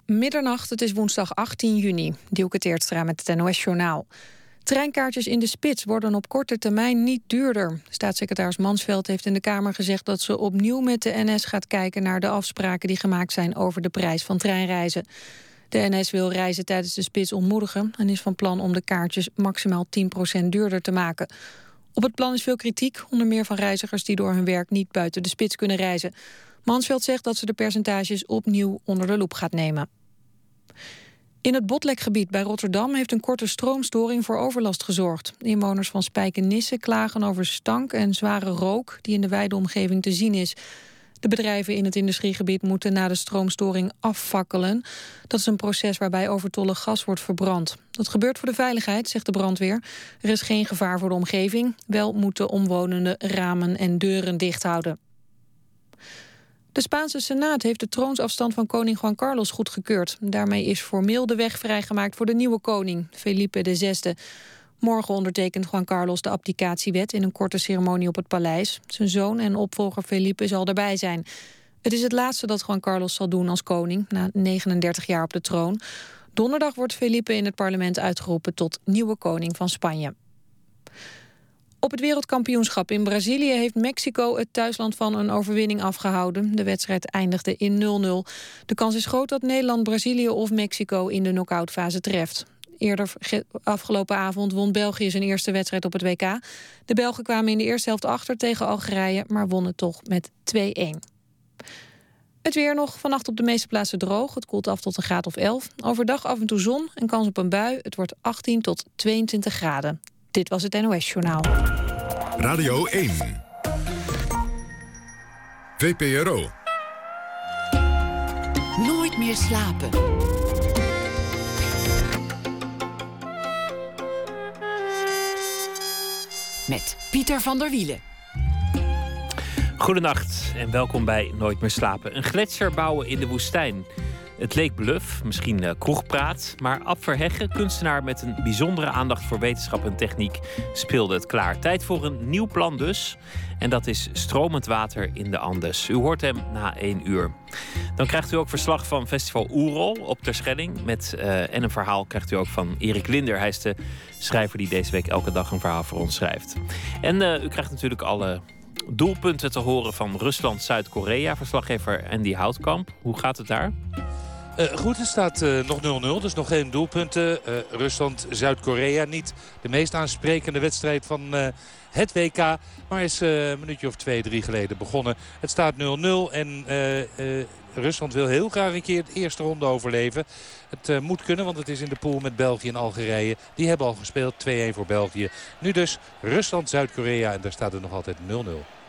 Middernacht, het is woensdag 18 juni. Dielke Teertstra met het NOS-journaal. Treinkaartjes in de spits worden op korte termijn niet duurder. Staatssecretaris Mansveld heeft in de Kamer gezegd dat ze opnieuw met de NS gaat kijken naar de afspraken die gemaakt zijn over de prijs van treinreizen. De NS wil reizen tijdens de spits ontmoedigen en is van plan om de kaartjes maximaal 10% duurder te maken. Op het plan is veel kritiek, onder meer van reizigers die door hun werk niet buiten de spits kunnen reizen. Mansveld zegt dat ze de percentages opnieuw onder de loep gaat nemen. In het Botlekgebied bij Rotterdam heeft een korte stroomstoring voor overlast gezorgd. Inwoners van Spijkenisse klagen over stank en zware rook die in de wijde omgeving te zien is. De bedrijven in het industriegebied moeten na de stroomstoring afvakkelen. Dat is een proces waarbij overtollig gas wordt verbrand. Dat gebeurt voor de veiligheid, zegt de brandweer. Er is geen gevaar voor de omgeving. Wel moeten omwonenden ramen en deuren dicht houden. De Spaanse Senaat heeft de troonsafstand van koning Juan Carlos goedgekeurd. Daarmee is formeel de weg vrijgemaakt voor de nieuwe koning, Felipe VI. Morgen ondertekent Juan Carlos de abdicatiewet in een korte ceremonie op het paleis. Zijn zoon en opvolger Felipe zal erbij zijn. Het is het laatste dat Juan Carlos zal doen als koning, na 39 jaar op de troon. Donderdag wordt Felipe in het parlement uitgeroepen tot nieuwe koning van Spanje. Op het wereldkampioenschap in Brazilië heeft Mexico het thuisland van een overwinning afgehouden. De wedstrijd eindigde in 0-0. De kans is groot dat Nederland, Brazilië of Mexico in de knock-outfase treft. Eerder afgelopen avond won België zijn eerste wedstrijd op het WK. De Belgen kwamen in de eerste helft achter tegen Algerije, maar wonnen toch met 2-1. Het weer nog, vannacht op de meeste plaatsen droog. Het koelt af tot een graad of 11. Overdag af en toe zon en kans op een bui. Het wordt 18 tot 22 graden. Dit was het NOS-journaal. Radio 1. VPRO. Nooit meer slapen. Met Pieter van der Wielen. Goedenacht en welkom bij Nooit meer slapen. Een gletsjer bouwen in de woestijn. Het leek bluf, misschien kroegpraat, maar Ab Verheggen, kunstenaar met een bijzondere aandacht voor wetenschap en techniek, speelde het klaar. Tijd voor een nieuw plan dus. En dat is stromend water in de Andes. U hoort hem na 1 uur. Dan krijgt u ook verslag van Festival Oerol op Terschelling. En een verhaal krijgt u ook van Erik Linder. Hij is de schrijver die deze week elke dag een verhaal voor ons schrijft. En u krijgt natuurlijk alle doelpunten te horen van Rusland-Zuid-Korea. Verslaggever Andy Houtkamp. Hoe gaat het daar? Goed, het staat nog 0-0, dus nog geen doelpunten. Rusland-Zuid-Korea, niet de meest aansprekende wedstrijd van het WK. Maar is een minuutje of 2, 3 geleden begonnen. Het staat 0-0 en Rusland wil heel graag een keer de eerste ronde overleven. Het moet kunnen, want het is in de pool met België en Algerije. Die hebben al gespeeld, 2-1 voor België. Nu dus Rusland-Zuid-Korea en daar staat het nog altijd 0-0.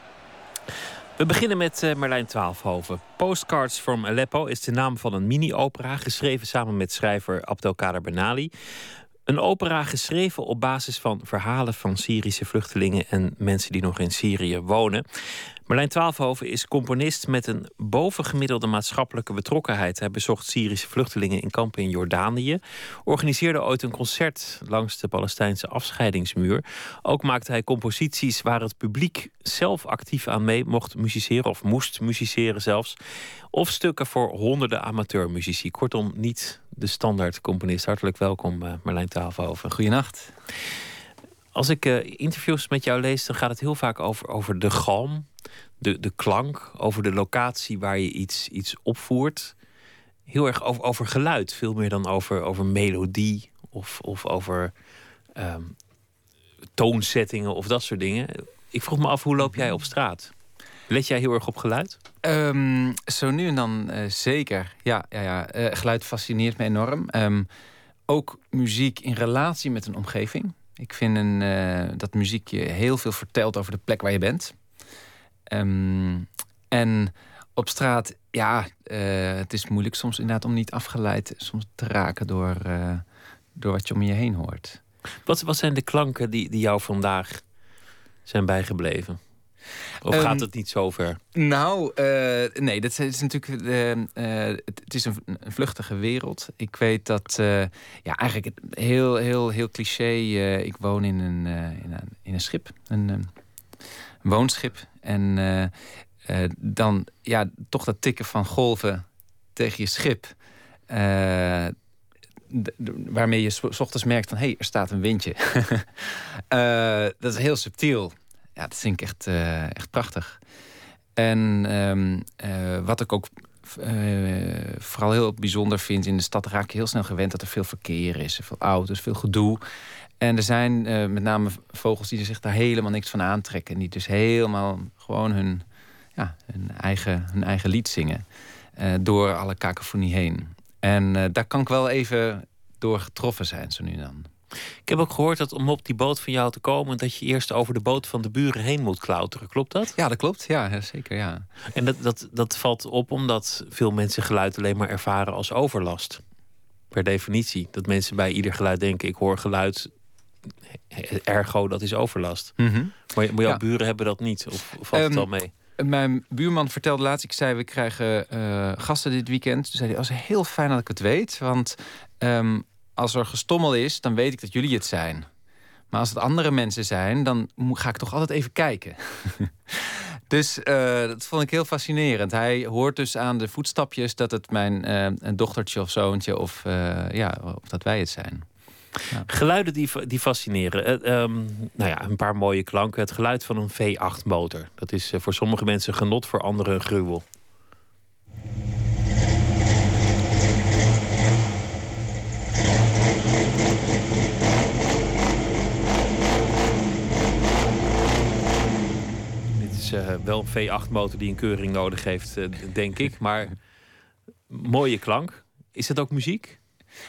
We beginnen met Marlijn Twaalfhoven. Postcards from Aleppo is de naam van een mini-opera, geschreven samen met schrijver Abdelkader Benali. Een opera geschreven op basis van verhalen van Syrische vluchtelingen en mensen die nog in Syrië wonen. Marlijn Twaalfhoven is componist met een bovengemiddelde maatschappelijke betrokkenheid. Hij bezocht Syrische vluchtelingen in kampen in Jordanië, organiseerde ooit een concert langs de Palestijnse afscheidingsmuur. Ook maakte hij composities waar het publiek zelf actief aan mee mocht musiceren, of moest musiceren zelfs. Of stukken voor honderden amateurmuzici. Kortom, niet de standaard componist. Hartelijk welkom, Marlijn Twaalfhoven. Goedenacht. Als ik interviews met jou lees, dan gaat het heel vaak over de galm, de klank, over de locatie waar je iets opvoert. Heel erg over geluid, veel meer dan over melodie of over toonzettingen of dat soort dingen. Ik vroeg me af, hoe loop jij op straat? Let jij heel erg op geluid? Zo nu en dan zeker. Ja. Geluid fascineert me enorm. Ook muziek in relatie met een omgeving. Ik vind dat muziek je heel veel vertelt over de plek waar je bent. En op straat, het is moeilijk soms inderdaad om niet afgeleid soms te raken door wat je om je heen hoort. Wat zijn de klanken die jou vandaag zijn bijgebleven? Of gaat het niet zo ver? Nee, dat is natuurlijk. Het is een vluchtige wereld. Ik weet dat. Eigenlijk heel cliché. Ik woon in een schip, een woonschip. En dan toch dat tikken van golven tegen je schip. waarmee je 's ochtends merkt van... hé, er staat een windje. Dat is heel subtiel. Ja, dat vind ik echt prachtig. En wat ik ook vooral heel bijzonder vind... in de stad raak je heel snel gewend dat er veel verkeer is. Veel auto's, veel gedoe. En er zijn met name vogels die zich daar helemaal niks van aantrekken. En die dus helemaal gewoon hun eigen lied zingen. Door alle kakofonie heen. En daar kan ik wel even door getroffen zijn, zo nu en dan. Ik heb ook gehoord dat om op die boot van jou te komen... dat je eerst over de boot van de buren heen moet klauteren. Klopt dat? Ja, dat klopt. Ja, zeker, ja. En dat valt op omdat veel mensen geluid alleen maar ervaren als overlast. Per definitie. Dat mensen bij ieder geluid denken... ik hoor geluid, ergo, dat is overlast. Mm-hmm. Maar jouw buren hebben dat niet? Of valt het al mee? Mijn buurman vertelde laatst... ik zei, we krijgen gasten dit weekend. Toen zei hij, het is heel fijn dat ik het weet. Want als er gestommel is, dan weet ik dat jullie het zijn. Maar als het andere mensen zijn, dan ga ik toch altijd even kijken. Dus dat vond ik heel fascinerend. Hij hoort dus aan de voetstapjes dat het mijn dochtertje of zoontje... of dat wij het zijn. Ja. Geluiden die fascineren. Een paar mooie klanken. Het geluid van een V8-motor. Dat is voor sommige mensen genot, voor anderen een gruwel. Dit is wel een V8-motor die een keuring nodig heeft, denk ik. Maar mooie klank. Is het ook muziek?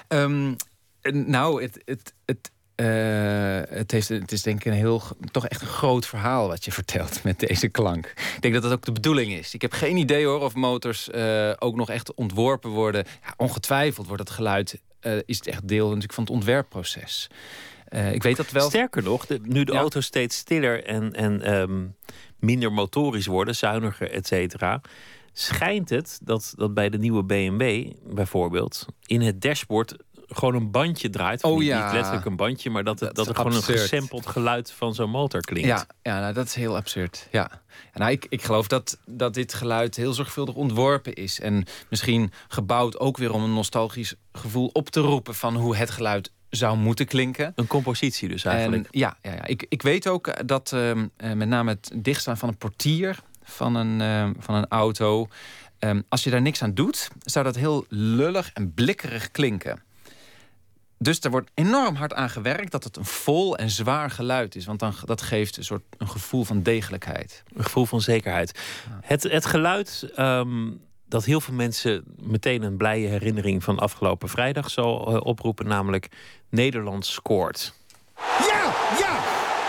Het is denk ik toch echt een groot verhaal wat je vertelt met deze klank. Ik denk dat dat ook de bedoeling is. Ik heb geen idee hoor of motors ook nog echt ontworpen worden. Ja, ongetwijfeld wordt het geluid, is het echt deel natuurlijk van het ontwerpproces. Ik weet dat wel. Sterker nog, nu de auto's steeds stiller en minder motorisch worden, zuiniger, et cetera, schijnt het dat bij de nieuwe BMW bijvoorbeeld in het dashboard gewoon een bandje draait. Niet letterlijk een bandje, maar dat er gewoon een gesampled geluid van zo'n motor klinkt. Ja, dat is heel absurd. Ja. Ik geloof dat dit geluid heel zorgvuldig ontworpen is. En misschien gebouwd ook weer om een nostalgisch gevoel op te roepen van hoe het geluid zou moeten klinken. Een compositie dus eigenlijk. En, ik weet ook dat met name het dichtstaan van een portier van een auto, als je daar niks aan doet, zou dat heel lullig en blikkerig klinken. Dus er wordt enorm hard aan gewerkt dat het een vol en zwaar geluid is. Want dat geeft een gevoel van degelijkheid. Een gevoel van zekerheid. Ja. Het geluid dat heel veel mensen meteen een blije herinnering van afgelopen vrijdag zal oproepen. Namelijk Nederland scoort. Ja! Ja!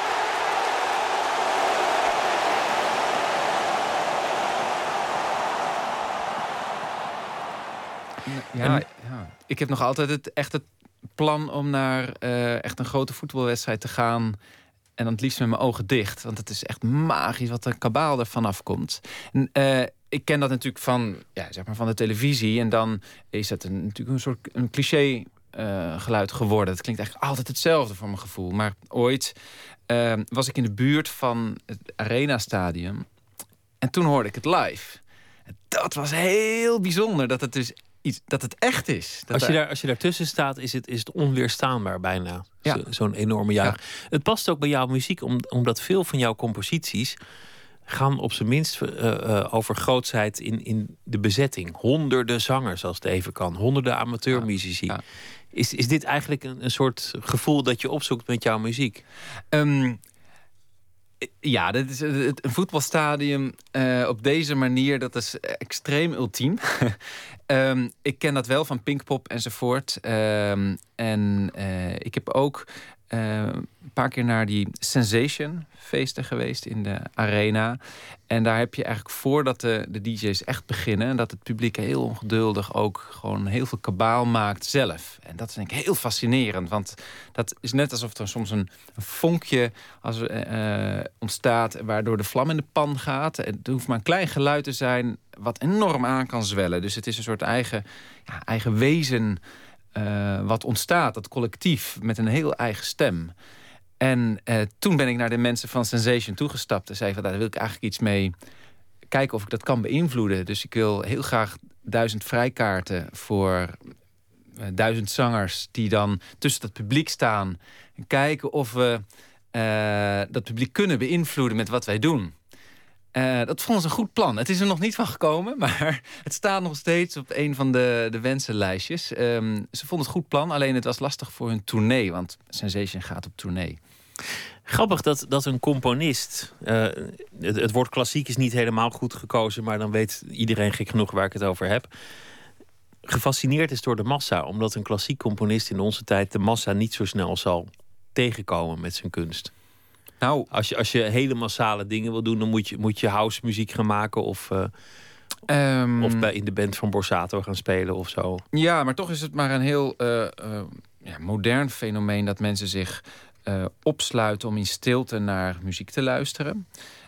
Ja. Ik heb nog altijd het plan om naar echt een grote voetbalwedstrijd te gaan. En dan het liefst met mijn ogen dicht. Want het is echt magisch wat een kabaal er vanaf komt. Ik ken dat natuurlijk van de televisie. En dan is het natuurlijk een soort een cliché geluid geworden. Het klinkt eigenlijk altijd hetzelfde voor mijn gevoel. Maar ooit was ik in de buurt van het Arena Stadium. En toen hoorde ik het live. En dat was heel bijzonder. Dat het dus dat het echt is. Als je daartussen staat, is het onweerstaanbaar bijna. Ja. Zo'n enorme juich. Ja. Het past ook bij jouw muziek, omdat veel van jouw composities gaan op zijn minst over grootsheid in de bezetting. Honderden zangers, als het even kan. Honderden amateurmuzici. Ja. Is dit eigenlijk een soort gevoel dat je opzoekt met jouw muziek? Ja, dat is een voetbalstadium op deze manier. Dat is extreem ultiem. Ik ken dat wel van Pinkpop enzovoort. Ik heb ook een paar keer naar die Sensation feesten geweest in de Arena. En daar heb je eigenlijk voordat de DJ's echt beginnen, dat het publiek heel ongeduldig ook gewoon heel veel kabaal maakt zelf. En dat is denk ik heel fascinerend. Want dat is net alsof er soms een vonkje ontstaat waardoor de vlam in de pan gaat. Het hoeft maar een klein geluid te zijn wat enorm aan kan zwellen. Dus het is een soort eigen wezen wat ontstaat, dat collectief met een heel eigen stem. En toen ben ik naar de mensen van Sensation toegestapt en zei van daar wil ik eigenlijk iets mee kijken of ik dat kan beïnvloeden. Dus ik wil heel graag 1000 vrijkaarten voor 1000 zangers die dan tussen het publiek staan en kijken of we dat publiek kunnen beïnvloeden met wat wij doen. Dat vonden ze een goed plan. Het is er nog niet van gekomen, maar het staat nog steeds op een van de wensenlijstjes. Ze vonden het goed plan, alleen het was lastig voor hun tournee, want Sensation gaat op tournee. Grappig dat een componist... het woord klassiek is niet helemaal goed gekozen, maar dan weet iedereen gek genoeg waar ik het over heb. Gefascineerd is door de massa, omdat een klassiek componist in onze tijd de massa niet zo snel zal tegenkomen met zijn kunst. Nou, als je hele massale dingen wil doen, dan moet je house muziek gaan maken of in de band van Borsato gaan spelen of zo. Ja, maar toch is het maar een heel modern fenomeen dat mensen zich opsluiten om in stilte naar muziek te luisteren.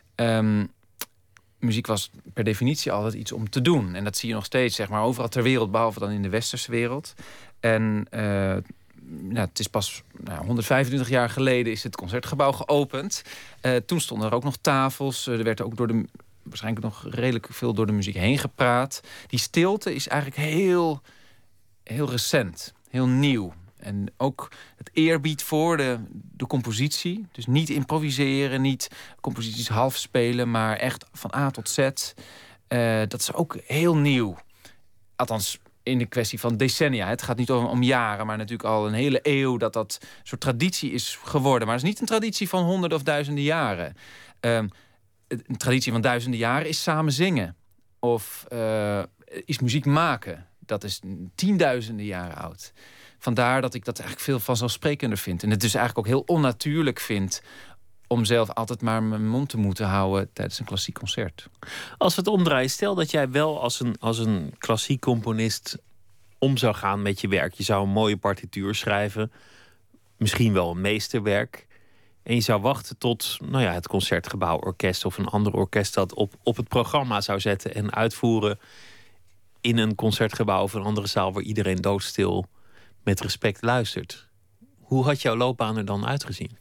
Muziek was per definitie altijd iets om te doen. En dat zie je nog steeds, zeg maar, overal ter wereld, behalve dan in de westerse wereld. En het is pas 125 jaar geleden is het Concertgebouw geopend. Toen stonden er ook nog tafels. Er werd ook waarschijnlijk nog redelijk veel door de muziek heen gepraat. Die stilte is eigenlijk heel, heel recent, heel nieuw. En ook het eerbied voor de compositie. Dus niet improviseren, niet composities half spelen, maar echt van A tot Z. Dat is ook heel nieuw. Althans, in de kwestie van decennia. Het gaat niet om jaren, maar natuurlijk al een hele eeuw dat een soort traditie is geworden. Maar het is niet een traditie van honderden of duizenden jaren. Een traditie van duizenden jaren is samen zingen. Of is muziek maken. Dat is tienduizenden jaren oud. Vandaar dat ik dat eigenlijk veel vanzelfsprekender vind. En het dus eigenlijk ook heel onnatuurlijk vind om zelf altijd maar mijn mond te moeten houden tijdens een klassiek concert. Als we het omdraaien, stel dat jij wel als een klassiek componist om zou gaan met je werk. Je zou een mooie partituur schrijven, misschien wel een meesterwerk. En je zou wachten tot het Concertgebouworkest of een ander orkest dat op het programma zou zetten en uitvoeren in een concertgebouw of een andere zaal waar iedereen doodstil met respect luistert. Hoe had jouw loopbaan er dan uitgezien?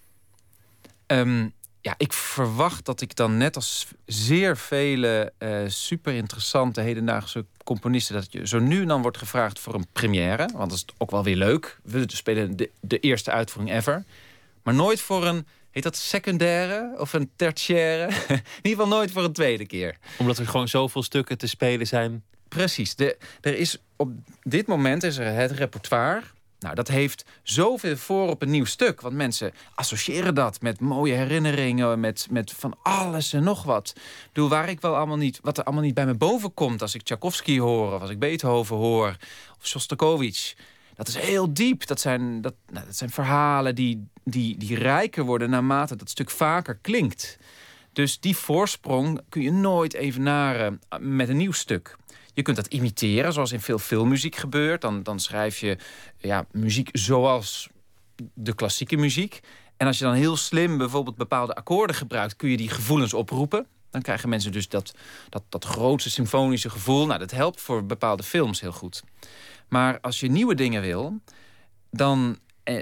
Ik verwacht dat ik dan net als zeer vele super interessante hedendaagse componisten, dat je zo nu en dan wordt gevraagd voor een première. Want dat is ook wel weer leuk. We spelen de eerste uitvoering ever. Maar nooit voor een, heet dat secundaire of een tertiaire? In ieder geval nooit voor een tweede keer. Omdat er gewoon zoveel stukken te spelen zijn. Precies. Er is op dit moment is er het repertoire. Nou, dat heeft zoveel voor op een nieuw stuk. Want mensen associëren dat met mooie herinneringen, met van alles en nog wat. Ik bedoel, wat er allemaal niet bij me boven komt als ik Tchaikovsky hoor, of als ik Beethoven hoor, of Shostakovich. Dat is heel diep. Dat zijn verhalen die rijker worden naarmate dat stuk vaker klinkt. Dus die voorsprong kun je nooit evenaren met een nieuw stuk. Je kunt dat imiteren, zoals in veel filmmuziek gebeurt. Dan schrijf je muziek zoals de klassieke muziek. En als je dan heel slim bijvoorbeeld bepaalde akkoorden gebruikt, kun je die gevoelens oproepen. Dan krijgen mensen dus dat grootste symfonische gevoel. Nou, dat helpt voor bepaalde films heel goed. Maar als je nieuwe dingen wil, dan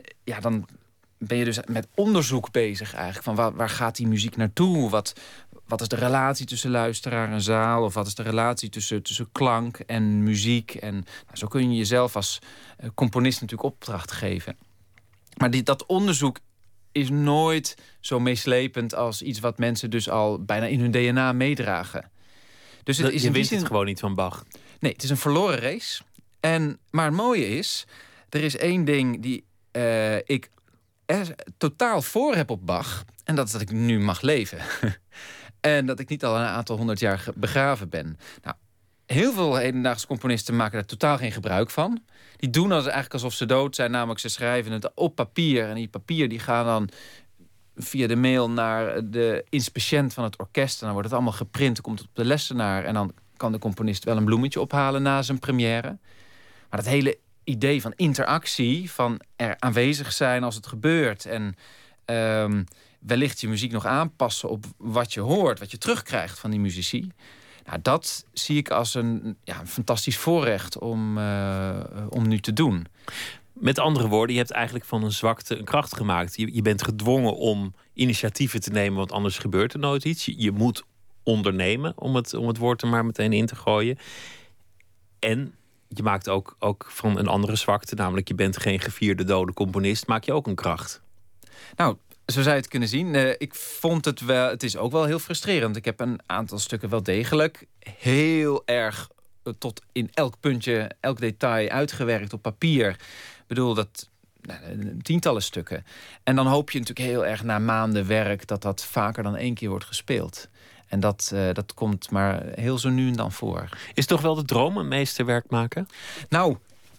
ben je dus met onderzoek bezig eigenlijk. Van waar gaat die muziek naartoe? Wat is de relatie tussen luisteraar en zaal? Of wat is de relatie tussen klank en muziek? En zo kun je jezelf als componist natuurlijk opdracht geven. Maar dat onderzoek is nooit zo meeslepend als iets wat mensen dus al bijna in hun DNA meedragen. Dus je wint het gewoon niet van Bach. Nee, het is een verloren race. Maar het mooie is, er is één ding die ik totaal voor heb op Bach. En dat is dat ik nu mag leven. En dat ik niet al een aantal 100 jaar begraven ben. Nou, heel veel hedendaagse componisten maken daar totaal geen gebruik van. Die doen eigenlijk alsof ze dood zijn. Namelijk, ze schrijven het op papier. En die papier die gaan dan via de mail naar de inspeciënt van het orkest. En dan wordt het allemaal geprint. Dan komt het op de lessenaar. En dan kan de componist wel een bloemetje ophalen na zijn première. Maar dat hele idee van interactie, van er aanwezig zijn als het gebeurt en wellicht je muziek nog aanpassen op wat je hoort, wat je terugkrijgt van die muzici. Nou, dat zie ik als een fantastisch voorrecht om nu te doen. Met andere woorden, je hebt eigenlijk van een zwakte een kracht gemaakt. Je bent gedwongen om initiatieven te nemen, want anders gebeurt er nooit iets. Je moet ondernemen, om het woord er maar meteen in te gooien. En je maakt ook van een andere zwakte, namelijk je bent geen gevierde dode componist, maak je ook een kracht. Nou, zo zou je het kunnen zien. Ik vond het wel, het is ook wel heel frustrerend. Ik heb een aantal stukken wel degelijk heel erg tot in elk puntje, elk detail uitgewerkt op papier. Ik bedoel, tientallen stukken. En dan hoop je natuurlijk heel erg na maanden werk dat vaker dan 1 keer wordt gespeeld. En dat komt maar heel zo nu en dan voor. Is toch wel de droom een meesterwerk maken? Nou,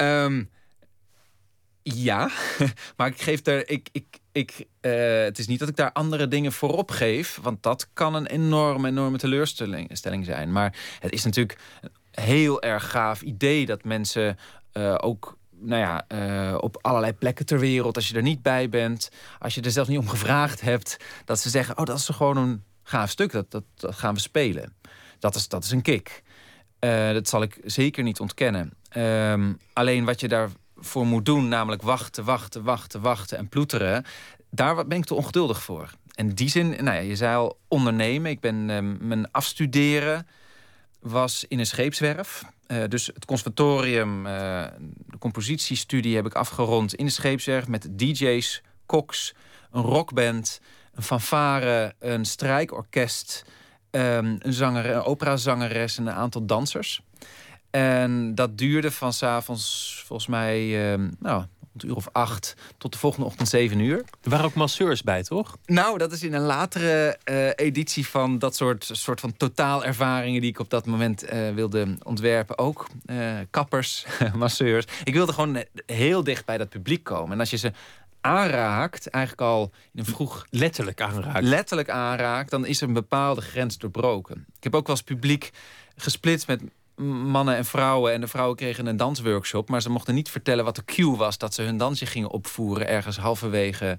ja. Maar ik geef er... het is niet dat ik daar andere dingen voor opgeef. Want dat kan een enorme teleurstelling zijn. Maar het is natuurlijk een heel erg gaaf idee dat mensen ook... op allerlei plekken ter wereld, als je er niet bij bent, als je er zelfs niet om gevraagd hebt, dat ze zeggen, oh, dat is gewoon een gaaf stuk, dat gaan we spelen. Dat is een kick. Dat zal ik zeker niet ontkennen. Alleen wat je daarvoor moet doen, namelijk wachten en ploeteren, daar ben ik te ongeduldig voor. En in die zin, je zei al ondernemen. Ik ben mijn afstuderen was in een scheepswerf. Dus het conservatorium, de compositiestudie heb ik afgerond in de scheepswerf met DJ's, koks, een rockband, een fanfare, een strijkorkest, een operazangeres en een aantal dansers. En dat duurde van 's avonds volgens mij een uur of 8 tot de volgende ochtend 7 uur. Er waren ook masseurs bij, toch? Nou, dat is in een latere editie van dat soort van totaalervaringen die ik op dat moment wilde ontwerpen. Ook kappers, masseurs. Ik wilde gewoon heel dicht bij dat publiek komen. En als je ze aanraakt, eigenlijk al in een vroeg... Letterlijk aanraakt, dan is er een bepaalde grens doorbroken. Ik heb ook wel eens publiek gesplitst met mannen en vrouwen. En de vrouwen kregen een dansworkshop, maar ze mochten niet vertellen wat de cue was dat ze hun dansje gingen opvoeren ergens halverwege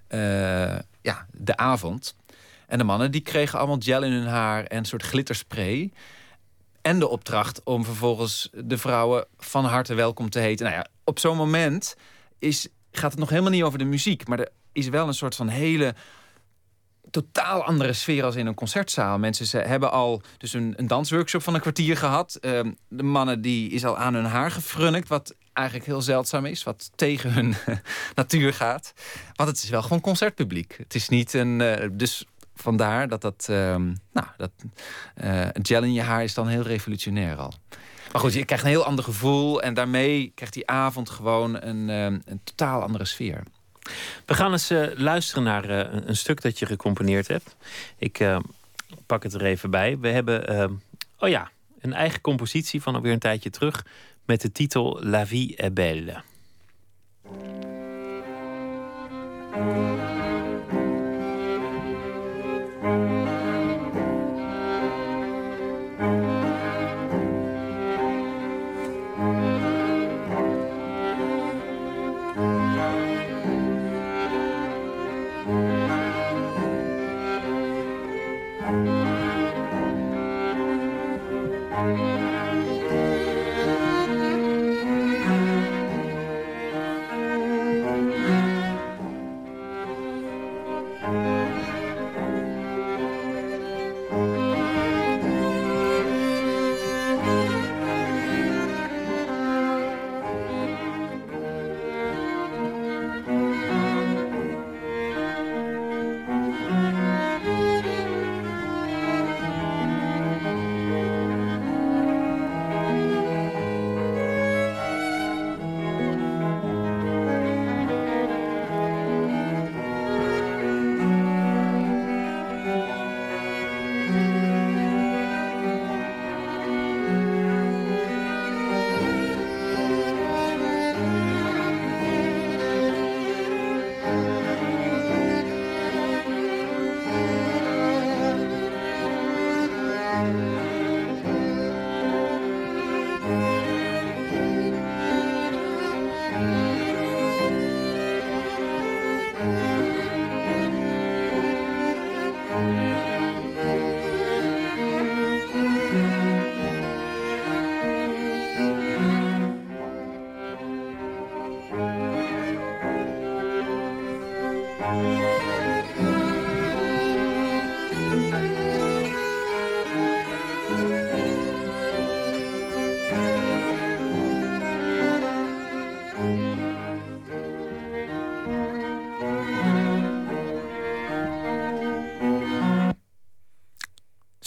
de avond. En de mannen die kregen allemaal gel in hun haar en een soort glitterspray. En de opdracht om vervolgens de vrouwen van harte welkom te heten. Nou ja, op zo'n moment gaat het nog helemaal niet over de muziek, maar er is wel een soort van hele totaal andere sfeer als in een concertzaal. Mensen hebben al dus een dansworkshop van een kwartier gehad. De mannen die is al aan hun haar gefrunnikt, wat eigenlijk heel zeldzaam is, wat tegen hun natuur gaat. Want het is wel gewoon concertpubliek. Het is niet dus vandaar dat gel in je haar is dan heel revolutionair al. Maar goed, je krijgt een heel ander gevoel en daarmee krijgt die avond gewoon een totaal andere sfeer. We gaan eens luisteren naar een stuk dat je gecomponeerd hebt. Ik pak het er even bij. We hebben een eigen compositie van alweer een tijdje terug met de titel La vie est belle.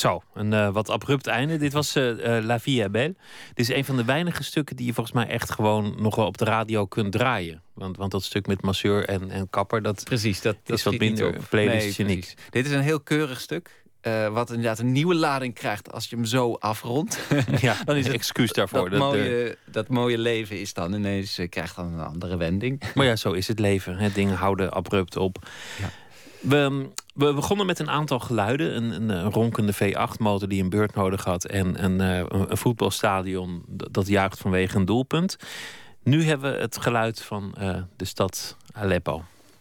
Zo, een wat abrupt einde. Dit was La Vie est Belle. Dit is een van de weinige stukken die je volgens mij echt gewoon nog wel op de radio kunt draaien. Want dat stuk met masseur en kapper, dat Precies, dat is wat minder playlist-uniek. Dit is een heel keurig stuk. Wat inderdaad een nieuwe lading krijgt als je hem zo afrondt. Ja, dan is het excuus daarvoor. Dat mooie leven is dan ineens, krijgt dan een andere wending. Maar ja, zo is het leven. Hè. Dingen houden abrupt op. Ja. We begonnen met een aantal geluiden. Een ronkende V8-motor die een beurt nodig had. En een voetbalstadion dat juicht vanwege een doelpunt. Nu hebben we het geluid van de stad Aleppo.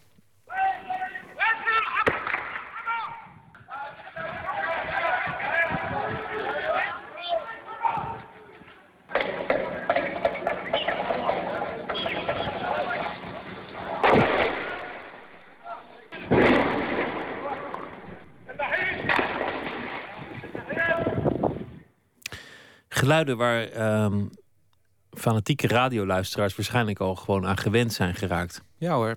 Geluiden waar fanatieke radioluisteraars waarschijnlijk al gewoon aan gewend zijn geraakt. Ja hoor,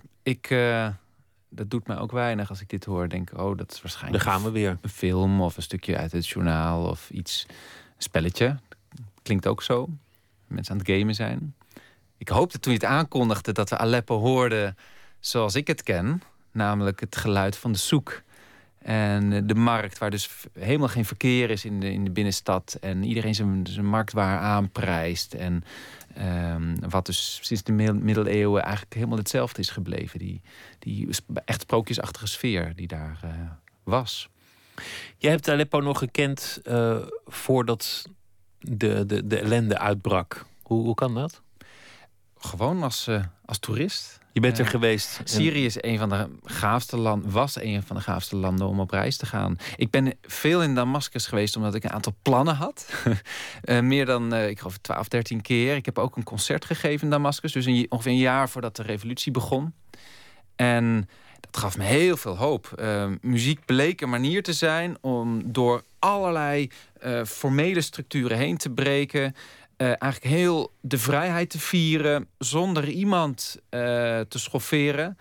dat doet mij ook weinig als ik dit hoor. Denk, dat is waarschijnlijk Daar gaan we weer. Een film of een stukje uit het journaal of iets. Een spelletje. Klinkt ook zo. Mensen aan het gamen zijn. Ik hoopte toen je het aankondigde dat we Aleppo hoorden zoals ik het ken. Namelijk het geluid van de souk. En de markt, waar dus helemaal geen verkeer is in de binnenstad. En iedereen zijn marktwaar aanprijst. En wat dus sinds de middeleeuwen eigenlijk helemaal hetzelfde is gebleven. Die echt sprookjesachtige sfeer die daar was. Jij hebt Aleppo nog gekend voordat de ellende uitbrak. Hoe kan dat? Gewoon als toerist. Je bent er geweest. Syrië is was een van de gaafste landen om op reis te gaan. Ik ben veel in Damascus geweest omdat ik een aantal plannen had. Meer dan, ik geloof 12, 13 keer. Ik heb ook een concert gegeven in Damascus. Dus ongeveer een jaar voordat de revolutie begon. En dat gaf me heel veel hoop. Muziek bleek een manier te zijn om door allerlei formele structuren heen te breken. Eigenlijk heel de vrijheid te vieren zonder iemand te schofferen.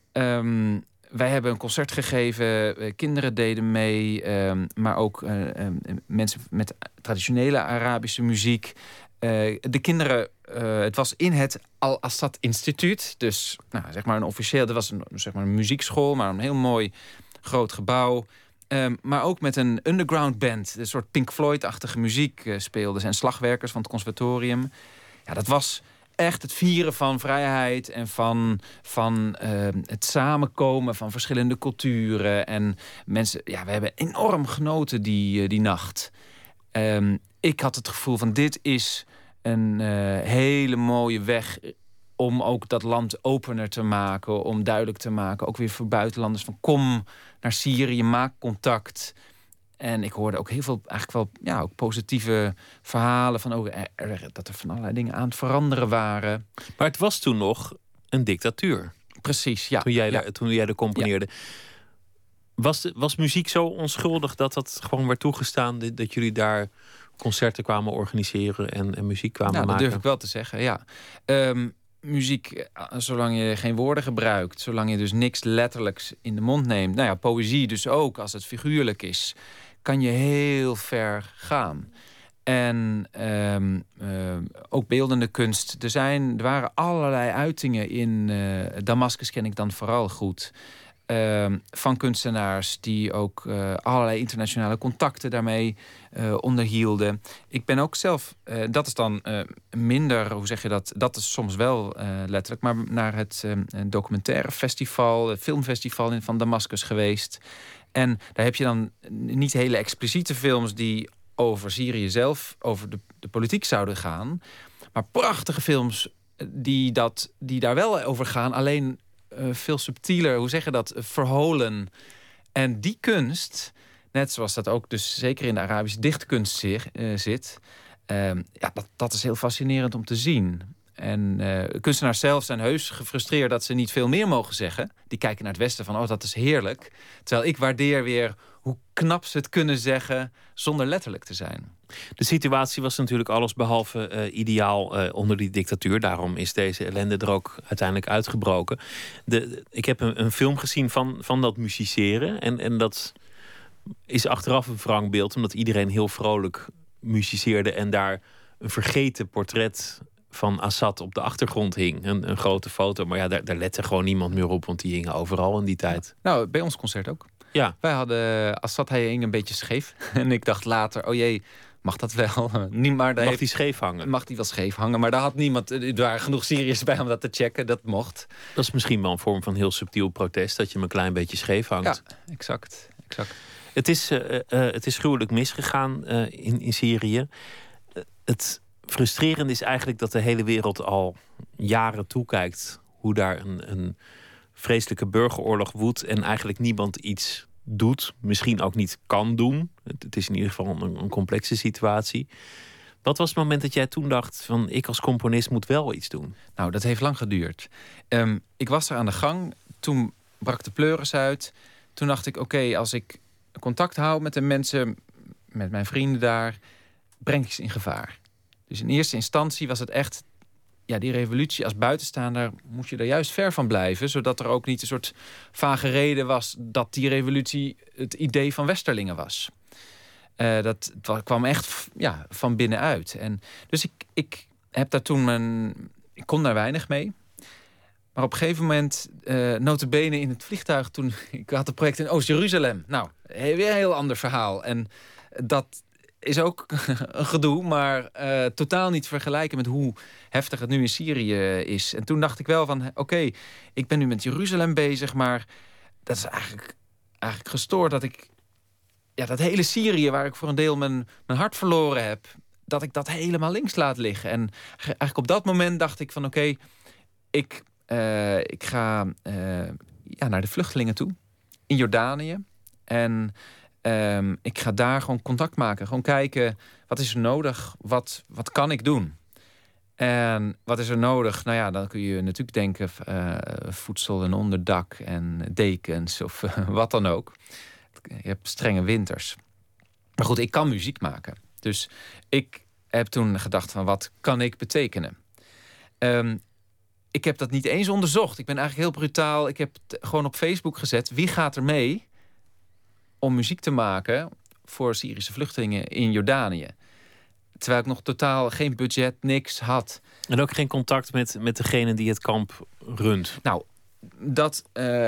Wij hebben een concert gegeven, kinderen deden mee, maar ook mensen met traditionele Arabische muziek. De kinderen, het was in het Al-Assad Instituut, dus zeg maar een officieel, dat was een muziekschool, maar een heel mooi groot gebouw. Maar ook met een underground band. Een soort Pink Floyd-achtige muziek speelden. En slagwerkers van het conservatorium. Ja, dat was echt het vieren van vrijheid. En van het samenkomen van verschillende culturen. En mensen, we hebben enorm genoten die nacht. Ik had het gevoel van dit is een hele mooie weg om ook dat land opener te maken. Om duidelijk te maken, ook weer voor buitenlanders, van kom naar Syrië, maak contact. En ik hoorde ook heel veel, eigenlijk wel, ook positieve verhalen van dat er van allerlei dingen aan het veranderen waren. Maar het was toen nog een dictatuur. Precies, ja. Toen jij er componeerde. Ja. Was muziek zo onschuldig dat gewoon werd toegestaan dat jullie daar concerten kwamen organiseren en muziek kwamen maken? Dat durf ik wel te zeggen, ja. Muziek, zolang je geen woorden gebruikt, zolang je dus niks letterlijks in de mond neemt. Poëzie dus ook, als het figuurlijk is, kan je heel ver gaan. En ook beeldende kunst. Er waren allerlei uitingen in Damascus, ken ik dan vooral goed. Van kunstenaars die ook allerlei internationale contacten daarmee onderhielden. Ik ben ook zelf, dat is dan minder, hoe zeg je dat? Dat is soms wel letterlijk, maar naar het documentaire festival, het filmfestival van Damascus geweest. En daar heb je dan niet hele expliciete films die over Syrië zelf, over de politiek zouden gaan. Maar prachtige films die daar wel over gaan, alleen veel subtieler, hoe zeg je dat, verholen. En die kunst, net zoals dat ook dus zeker in de Arabische dichtkunst zit, dat is heel fascinerend om te zien. En kunstenaars zelf zijn heus gefrustreerd dat ze niet veel meer mogen zeggen. Die kijken naar het Westen van, dat is heerlijk. Terwijl ik waardeer weer hoe knap ze het kunnen zeggen zonder letterlijk te zijn. De situatie was natuurlijk allesbehalve ideaal onder die dictatuur. Daarom is deze ellende er ook uiteindelijk uitgebroken. Ik heb een film gezien van dat musiceren. En dat is achteraf een wrang beeld, omdat iedereen heel vrolijk muziceerde en daar een vergeten portret van Assad op de achtergrond hing. Een grote foto, maar ja, daar lette gewoon niemand meer op, want die hingen overal in die tijd. Nou, bij ons concert ook. Ja. Wij hadden Assad, hij hing een beetje scheef. En ik dacht later, oh jee, mag dat wel? Mag die scheef hangen? Mag die wel scheef hangen, maar daar had niemand... Er waren genoeg Syriërs bij om dat te checken, dat mocht. Dat is misschien wel een vorm van heel subtiel protest, dat je hem een klein beetje scheef hangt. Ja, exact. Het is gruwelijk misgegaan in Syrië. Het frustrerende is eigenlijk dat de hele wereld al jaren toekijkt hoe daar een vreselijke burgeroorlog woedt en eigenlijk niemand iets doet, misschien ook niet kan doen. Het is in ieder geval een complexe situatie. Wat was het moment dat jij toen dacht van ik als componist moet wel iets doen? Nou, dat heeft lang geduurd. Ik was er aan de gang, toen brak de pleuris uit. Toen dacht ik, oké, als ik contact hou met de mensen, met mijn vrienden daar, breng ik ze in gevaar. Dus in eerste instantie was het echt, ja, die revolutie als buitenstaander moest je er juist ver van blijven, zodat er ook niet een soort vage reden was dat die revolutie het idee van Westerlingen was. Dat kwam echt van binnenuit. En dus ik heb daar toen ik kon daar weinig mee. Maar op een gegeven moment, nota bene in het vliegtuig, toen ik had een project in Oost-Jeruzalem. Nou, weer een heel ander verhaal. En dat is ook een gedoe, maar totaal niet vergelijken met hoe heftig het nu in Syrië is. En toen dacht ik wel van, oké, ik ben nu met Jeruzalem bezig, maar dat is eigenlijk gestoord dat ik, ja, dat hele Syrië, waar ik voor een deel mijn hart verloren heb, dat ik dat helemaal links laat liggen. En eigenlijk op dat moment dacht ik van, oké, ik ga naar de vluchtelingen toe in Jordanië. En ik ga daar gewoon contact maken. Gewoon kijken, wat is er nodig? Wat kan ik doen? En wat is er nodig? Nou ja, dan kun je natuurlijk denken voedsel en onderdak en dekens of wat dan ook. Je hebt strenge winters. Maar goed, ik kan muziek maken. Dus ik heb toen gedacht van, wat kan ik betekenen? Ik heb dat niet eens onderzocht. Ik ben eigenlijk heel brutaal. Ik heb gewoon op Facebook gezet, wie gaat er mee om muziek te maken voor Syrische vluchtelingen in Jordanië? Terwijl ik nog totaal geen budget, niks had. En ook geen contact met degene die het kamp runt? Nou, dat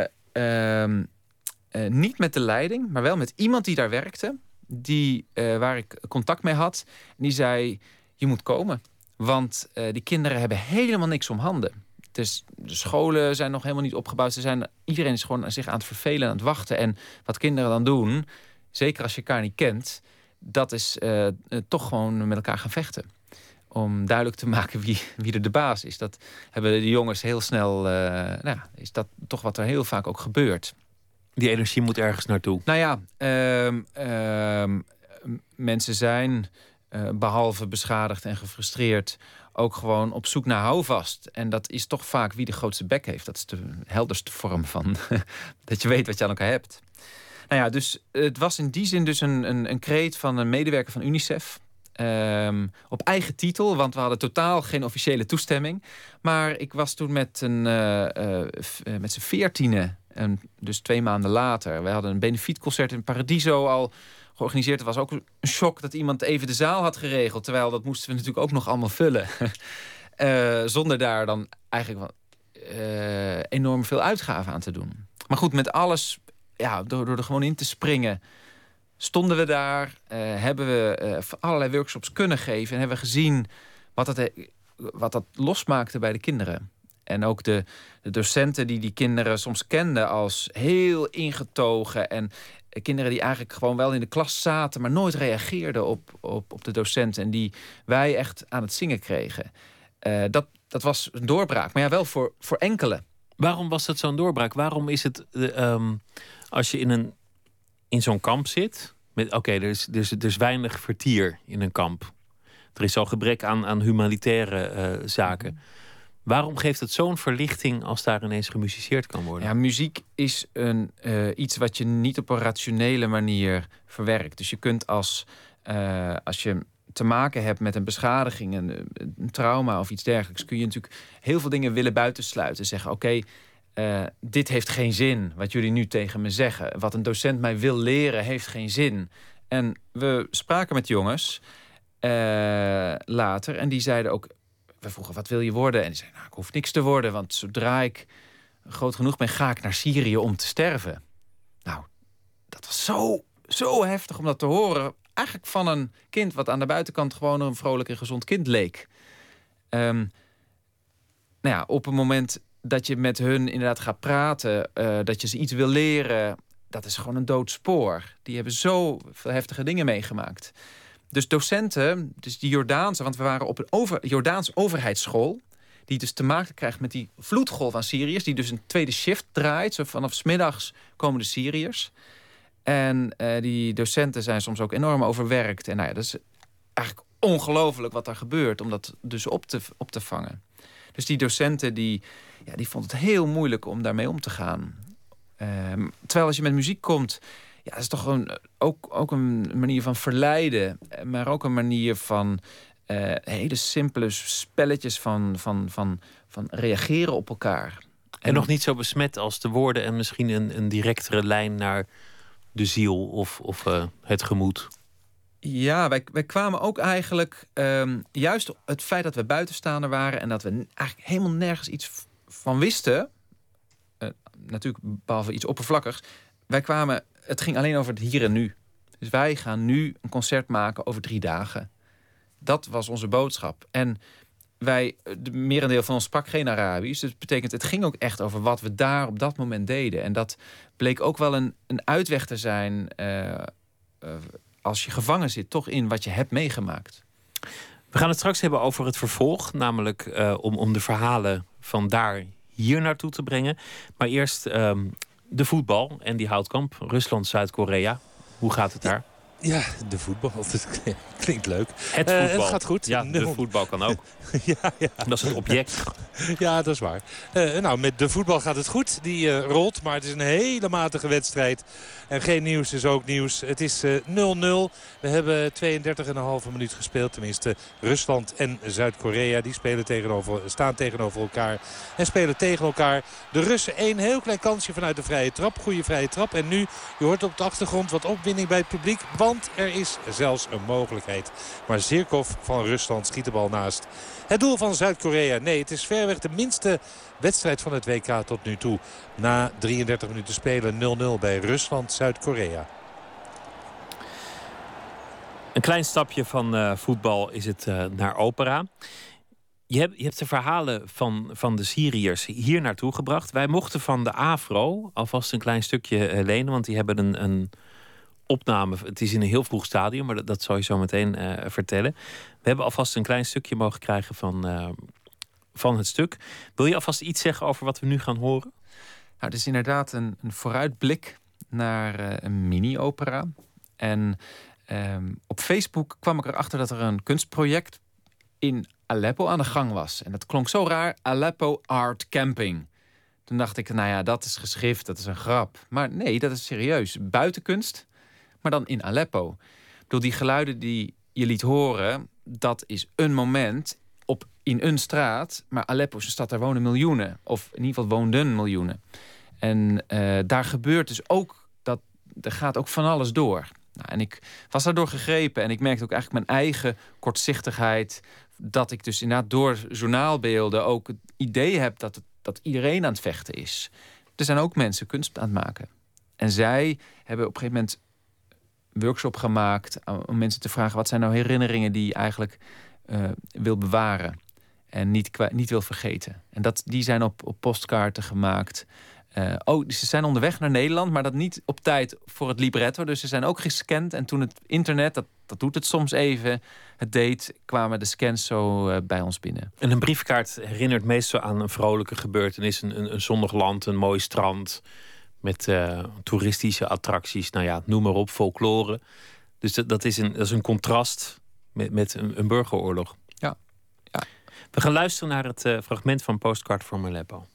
niet met de leiding, maar wel met iemand die daar werkte, waar ik contact mee had. En die zei, je moet komen. Want die kinderen hebben helemaal niks om handen. Dus de scholen zijn nog helemaal niet opgebouwd. Iedereen is gewoon zich aan het vervelen, aan het wachten. En wat kinderen dan doen, zeker als je elkaar niet kent, dat is toch gewoon met elkaar gaan vechten. Om duidelijk te maken wie er de baas is. Dat hebben de jongens heel snel, is dat toch wat er heel vaak ook gebeurt. Die energie moet ergens naartoe. Nou ja, mensen zijn, behalve beschadigd en gefrustreerd, ook gewoon op zoek naar houvast. En dat is toch vaak wie de grootste bek heeft. Dat is de helderste vorm van dat je weet wat je aan elkaar hebt. Nou ja, dus het was in die zin dus een kreet van een medewerker van UNICEF. Op eigen titel, want we hadden totaal geen officiële toestemming. Maar ik was toen met z'n 14, dus 2 maanden later. We hadden een benefietconcert in Paradiso al georganiseerd. Het was ook een shock dat iemand even de zaal had geregeld. Terwijl dat moesten we natuurlijk ook nog allemaal vullen. Zonder daar dan eigenlijk enorm veel uitgaven aan te doen. Maar goed, met alles, ja, door er gewoon in te springen, stonden we daar. Hebben we allerlei workshops kunnen geven. En hebben we gezien wat dat losmaakte bij de kinderen. En ook de docenten die kinderen soms kenden als heel ingetogen. En kinderen die eigenlijk gewoon wel in de klas zaten, maar nooit reageerden op de docenten. En die wij echt aan het zingen kregen. Dat was een doorbraak. Maar ja, wel voor enkele. Waarom was dat zo'n doorbraak? Waarom is het, als je in zo'n kamp zit, er is weinig vertier in een kamp. Er is al gebrek aan humanitaire zaken. Waarom geeft het zo'n verlichting als daar ineens gemusiceerd kan worden? Ja, muziek is iets wat je niet op een rationele manier verwerkt. Dus je kunt als je te maken hebt met een beschadiging, een trauma of iets dergelijks, kun je natuurlijk heel veel dingen willen buitensluiten. Zeggen, oké, dit heeft geen zin, wat jullie nu tegen me zeggen. Wat een docent mij wil leren, heeft geen zin. En we spraken met jongens later en die zeiden ook... We vroegen, wat wil je worden? En die zeiden, nou, ik hoef niks te worden, want zodra ik groot genoeg ben, ga ik naar Syrië om te sterven. Nou, dat was zo heftig om dat te horen. Eigenlijk van een kind wat aan de buitenkant gewoon een vrolijk en gezond kind leek. Op het moment dat je met hun inderdaad gaat praten, dat je ze iets wil leren, dat is gewoon een dood spoor. Die hebben zo veel heftige dingen meegemaakt. Dus docenten, dus die Jordaanse, want we waren op een Jordaans overheidsschool, die dus te maken krijgt met die vloedgolf aan Syriërs, die dus een tweede shift draait. Zo vanaf 's middags komen de Syriërs. En die docenten zijn soms ook enorm overwerkt. En dat is eigenlijk ongelooflijk wat er gebeurt om dat dus op te vangen. Dus die docenten die vonden het heel moeilijk om daarmee om te gaan. Terwijl als je met muziek komt, dat is toch ook een manier van verleiden. Maar ook een manier van hele simpele spelletjes van reageren op elkaar. En nog niet zo besmet als de woorden en misschien een directere lijn naar de ziel of het gemoed. Ja, wij kwamen ook eigenlijk... juist het feit dat we buitenstaander waren en dat we eigenlijk helemaal nergens iets van wisten, natuurlijk behalve iets oppervlakkigs, het ging alleen over het hier en nu. Dus wij gaan nu een concert maken over 3 dagen. Dat was onze boodschap. En de merendeel van ons sprak geen Arabisch. Dus dat betekent, het ging ook echt over wat we daar op dat moment deden. En dat bleek ook wel een uitweg te zijn als je gevangen zit, toch in wat je hebt meegemaakt. We gaan het straks hebben over het vervolg, namelijk om de verhalen van daar hier naartoe te brengen. Maar eerst de voetbal en die Houtkamp, Rusland-Zuid-Korea. Hoe gaat het daar? Ja, de voetbal. Dat klinkt leuk. Het voetbal. Het gaat goed. Ja, de voetbal kan ook. Ja. Dat is het object. Ja, dat is waar. Met de voetbal gaat het goed. Die rolt, maar het is een hele matige wedstrijd. En geen nieuws is ook nieuws. Het is 0-0. We hebben 32,5 minuut gespeeld. Tenminste, Rusland en Zuid-Korea. Die staan tegenover elkaar. En spelen tegen elkaar. De Russen één heel klein kansje vanuit de vrije trap. Goede vrije trap. En nu, je hoort op de achtergrond wat opwinding bij het publiek. Want er is zelfs een mogelijkheid. Maar Zirkov van Rusland schiet de bal naast. Het doel van Zuid-Korea. Nee, het is verreweg de minste wedstrijd van het WK tot nu toe. Na 33 minuten spelen 0-0 bij Rusland-Zuid-Korea. Een klein stapje van voetbal is het naar opera. Je hebt de verhalen van de Syriërs hier naartoe gebracht. Wij mochten van de AVRO alvast een klein stukje lenen, want die hebben een opname. Het is in een heel vroeg stadium, maar dat zal je zo meteen vertellen. We hebben alvast een klein stukje mogen krijgen van het stuk. Wil je alvast iets zeggen over wat we nu gaan horen? Nou, het is inderdaad een vooruitblik naar een mini-opera. En op Facebook kwam ik erachter dat er een kunstproject in Aleppo aan de gang was. En dat klonk zo raar, Aleppo Art Camping. Toen dacht ik, dat is geschrift, dat is een grap. Maar nee, dat is serieus. Buitenkunst, maar dan in Aleppo. Ik bedoel, die geluiden die je liet horen, dat is een moment in een straat. Maar Aleppo is een stad, daar wonen miljoenen. Of in ieder geval woonden miljoenen. En daar gebeurt dus ook, er gaat ook van alles door. Nou, en ik was daardoor gegrepen. En ik merkte ook eigenlijk mijn eigen kortzichtigheid. Dat ik dus inderdaad door journaalbeelden ook het idee heb dat iedereen aan het vechten is. Er zijn ook mensen kunst aan het maken. En zij hebben op een gegeven moment workshop gemaakt om mensen te vragen, wat zijn nou herinneringen die je eigenlijk wil bewaren en niet wil vergeten. En die zijn op postkaarten gemaakt. Ze zijn onderweg naar Nederland, maar dat niet op tijd voor het libretto. Dus ze zijn ook gescand. En toen het internet, dat doet het soms even, het deed, kwamen de scans zo bij ons binnen. En een briefkaart herinnert meestal aan een vrolijke gebeurtenis. Een zonnig land, een mooi strand met toeristische attracties. Nou ja, noem maar op, folklore. Dus dat is een contrast met een burgeroorlog. Ja. We gaan luisteren naar het fragment van Postcard from Aleppo.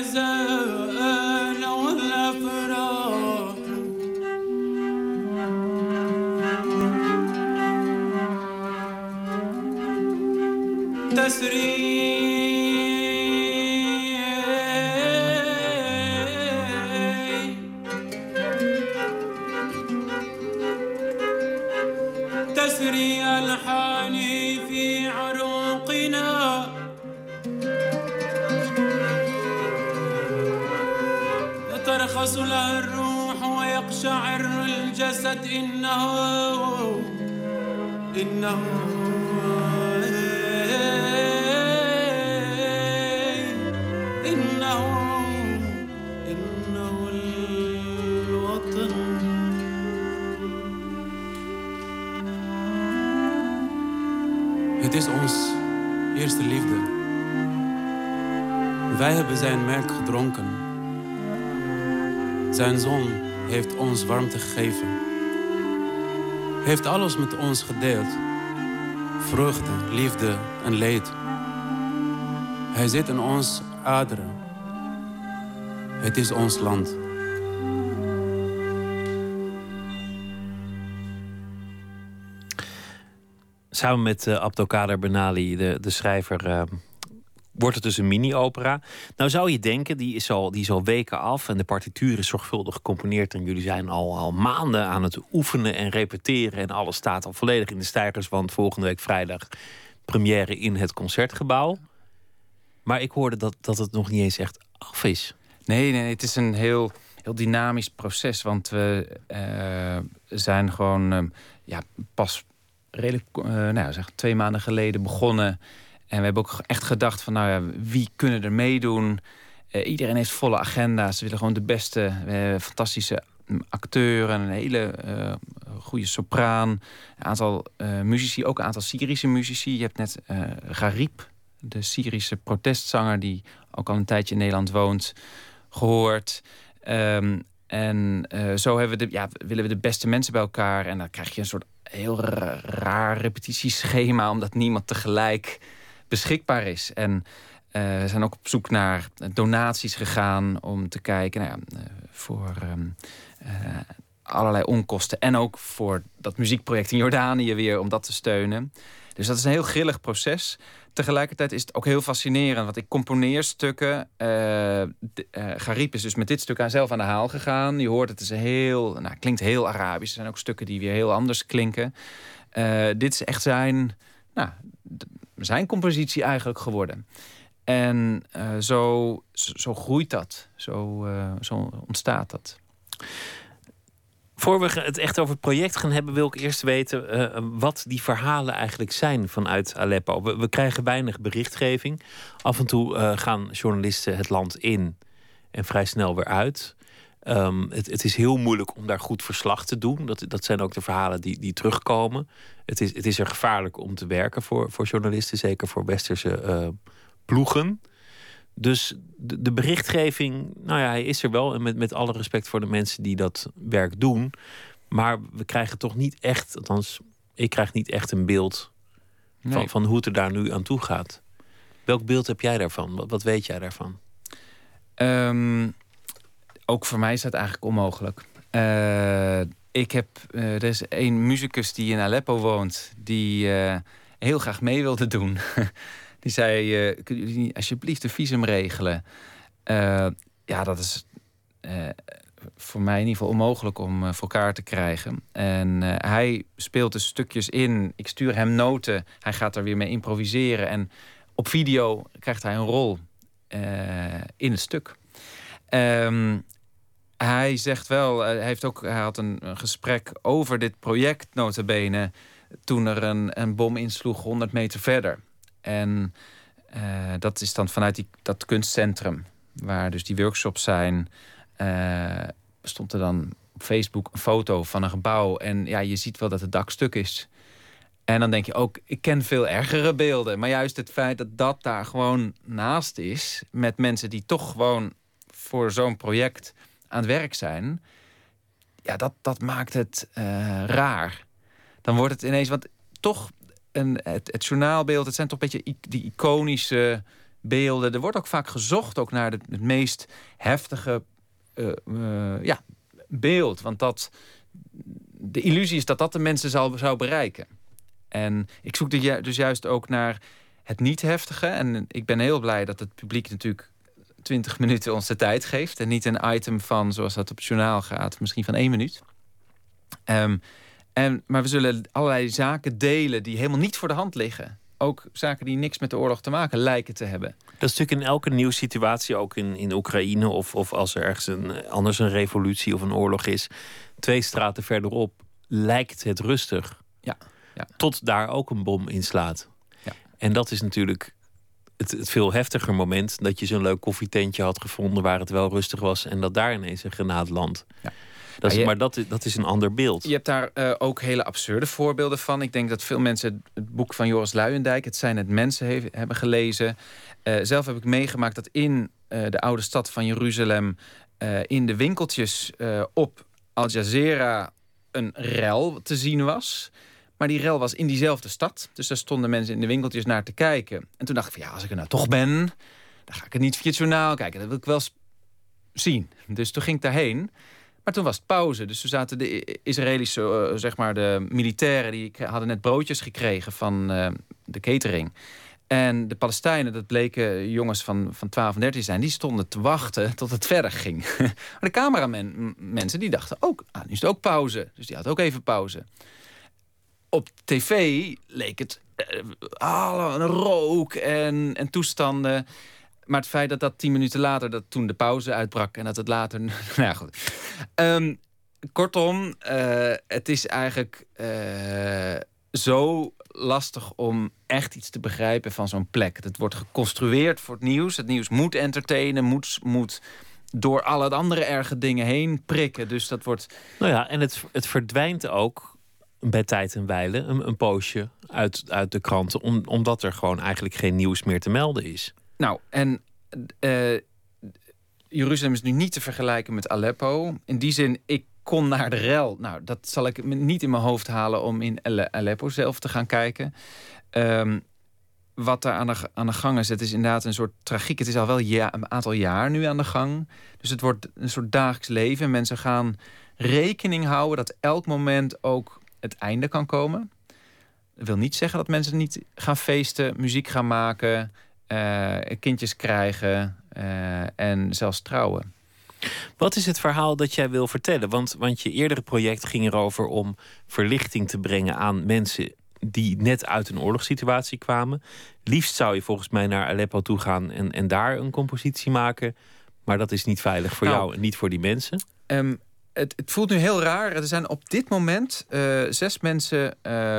الأحزان والأفراح تسري ألحاني في عروقنا ترخص لها الروح ويقشعر الجسد إنه الوطن. Het is ons eerste liefde. Wij hebben zijn melk gedronken. Zijn zon heeft ons warmte gegeven. Heeft alles met ons gedeeld. Vreugde, liefde en leed. Hij zit in ons aderen. Het is ons land. Samen met Abdelkader Benali, de schrijver, wordt het dus een mini-opera. Nou zou je denken, die is al weken af en de partituur is zorgvuldig gecomponeerd. En jullie zijn al maanden aan het oefenen en repeteren. En alles staat al volledig in de stijgers, want volgende week vrijdag première in het Concertgebouw. Maar ik hoorde dat het nog niet eens echt af is. Nee, het is een heel dynamisch proces. Want we zijn gewoon pas redelijk, zeg 2 maanden geleden begonnen. En we hebben ook echt gedacht van, wie kunnen er meedoen? Iedereen heeft volle agenda's. Ze willen gewoon de beste, fantastische acteur en een hele goede sopraan. Een aantal muzici, ook een aantal Syrische muzici. Je hebt net Gharib, de Syrische protestzanger die ook al een tijdje in Nederland woont, gehoord. Zo willen we de beste mensen bij elkaar. En dan krijg je een soort heel raar repetitieschema, omdat niemand tegelijk beschikbaar is. En we zijn ook op zoek naar donaties gegaan om te kijken voor allerlei onkosten. En ook voor dat muziekproject in Jordanië weer, om dat te steunen. Dus dat is een heel grillig proces. Tegelijkertijd is het ook heel fascinerend, want ik componeer stukken. Gharib is dus met dit stuk zelf aan de haal gegaan. Je hoort, het is klinkt heel Arabisch. Er zijn ook stukken die weer heel anders klinken. Dit is echt zijn compositie eigenlijk geworden. En zo groeit dat. Zo ontstaat dat. Voor we het echt over het project gaan hebben, wil ik eerst weten wat die verhalen eigenlijk zijn vanuit Aleppo. We krijgen weinig berichtgeving. Af en toe gaan journalisten het land in en vrij snel weer uit. Het is heel moeilijk om daar goed verslag te doen. Dat zijn ook de verhalen die terugkomen. Het is er gevaarlijk om te werken voor journalisten, zeker voor westerse ploegen. Dus de berichtgeving, hij is er wel. En met alle respect voor de mensen die dat werk doen. Maar we krijgen toch niet echt, althans, ik krijg niet echt een beeld van hoe het er daar nu aan toe gaat. Welk beeld heb jij daarvan? Wat weet jij daarvan? Ook voor mij is dat eigenlijk onmogelijk. Er is een muzikus die in Aleppo woont, die heel graag mee wilde doen. Die zei, kunnen jullie alsjeblieft een visum regelen? Dat is voor mij in ieder geval onmogelijk om voor elkaar te krijgen. En hij speelt dus stukjes in. Ik stuur hem noten. Hij gaat er weer mee improviseren. En op video krijgt hij een rol in het stuk. Hij zegt wel, hij had een gesprek over dit project nota bene toen er een bom insloeg 100 meter verder. En dat is dan vanuit dat kunstcentrum waar dus die workshops zijn, stond er dan op Facebook een foto van een gebouw. En je ziet wel dat het dak stuk is. En dan denk je ook, ik ken veel ergere beelden. Maar juist het feit dat dat daar gewoon naast is, met mensen die toch gewoon voor zo'n project aan het werk zijn, dat maakt het raar. Dan wordt het ineens, want toch het journaalbeeld, het zijn toch een beetje die iconische beelden. Er wordt ook vaak gezocht ook naar het meest heftige beeld. Want de illusie is dat de mensen zou bereiken. En ik zoek dus juist ook naar het niet heftige. En ik ben heel blij dat het publiek natuurlijk 20 minuten ons de tijd geeft. En niet een item van, zoals dat op het journaal gaat, misschien van 1 minuut. Maar we zullen allerlei zaken delen die helemaal niet voor de hand liggen. Ook zaken die niks met de oorlog te maken lijken te hebben. Dat is natuurlijk in elke nieuwssituatie, ook in Oekraïne of als er ergens anders een revolutie of een oorlog is. 2 straten verderop lijkt het rustig. Ja. Tot daar ook een bom inslaat. Ja. En dat is natuurlijk het veel heftiger moment dat je zo'n leuk koffietentje had gevonden waar het wel rustig was en dat daar ineens een granaat landt. Ja. Maar dat is een ander beeld. Je hebt daar ook hele absurde voorbeelden van. Ik denk dat veel mensen het boek van Joris Luijendijk, Het zijn het mensen, hebben gelezen. Zelf heb ik meegemaakt dat in de oude stad van Jeruzalem in de winkeltjes op Al Jazeera een rel te zien was. Maar die rel was in diezelfde stad. Dus daar stonden mensen in de winkeltjes naar te kijken. En toen dacht ik van als ik er nou toch ben, dan ga ik het niet via het journaal kijken. Dat wil ik wel zien. Dus toen ging ik daarheen. Maar toen was het pauze. Dus toen zaten de Israëlische, de militairen, die hadden net broodjes gekregen van de catering. En de Palestijnen, dat bleken jongens van 12 en 13 zijn, die stonden te wachten tot het verder ging. Maar de cameramensen, die dachten ook, nu is het ook pauze. Dus die had ook even pauze. Op tv leek het een rook en toestanden. Maar het feit dat 10 minuten later, dat toen de pauze uitbrak en dat het later. Nou ja, goed. Kortom, het is eigenlijk zo lastig om echt iets te begrijpen van zo'n plek. Het wordt geconstrueerd voor het nieuws. Het nieuws moet entertainen, moet door alle andere erge dingen heen prikken. Dus dat wordt. Nou ja, en het verdwijnt ook bij tijd en wijle een poosje uit de kranten, omdat er gewoon eigenlijk geen nieuws meer te melden is. Nou, en Jeruzalem is nu niet te vergelijken met Aleppo. In die zin, ik kon naar de rel. Nou, dat zal ik niet in mijn hoofd halen om in Aleppo zelf te gaan kijken. Wat daar aan de gang is, het is inderdaad een soort tragiek. Het is al wel een aantal jaar nu aan de gang. Dus het wordt een soort dagelijks leven. Mensen gaan rekening houden dat elk moment ook het einde kan komen. Dat wil niet zeggen dat mensen niet gaan feesten, muziek gaan maken, kindjes krijgen en zelfs trouwen. Wat is het verhaal dat jij wil vertellen? Want je eerdere project ging erover om verlichting te brengen aan mensen die net uit een oorlogssituatie kwamen. Liefst zou je volgens mij naar Aleppo toe gaan en daar een compositie maken. Maar dat is niet veilig voor jou en niet voor die mensen. Het voelt nu heel raar. Er zijn op dit moment 6 mensen,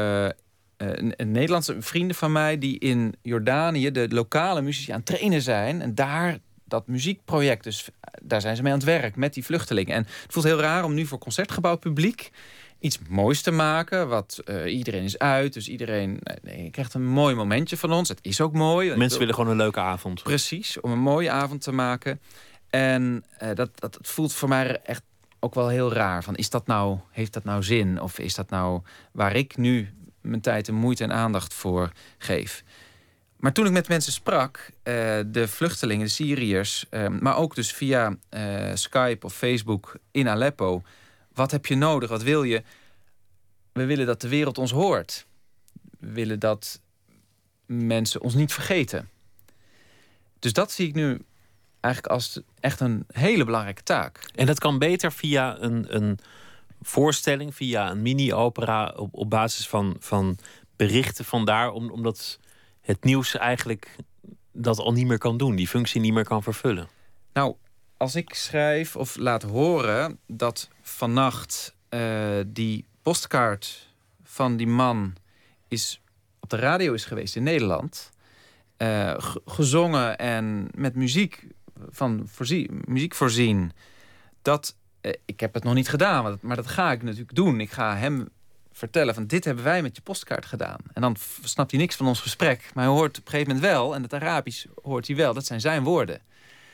een Nederlandse vrienden van mij, die in Jordanië de lokale muzici aan het trainen zijn. En daar dat muziekproject, dus daar zijn ze mee aan het werk met die vluchtelingen. En het voelt heel raar om nu voor Concertgebouw publiek iets moois te maken. Iedereen is uit, dus iedereen krijgt een mooi momentje van ons. Het is ook mooi. Mensen willen gewoon een leuke avond. Precies, om een mooie avond te maken. En dat voelt voor mij echt ook wel heel raar. Heeft dat nou zin? Of is dat nou waar ik nu mijn tijd en moeite en aandacht voor geef? Maar toen ik met mensen sprak, de vluchtelingen, de Syriërs, maar ook dus via Skype of Facebook in Aleppo. Wat heb je nodig? Wat wil je? We willen dat de wereld ons hoort. We willen dat mensen ons niet vergeten. Dus dat zie ik nu eigenlijk als echt een hele belangrijke taak. En dat kan beter via een voorstelling, via een mini-opera op basis van berichten vandaar, omdat het nieuws eigenlijk dat al niet meer kan doen, die functie niet meer kan vervullen. Nou, als ik schrijf of laat horen dat vannacht die postkaart van die man op de radio is geweest in Nederland, gezongen en met muziek voorzien, dat ik heb het nog niet gedaan, maar dat ga ik natuurlijk doen. Ik ga hem vertellen van dit hebben wij met je postkaart gedaan. En dan snapt hij niks van ons gesprek. Maar hij hoort op een gegeven moment wel, en het Arabisch hoort hij wel. Dat zijn zijn woorden.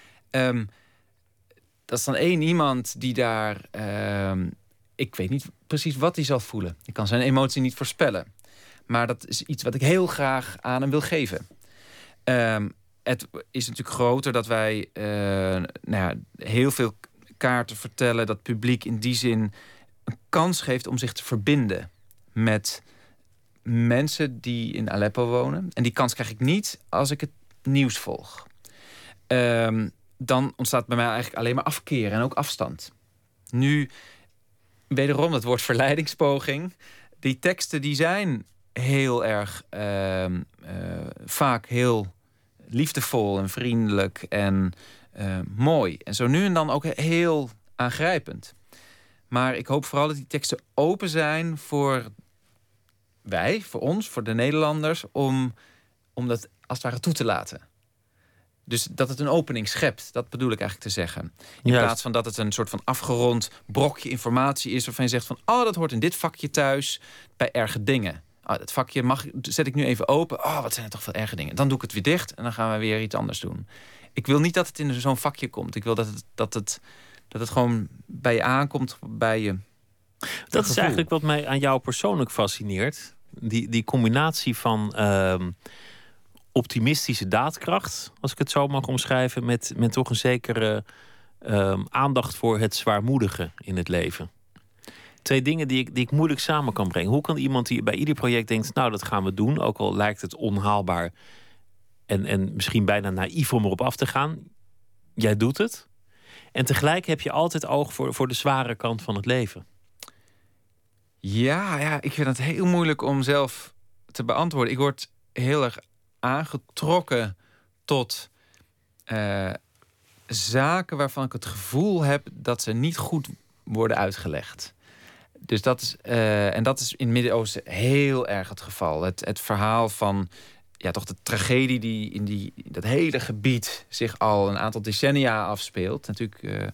Dat is dan één iemand die daar ik weet niet precies wat hij zal voelen. Ik kan zijn emotie niet voorspellen. Maar dat is iets wat ik heel graag aan hem wil geven. het is natuurlijk groter dat wij heel veel kaarten vertellen, dat publiek in die zin een kans geeft om zich te verbinden met mensen die in Aleppo wonen. En die kans krijg ik niet als ik het nieuws volg. Dan ontstaat bij mij eigenlijk alleen maar afkeer en ook afstand. Nu, wederom dat woord verleidingspoging. Die teksten die zijn heel erg vaak heel liefdevol en vriendelijk en mooi. En zo nu en dan ook heel aangrijpend. Maar ik hoop vooral dat die teksten open zijn voor ons, voor de Nederlanders, om dat als het ware toe te laten. Dus dat het een opening schept, dat bedoel ik eigenlijk te zeggen. In plaats van dat het een soort van afgerond brokje informatie is, waarvan je zegt van, dat hoort in dit vakje thuis bij erge dingen. Dat vakje zet ik nu even open. Wat zijn er toch veel erge dingen. Dan doe ik het weer dicht en dan gaan we weer iets anders doen. Ik wil niet dat het in zo'n vakje komt. Ik wil dat het gewoon bij je aankomt, bij je. Dat is eigenlijk wat mij aan jou persoonlijk fascineert. Die combinatie van optimistische daadkracht, als ik het zo mag omschrijven, met toch een zekere aandacht voor het zwaarmoedige in het leven. Twee dingen die ik moeilijk samen kan brengen. Hoe kan iemand die bij ieder project denkt, nou, dat gaan we doen, ook al lijkt het onhaalbaar en misschien bijna naïef om erop af te gaan. Jij doet het. En tegelijk heb je altijd oog voor de zware kant van het leven. Ja, ik vind het heel moeilijk om zelf te beantwoorden. Ik word heel erg aangetrokken tot zaken waarvan ik het gevoel heb dat ze niet goed worden uitgelegd. Dus dat is in het Midden-Oosten heel erg het geval. Het verhaal van toch de tragedie die in dat hele gebied zich al een aantal decennia afspeelt. Natuurlijk,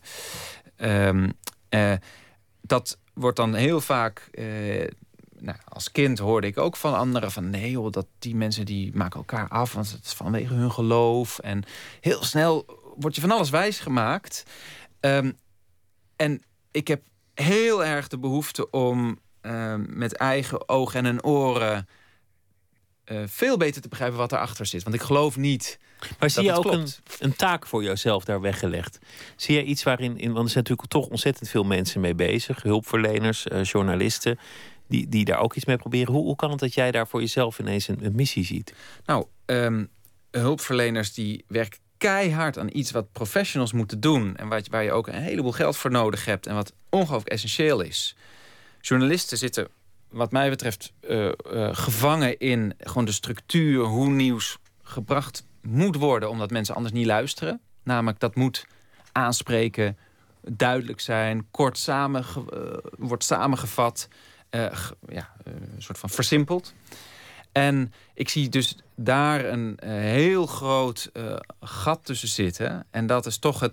dat wordt dan heel vaak. Als kind hoorde ik ook van anderen van nee joh, dat die mensen die maken elkaar af, want het is vanwege hun geloof. En heel snel word je van alles wijsgemaakt. En ik heb heel erg de behoefte om met eigen ogen en oren veel beter te begrijpen wat erachter zit. Want ik geloof niet. Maar zie je ook een taak voor jezelf daar weggelegd? Zie je iets waarin, want er zijn natuurlijk toch ontzettend veel mensen mee bezig, hulpverleners, journalisten, die daar ook iets mee proberen. Hoe kan het dat jij daar voor jezelf ineens een missie ziet? Nou, hulpverleners die werken keihard aan iets wat professionals moeten doen en waar je ook een heleboel geld voor nodig hebt en wat ongelooflijk essentieel is. Journalisten zitten, wat mij betreft, gevangen in gewoon de structuur, hoe nieuws gebracht moet worden, omdat mensen anders niet luisteren. Namelijk, dat moet aanspreken, duidelijk zijn, kort wordt samengevat, een soort van versimpeld. En ik zie dus daar een heel groot gat tussen zitten. En dat is toch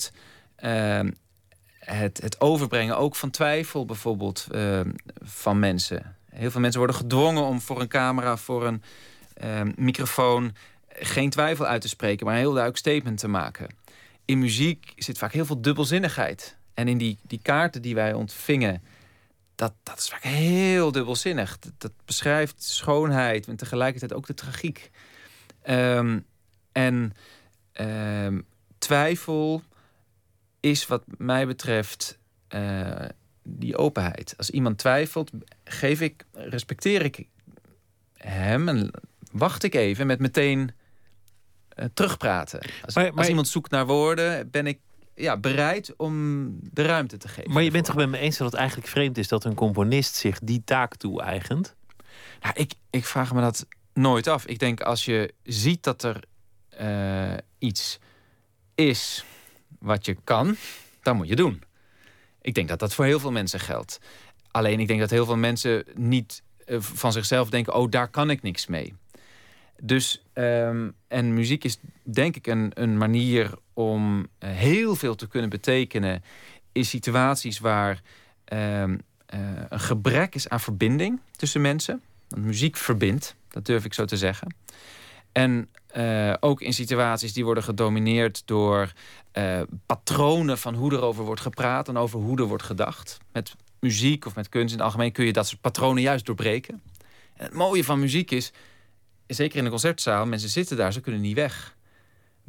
het overbrengen ook van twijfel bijvoorbeeld van mensen. Heel veel mensen worden gedwongen om voor een camera, voor een microfoon geen twijfel uit te spreken, maar een heel duidelijk statement te maken. In muziek zit vaak heel veel dubbelzinnigheid. En in die kaarten die wij ontvingen, dat is vaak heel dubbelzinnig. Dat beschrijft schoonheid en tegelijkertijd ook de tragiek. Twijfel is wat mij betreft die openheid. Als iemand twijfelt, respecteer ik hem en wacht ik even met meteen terugpraten. Als iemand zoekt naar woorden, ben ik bereid om de ruimte te geven. Maar je bent toch met me eens dat het eigenlijk vreemd is dat een componist zich die taak toe-eigent? Nou, ik vraag me dat nooit af. Ik denk, als je ziet dat er iets is wat je kan, dan moet je doen. Ik denk dat dat voor heel veel mensen geldt. Alleen ik denk dat heel veel mensen niet van zichzelf denken, daar kan ik niks mee. Dus, en muziek is denk ik een manier om heel veel te kunnen betekenen in situaties waar een gebrek is aan verbinding tussen mensen. Want muziek verbindt, dat durf ik zo te zeggen. En ook in situaties die worden gedomineerd door patronen van hoe erover wordt gepraat en over hoe er wordt gedacht. Met muziek of met kunst in het algemeen kun je dat soort patronen juist doorbreken. En het mooie van muziek is, zeker in een concertzaal, mensen zitten daar, ze kunnen niet weg.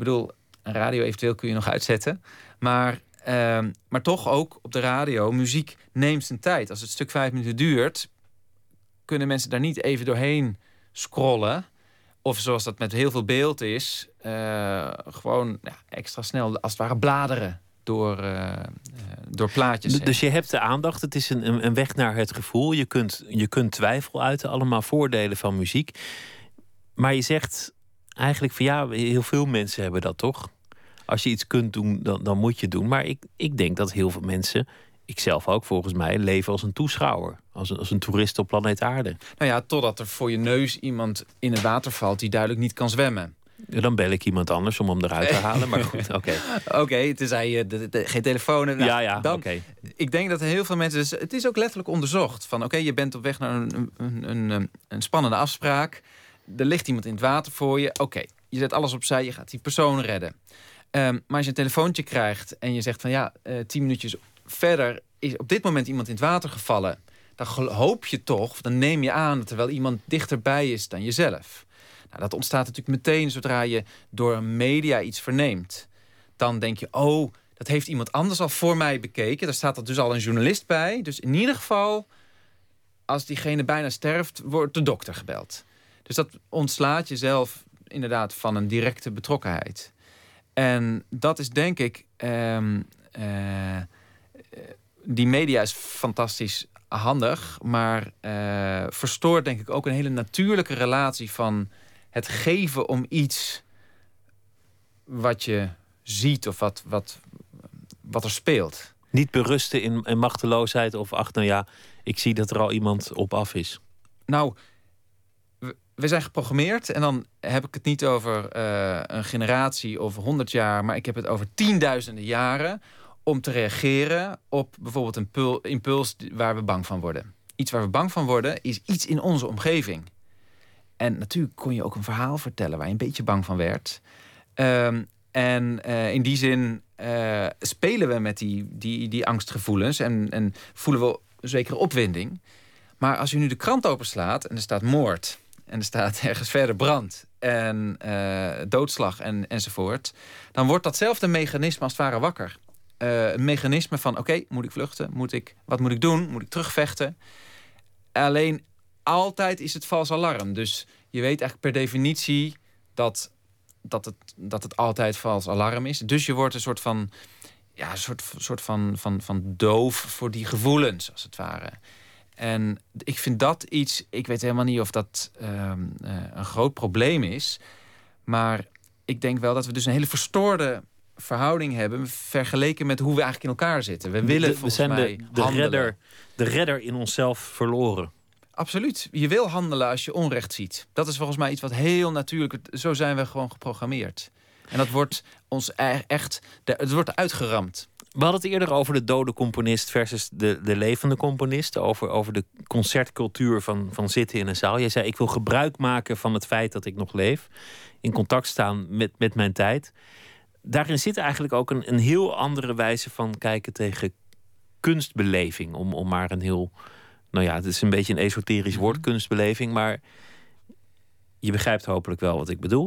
bedoel, een radio eventueel kun je nog uitzetten. Maar toch ook op de radio, muziek neemt zijn tijd. Als het stuk 5 minuten duurt, kunnen mensen daar niet even doorheen scrollen. Of zoals dat met heel veel beeld is, gewoon extra snel als het ware bladeren door plaatjes. Dus je hebt de aandacht, het is een weg naar het gevoel. Je kunt twijfel uiten, allemaal voordelen van muziek. Maar je zegt eigenlijk van ja, heel veel mensen hebben dat toch? Als je iets kunt doen, dan moet je het doen. Maar ik denk dat heel veel mensen, ikzelf ook volgens mij, leven als een toeschouwer. Als een toerist op planeet Aarde. Nou ja, totdat er voor je neus iemand in het water valt die duidelijk niet kan zwemmen. Dan bel ik iemand anders om hem eruit te halen. Maar goed, oké. Oké, tenzij je geen telefoon hebt. Nou, oké. Ik denk dat heel veel mensen... Dus het is ook letterlijk onderzocht. Van oké, je bent op weg naar een spannende afspraak. Er ligt iemand in het water voor je. Oké, je zet alles opzij, je gaat die persoon redden. Maar als je een telefoontje krijgt en je zegt van 10 minuutjes verder is op dit moment iemand in het water gevallen. Dan hoop je toch, dan neem je aan dat er wel iemand dichterbij is dan jezelf. Nou, dat ontstaat natuurlijk meteen zodra je door media iets verneemt. Dan denk je, oh, dat heeft iemand anders al voor mij bekeken. Daar staat er dus al een journalist bij. Dus in ieder geval, als diegene bijna sterft, wordt de dokter gebeld. Dus dat ontslaat jezelf inderdaad van een directe betrokkenheid. En dat is denk ik... die media is fantastisch handig, maar verstoort denk ik ook een hele natuurlijke relatie van het geven om iets wat je ziet of wat er speelt. Niet berusten in machteloosheid of ik zie dat er al iemand op af is. Nou, we zijn geprogrammeerd en dan heb ik het niet over een generatie of 100 jaar, maar ik heb het over tienduizenden jaren om te reageren op bijvoorbeeld een impuls waar we bang van worden. Iets waar we bang van worden is iets in onze omgeving. En natuurlijk kon je ook een verhaal vertellen waar je een beetje bang van werd. In die zin spelen we met die angstgevoelens en voelen we een zekere opwinding. Maar als je nu de krant openslaat en er staat moord en er staat ergens verder brand en doodslag enzovoort, dan wordt datzelfde mechanisme als het ware wakker. Een mechanisme van oké, moet ik vluchten? Wat moet ik doen? Moet ik terugvechten? Alleen altijd is het vals alarm. Dus je weet eigenlijk per definitie dat het altijd vals alarm is. Dus je wordt een soort van doof voor die gevoelens, als het ware. En ik vind dat iets... Ik weet helemaal niet of dat een groot probleem is. Maar ik denk wel dat we dus een hele verstoorde verhouding hebben vergeleken met hoe we eigenlijk in elkaar zitten. We willen volgens mij de redder in onszelf verloren. Absoluut. Je wil handelen als je onrecht ziet. Dat is volgens mij iets wat heel natuurlijk... Zo zijn we gewoon geprogrammeerd. En dat wordt ons echt... Het wordt uitgeramd. We hadden het eerder over de dode componist versus de levende componist. Over de concertcultuur van zitten in een zaal. Jij zei, ik wil gebruik maken van het feit dat ik nog leef. In contact staan met mijn tijd. Daarin zit eigenlijk ook een heel andere wijze van kijken tegen kunstbeleving. Om maar een heel... Nou ja, het is een beetje een esoterisch woord, kunstbeleving. Maar je begrijpt hopelijk wel wat ik bedoel.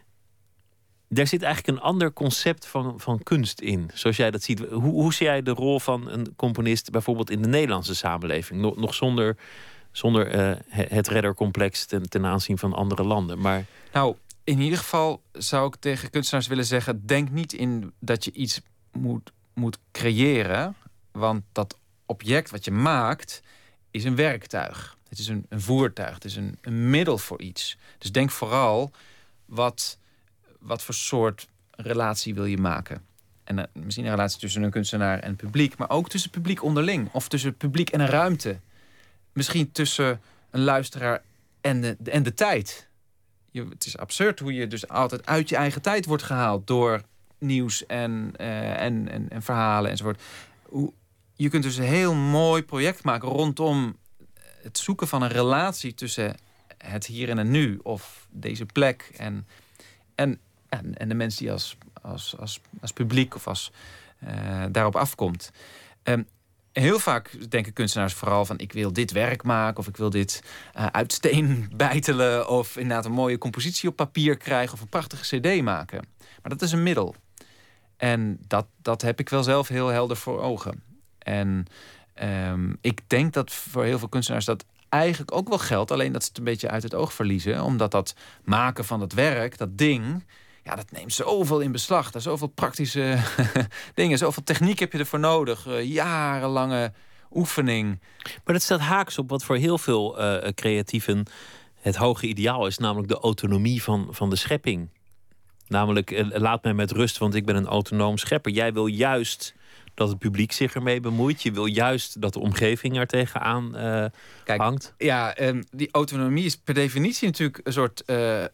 Daar zit eigenlijk een ander concept van kunst in. Zoals jij dat ziet. Hoe zie jij de rol van een componist bijvoorbeeld in de Nederlandse samenleving? Nog zonder het reddercomplex ten aanzien van andere landen. Maar... Nou, in ieder geval zou ik tegen kunstenaars willen zeggen... denk niet in dat je iets moet creëren. Want dat object wat je maakt is een werktuig. Het is een voertuig. Het is een middel voor iets. Dus denk vooral wat voor soort relatie wil je maken. En misschien een relatie tussen een kunstenaar en publiek... maar ook tussen publiek onderling. Of tussen publiek en een ruimte. Misschien tussen een luisteraar en de tijd. Het is absurd hoe je dus altijd uit je eigen tijd wordt gehaald... door nieuws en verhalen enzovoort. Je kunt dus een heel mooi project maken rondom het zoeken van een relatie tussen het hier en het nu, of deze plek en de mensen die als publiek of als daarop afkomt. heel vaak denken kunstenaars vooral van... ik wil dit werk maken of ik wil dit uit steen bijtelen... of inderdaad een mooie compositie op papier krijgen... of een prachtige cd maken. Maar dat is een middel. En dat heb ik wel zelf heel helder voor ogen. En ik denk dat voor heel veel kunstenaars dat eigenlijk ook wel geldt... alleen dat ze het een beetje uit het oog verliezen. Omdat dat maken van dat werk, dat ding... ja, dat neemt zoveel in beslag. Er zoveel praktische dingen. Zoveel techniek heb je ervoor nodig. Jarenlange oefening. Maar dat staat haaks op wat voor heel veel creatieven het hoge ideaal is. Namelijk de autonomie van de schepping. Namelijk, laat mij met rust, want ik ben een autonoom schepper. Jij wil juist dat het publiek zich ermee bemoeit. Je wil juist dat de omgeving er tegenaan hangt. Ja, die autonomie is per definitie natuurlijk een soort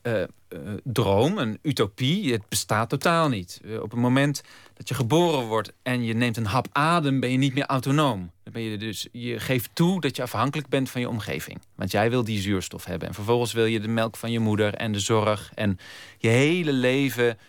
droom, een utopie. Het bestaat totaal niet. Op het moment dat je geboren wordt en je neemt een hap adem, ben je niet meer autonoom. Dan ben je dus, je geeft toe dat je afhankelijk bent van je omgeving. Want jij wil die zuurstof hebben. En vervolgens wil je de melk van je moeder en de zorg. En je hele leven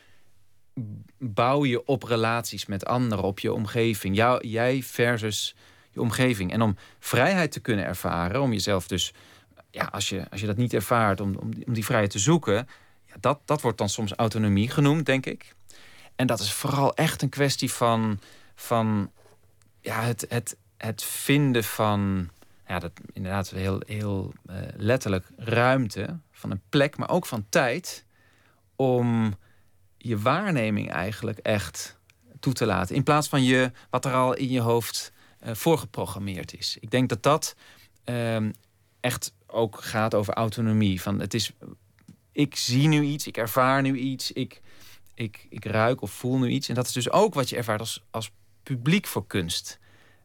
bouw je op relaties met anderen, op je omgeving. Jij versus je omgeving. En om vrijheid te kunnen ervaren, om jezelf dus... ja, als je dat niet ervaart, om die vrijheid te zoeken... ja, dat wordt dan soms autonomie genoemd, denk ik. En dat is vooral echt een kwestie van ja, het vinden van... ja, dat inderdaad heel letterlijk ruimte, van een plek, maar ook van tijd... om je waarneming eigenlijk echt toe te laten. In plaats van wat er al in je hoofd voorgeprogrammeerd is. Ik denk dat echt ook gaat over autonomie. Van ik zie nu iets, ik ervaar nu iets, ik ruik of voel nu iets. En dat is dus ook wat je ervaart als publiek voor kunst.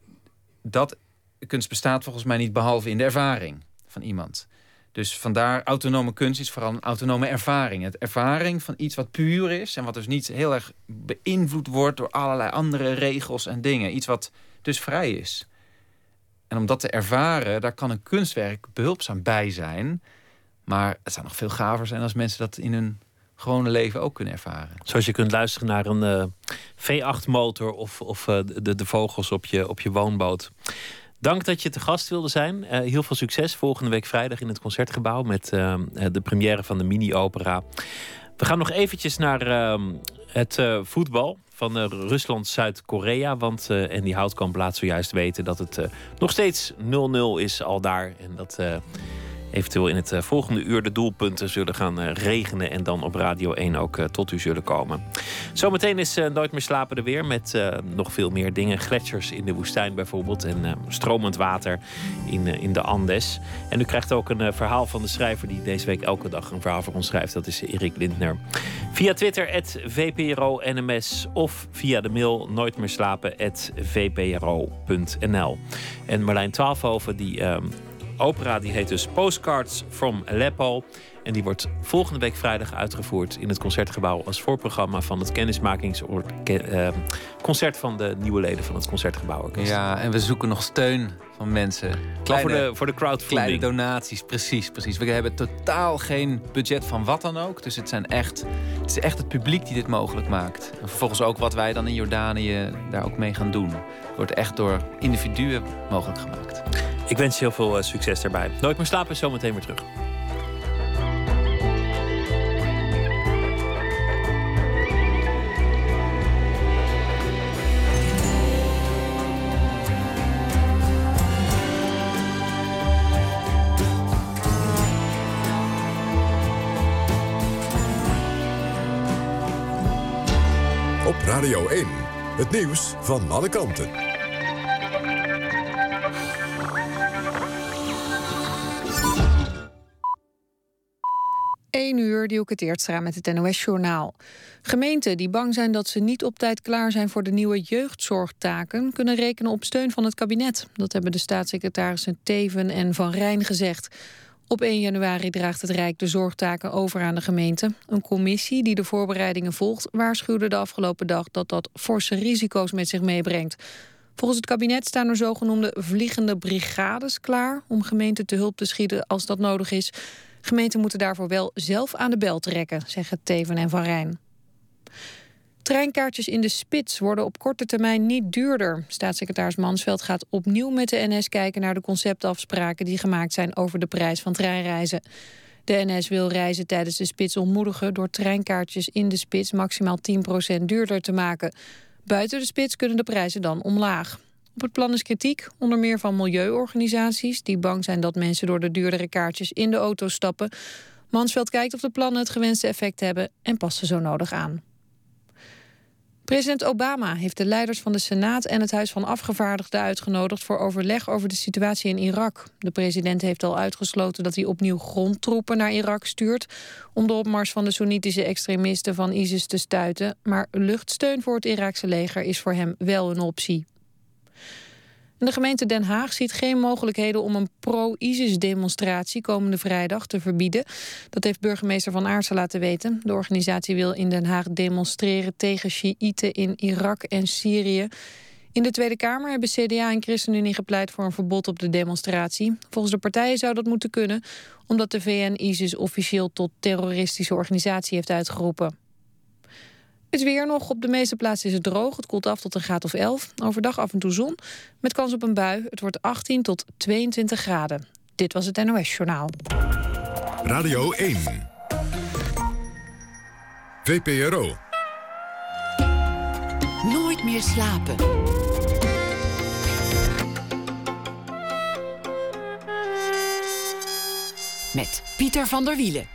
Kunst bestaat volgens mij niet behalve in de ervaring van iemand. Dus vandaar autonome kunst is vooral een autonome ervaring. Het ervaring van iets wat puur is... en wat dus niet heel erg beïnvloed wordt... door allerlei andere regels en dingen. Iets wat dus vrij is. En om dat te ervaren, daar kan een kunstwerk behulpzaam bij zijn. Maar het zou nog veel gaver zijn... als mensen dat in hun gewone leven ook kunnen ervaren. Zoals je kunt luisteren naar een V8-motor... of de vogels op je woonboot. Dank dat je te gast wilde zijn. Heel veel succes volgende week vrijdag in het Concertgebouw... met de première van de mini-opera. We gaan nog eventjes naar het voetbal van Rusland-Zuid-Korea. Want Andy Houtkamp laat zojuist weten dat het nog steeds 0-0 is al daar. En dat eventueel in het volgende uur de doelpunten zullen gaan regenen... en dan op Radio 1 ook tot u zullen komen. Zometeen is Nooit meer slapen er weer... met nog veel meer dingen. Gletsjers in de woestijn bijvoorbeeld... en stromend water in de Andes. En u krijgt ook een verhaal van de schrijver... die deze week elke dag een verhaal voor ons schrijft. Dat is Erik Lindner. Via Twitter @VPRO-NMS... of via de mail nooitmeerslapen@vpro.nl. En Marlijn Twaalfhoven die... opera die heet dus Postcards from Aleppo. En die wordt volgende week vrijdag uitgevoerd in het Concertgebouw... als voorprogramma van het kennismakingsconcert... van de nieuwe leden van het Concertgebouworkest. Ja, en we zoeken nog steun van mensen. Voor de crowdfunding. Kleine donaties, precies. We hebben totaal geen budget van wat dan ook. Dus het is echt het publiek die dit mogelijk maakt. En vervolgens ook wat wij dan in Jordanië daar ook mee gaan doen. Het wordt echt door individuen mogelijk gemaakt. Ik wens je heel veel succes daarbij. Nooit meer slapen is zometeen weer terug. Op Radio 1, het nieuws van alle kanten. 1 uur, Dielke Teertstra met het NOS-journaal. Gemeenten die bang zijn dat ze niet op tijd klaar zijn voor de nieuwe jeugdzorgtaken... kunnen rekenen op steun van het kabinet. Dat hebben de staatssecretarissen Teven en Van Rijn gezegd. Op 1 januari draagt het Rijk de zorgtaken over aan de gemeente. Een commissie die de voorbereidingen volgt... waarschuwde de afgelopen dag dat dat forse risico's met zich meebrengt. Volgens het kabinet staan er zogenoemde vliegende brigades klaar... om gemeenten te hulp te schieten als dat nodig is... Gemeenten moeten daarvoor wel zelf aan de bel trekken, zeggen Teven en Van Rijn. Treinkaartjes in de spits worden op korte termijn niet duurder. Staatssecretaris Mansveld gaat opnieuw met de NS kijken naar de conceptafspraken die gemaakt zijn over de prijs van treinreizen. De NS wil reizen tijdens de spits ontmoedigen door treinkaartjes in de spits maximaal 10% duurder te maken. Buiten de spits kunnen de prijzen dan omlaag. Op het plan is kritiek, onder meer van milieuorganisaties die bang zijn dat mensen door de duurdere kaartjes in de auto stappen. Mansveld kijkt of de plannen het gewenste effect hebben en past ze zo nodig aan. President Obama heeft de leiders van de Senaat en het Huis van Afgevaardigden uitgenodigd voor overleg over de situatie in Irak. De president heeft al uitgesloten dat hij opnieuw grondtroepen naar Irak stuurt om de opmars van de Soenitische extremisten van ISIS te stuiten. Maar luchtsteun voor het Iraakse leger is voor hem wel een optie. De gemeente Den Haag ziet geen mogelijkheden om een pro-ISIS-demonstratie komende vrijdag te verbieden. Dat heeft burgemeester Van Aartsen laten weten. De organisatie wil in Den Haag demonstreren tegen Sjiïten in Irak en Syrië. In de Tweede Kamer hebben CDA en ChristenUnie gepleit voor een verbod op de demonstratie. Volgens de partijen zou dat moeten kunnen, omdat de VN ISIS officieel tot terroristische organisatie heeft uitgeroepen. Het weer nog. Op de meeste plaatsen is het droog. Het koelt af tot een graad of 11. Overdag af en toe zon. Met kans op een bui. Het wordt 18 tot 22 graden. Dit was het NOS Journaal. Radio 1. VPRO. Nooit meer slapen. Met Pieter van der Wielen.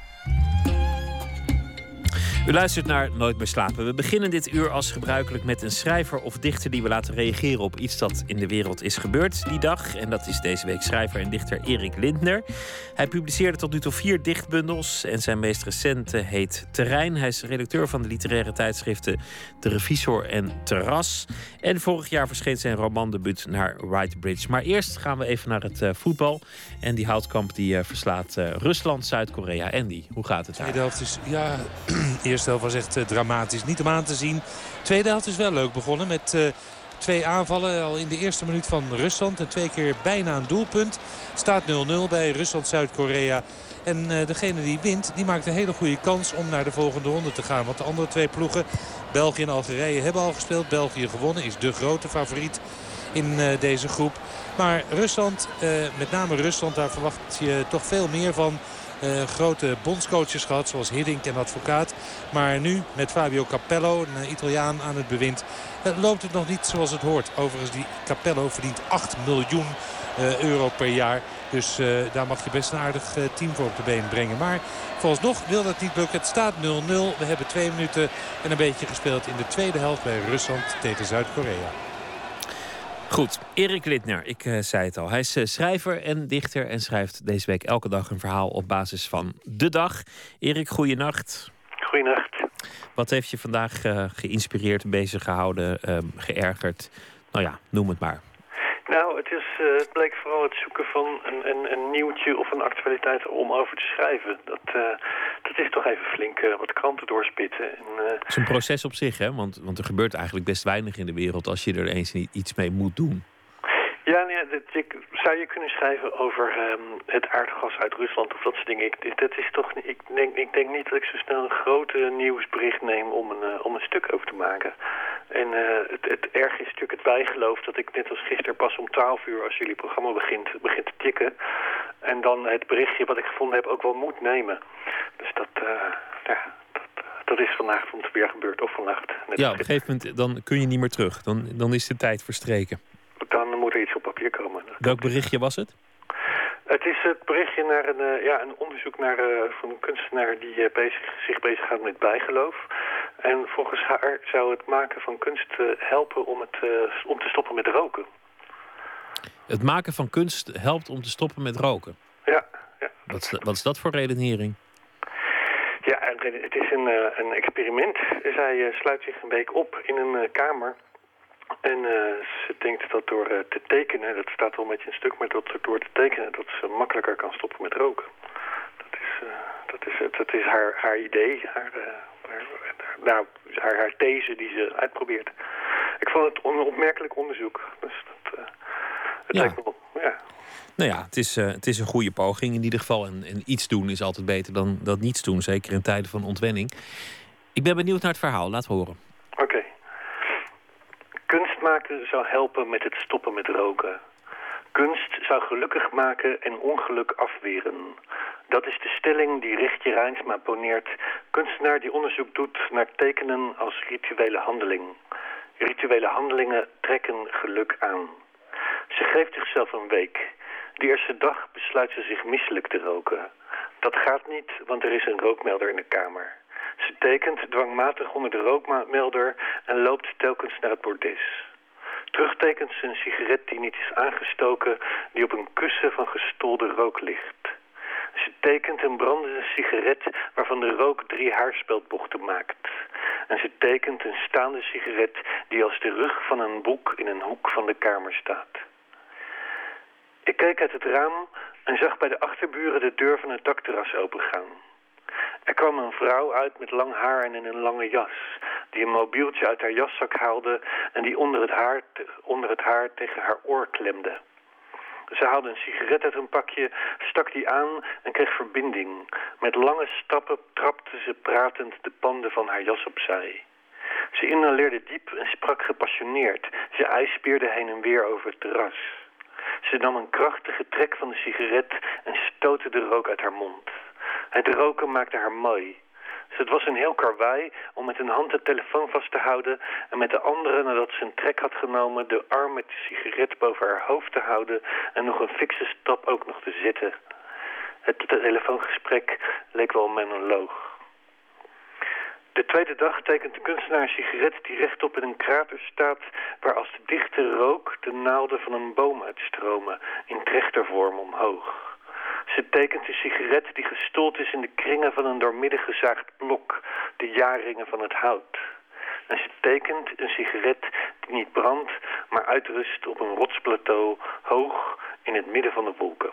U luistert naar Nooit meer slapen. We beginnen dit uur als gebruikelijk met een schrijver of dichter die we laten reageren op iets dat in de wereld is gebeurd die dag. En dat is deze week schrijver en dichter Erik Lindner. Hij publiceerde tot nu toe 4 dichtbundels en zijn meest recente heet Terrein. Hij is redacteur van de literaire tijdschriften De Revisor en Terras. En vorig jaar verscheen zijn romandebuut Naar White Bridge. Maar eerst gaan we even naar het voetbal. En die Houtkamp die verslaat Rusland, Zuid-Korea. Andy, hoe gaat het daar? Tweede helft is, de eerste helft was echt dramatisch. Niet om aan te zien. Tweede helft is wel leuk begonnen met 2 aanvallen al in de eerste minuut van Rusland. En 2 keer bijna een doelpunt. Staat 0-0 bij Rusland-Zuid-Korea. En degene die wint, die maakt een hele goede kans om naar de volgende ronde te gaan. Want de andere 2 ploegen, België en Algerije, hebben al gespeeld. België gewonnen, is de grote favoriet in deze groep. Maar Rusland, met name Rusland, daar verwacht je toch veel meer van. Grote bondscoaches gehad, zoals Hiddink en Advocaat. Maar nu met Fabio Capello, een Italiaan aan het bewind, loopt het nog niet zoals het hoort. Overigens, die Capello verdient 8 miljoen euro per jaar. Dus daar mag je best een aardig team voor op de been brengen. Maar vooralsnog wil dat niet lukken. Het staat 0-0. We hebben 2 minuten en een beetje gespeeld in de tweede helft bij Rusland tegen Zuid-Korea. Goed, Erik Lindner, ik zei het al. Hij is schrijver en dichter en schrijft deze week elke dag een verhaal op basis van de dag. Erik, goeienacht. Goeienacht. Wat heeft je vandaag geïnspireerd, bezig gehouden, geërgerd? Nou ja, noem het maar. Nou, het bleek vooral het zoeken van een nieuwtje of een actualiteit om over te schrijven. Dat is toch even flink wat kranten doorspitten. Het is een proces op zich, hè? Want er gebeurt eigenlijk best weinig in de wereld als je er eens iets mee moet doen. Ja, zou je kunnen schrijven over het aardgas uit Rusland of dat soort dingen. Ik denk niet dat ik zo snel een grote nieuwsbericht neem om een stuk over te maken. En het erg is natuurlijk het bijgeloof dat ik net als gisteren pas om 12 uur als jullie programma begint te tikken. En dan het berichtje wat ik gevonden heb ook wel moet nemen. Dus dat is vanavond weer gebeurd of vannacht. Ja, op een gegeven moment dan kun je niet meer terug. Dan is de tijd verstreken. Dan moet er iets op papier komen. Welk berichtje was het? Het is het berichtje naar een onderzoek van een kunstenaar die zich bezighoudt met bijgeloof. En volgens haar zou het maken van kunst helpen om te stoppen met roken. Het maken van kunst helpt om te stoppen met roken? Ja. Wat is dat voor redenering? Ja, het is een experiment. Zij sluit zich een week op in een kamer. En ze denkt dat door te tekenen, dat staat wel een beetje een stuk, maar dat door te tekenen dat ze makkelijker kan stoppen met roken. Dat is haar idee, haar these die ze uitprobeert. Ik vond het een opmerkelijk onderzoek. Dus het lijkt me wel, ja. Nou ja, het is een goede poging in ieder geval. En iets doen is altijd beter dan niets doen, zeker in tijden van ontwenning. Ik ben benieuwd naar het verhaal, laat horen. Oké. Kunst maken zou helpen met het stoppen met roken. Kunst zou gelukkig maken en ongeluk afweren. Dat is de stelling die Richtje Rijnsma poneert, kunstenaar die onderzoek doet naar tekenen als rituele handeling. Rituele handelingen trekken geluk aan. Ze geeft zichzelf een week. De eerste dag besluit ze zich misselijk te roken. Dat gaat niet, want er is een rookmelder in de kamer. Ze tekent dwangmatig onder de rookmelder en loopt telkens naar het bordes. Terug tekent ze een sigaret die niet is aangestoken, die op een kussen van gestolde rook ligt. Ze tekent een brandende sigaret waarvan de rook 3 haarspeldbochten maakt. En ze tekent een staande sigaret die als de rug van een boek in een hoek van de kamer staat. Ik keek uit het raam en zag bij de achterburen de deur van het dakterras opengaan. Er kwam een vrouw uit met lang haar en in een lange jas, die een mobieltje uit haar jaszak haalde en die onder het haar tegen haar oor klemde. Ze haalde een sigaret uit een pakje, stak die aan en kreeg verbinding. Met lange stappen trapte ze pratend de panden van haar jas opzij. Ze inhaleerde diep en sprak gepassioneerd. Ze ijspeerde heen en weer over het terras. Ze nam een krachtige trek van de sigaret en stootte de rook uit haar mond. Het roken maakte haar mooi. Dus het was een heel karwei om met een hand de telefoon vast te houden en met de andere, nadat ze een trek had genomen, de arm met de sigaret boven haar hoofd te houden en nog een fikse stap ook nog te zetten. Het telefoongesprek leek wel een monoloog. De tweede dag tekent de kunstenaar een sigaret die rechtop in een krater staat waar als de dichte rook de naalden van een boom uitstromen in trechtervorm omhoog. Ze tekent een sigaret die gestold is in de kringen van een doormidden gezaagd blok, de jaarringen van het hout. En ze tekent een sigaret die niet brandt, maar uitrust op een rotsplateau hoog in het midden van de wolken.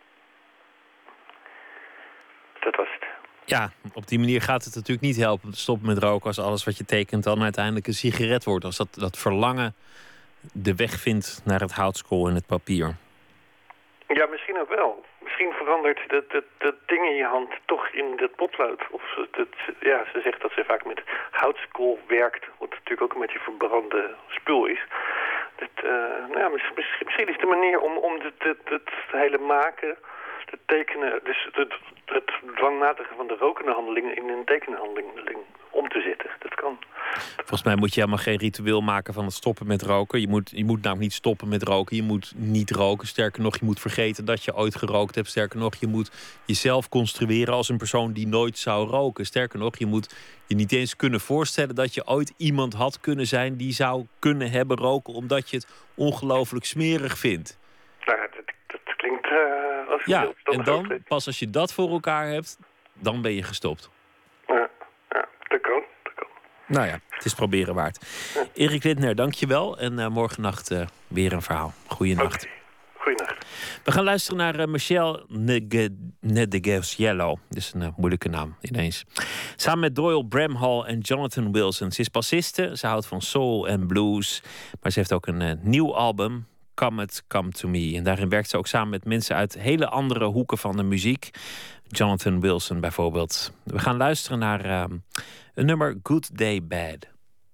Dat was het. Ja, op die manier gaat het natuurlijk niet helpen om te stoppen met roken als alles wat je tekent dan uiteindelijk een sigaret wordt. Als dat verlangen de weg vindt naar het houtskool en het papier. Ja, misschien ook wel. Misschien verandert dat ding in je hand toch in het potlood. Of ze zegt dat ze vaak met houtskool werkt, wat natuurlijk ook een beetje verbrande spul is. Misschien is de manier om het hele maken, het tekenen, dus het dwangmatige van de rokende handelingen in een tekenhandeling om te zetten. Dat kan. Volgens mij moet je helemaal geen ritueel maken van het stoppen met roken. Je moet namelijk niet stoppen met roken. Je moet niet roken. Sterker nog, je moet vergeten dat je ooit gerookt hebt. Sterker nog, je moet jezelf construeren als een persoon die nooit zou roken. Sterker nog, je moet je niet eens kunnen voorstellen dat je ooit iemand had kunnen zijn die zou kunnen hebben roken, omdat je het ongelooflijk smerig vindt. Nou, dat klinkt als ja, en dan, pas als je dat voor elkaar hebt, dan ben je gestopt. Ja, dat kan. Nou ja, het is proberen waard. Erik Lindner, dank je wel. En morgennacht weer een verhaal. Goeienacht. Okay. Goeienacht. We gaan luisteren naar Michelle Nedegeus-Yellow. Dat is een moeilijke naam ineens. Samen met Doyle Bramhall en Jonathan Wilson. Ze is bassiste, ze houdt van soul en blues. Maar ze heeft ook een nieuw album, Come to Me. En daarin werkt ze ook samen met mensen uit hele andere hoeken van de muziek. Jonathan Wilson bijvoorbeeld. We gaan luisteren naar een nummer, Good Day Bad.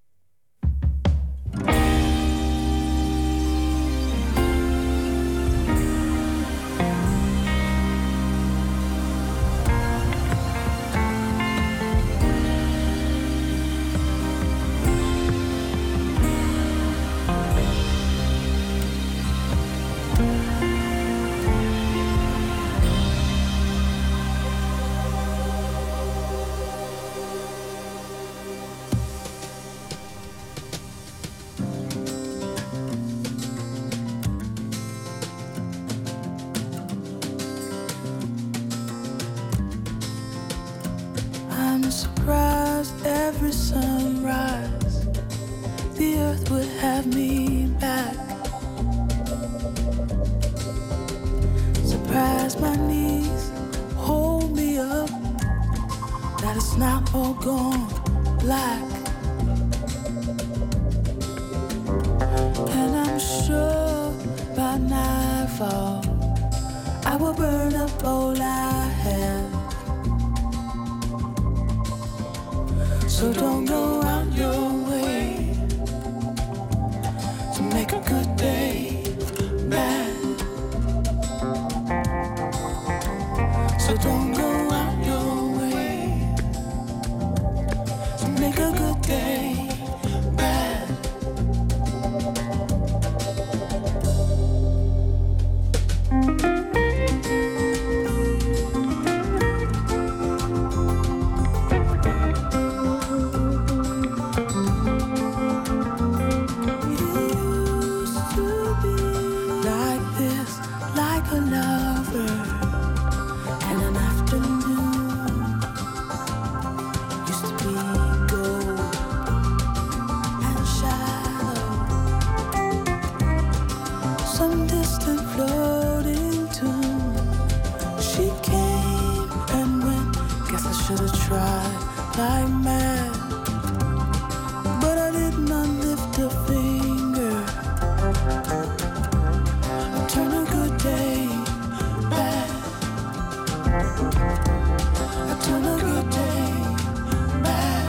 Surprised every sunrise, the earth would have me back. Surprised my knees hold me up, that it's not all gone black. And I'm sure by nightfall I will burn up all I have. So don't go out your way tried like mad, but I did not lift a finger. I turn a good day bad. I turn a good day bad.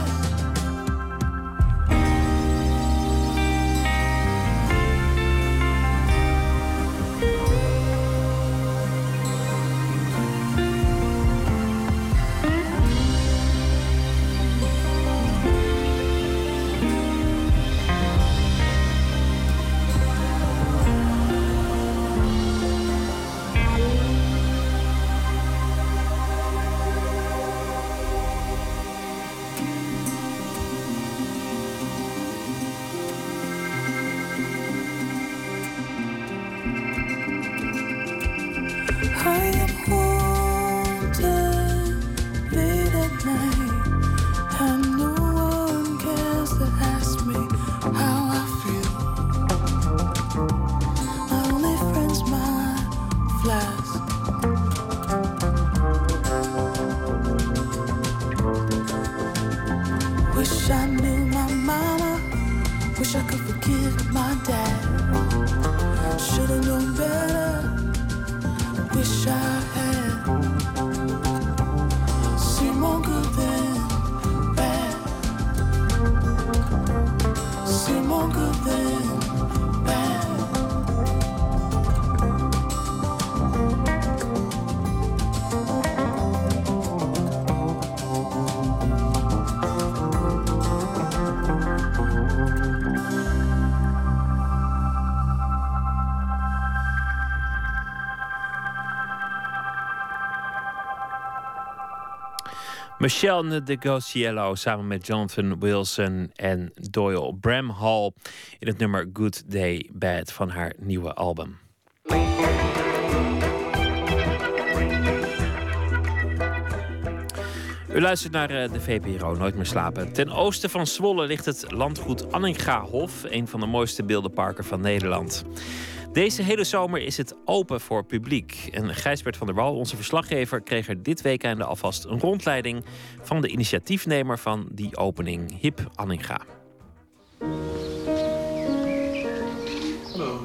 Michelle Negociello samen met Jonathan Wilson en Doyle Bramhall in het nummer Good Day Bad van haar nieuwe album. U luistert naar de VPRO Nooit meer slapen. Ten oosten van Zwolle ligt het landgoed Anningahof, een van de mooiste beeldenparken van Nederland. Deze hele zomer is het open voor publiek. En Gijsbert van der Wal, onze verslaggever, kreeg er dit weekende alvast een rondleiding van de initiatiefnemer van die opening, Hip Anninga. Hallo.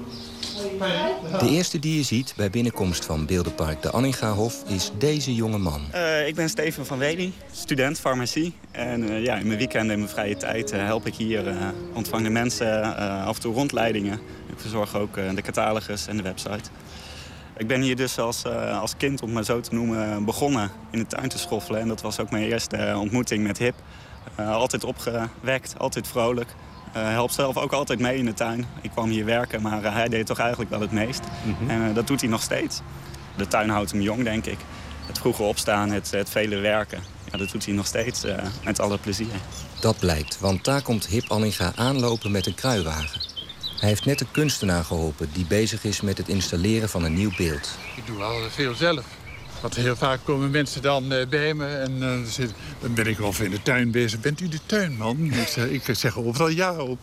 De eerste die je ziet bij binnenkomst van beeldenpark de Anningahof is deze jonge man. Ik ben Steven van Wedi, student farmacie. En in mijn weekenden en mijn vrije tijd help ik hier. Ontvang de mensen af en toe rondleidingen. Ik verzorg ook de catalogus en de website. Ik ben hier dus als kind, om het maar zo te noemen, begonnen in de tuin te schoffelen. En dat was ook mijn eerste ontmoeting met Hip. Altijd opgewekt, altijd vrolijk. Helpt zelf ook altijd mee in de tuin. Ik kwam hier werken, maar hij deed toch eigenlijk wel het meest. Mm-hmm. En dat doet hij nog steeds. De tuin houdt hem jong, denk ik. Het vroege opstaan, het vele werken. Ja, dat doet hij nog steeds met alle plezier. Dat blijkt, want daar komt Hip Anninga aanlopen met een kruiwagen. Hij heeft net een kunstenaar geholpen die bezig is met het installeren van een nieuw beeld. Ik doe wel veel zelf. Want heel vaak komen mensen dan bij me en dan ben ik wel in de tuin bezig. Bent u de tuinman? Ik zeg overal ja op.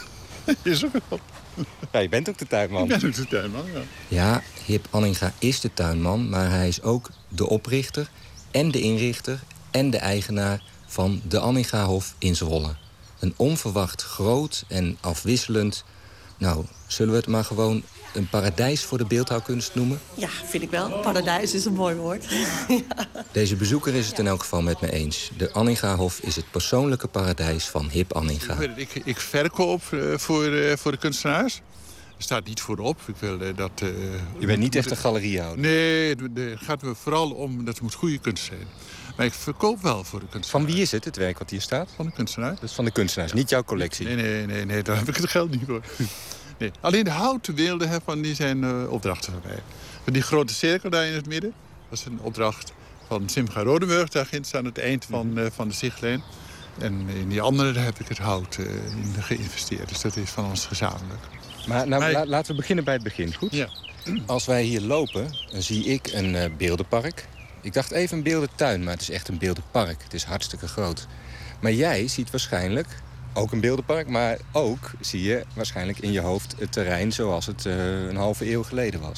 Is ook wel. Ja, je bent ook de tuinman. Ik ben ook de tuinman, ja. Ja, Hip Anninga is de tuinman, maar hij is ook de oprichter en de inrichter en de eigenaar van de Anningahof in Zwolle. Een onverwacht groot en afwisselend, nou, zullen we het maar gewoon een paradijs voor de beeldhouwkunst noemen? Ja, vind ik wel. Paradijs is een mooi woord. Ja. Deze bezoeker is het in elk geval met me eens. De Anningahof is het persoonlijke paradijs van Hip Anninga. Ik verkoop voor de kunstenaars. Er staat niet voorop. Ik wil dat... Je bent niet echt een galeriehouder? Nee, het gaat me vooral om dat het moet goede kunst zijn. Maar ik verkoop wel voor de kunstenaars. Van wie is het werk wat hier staat? Van de kunstenaar. Dus van de kunstenaars, niet jouw collectie? Nee, daar heb ik het geld niet voor. Nee. Alleen de houten beelden die zijn opdrachten van mij. Van die grote cirkel daar in het midden, dat is een opdracht van Simcha Rodenburg. Daar ginds aan het eind van de zichtlijn. En in die andere daar heb ik het hout in geïnvesteerd. Dus dat is van ons gezamenlijk. Maar laten we beginnen bij het begin, goed? Ja. Als wij hier lopen, dan zie ik een beeldenpark. Ik dacht even een beeldentuin, maar het is echt een beeldenpark. Het is hartstikke groot. Maar jij ziet waarschijnlijk ook een beeldenpark, maar ook zie je waarschijnlijk in je hoofd het terrein zoals het een halve eeuw geleden was.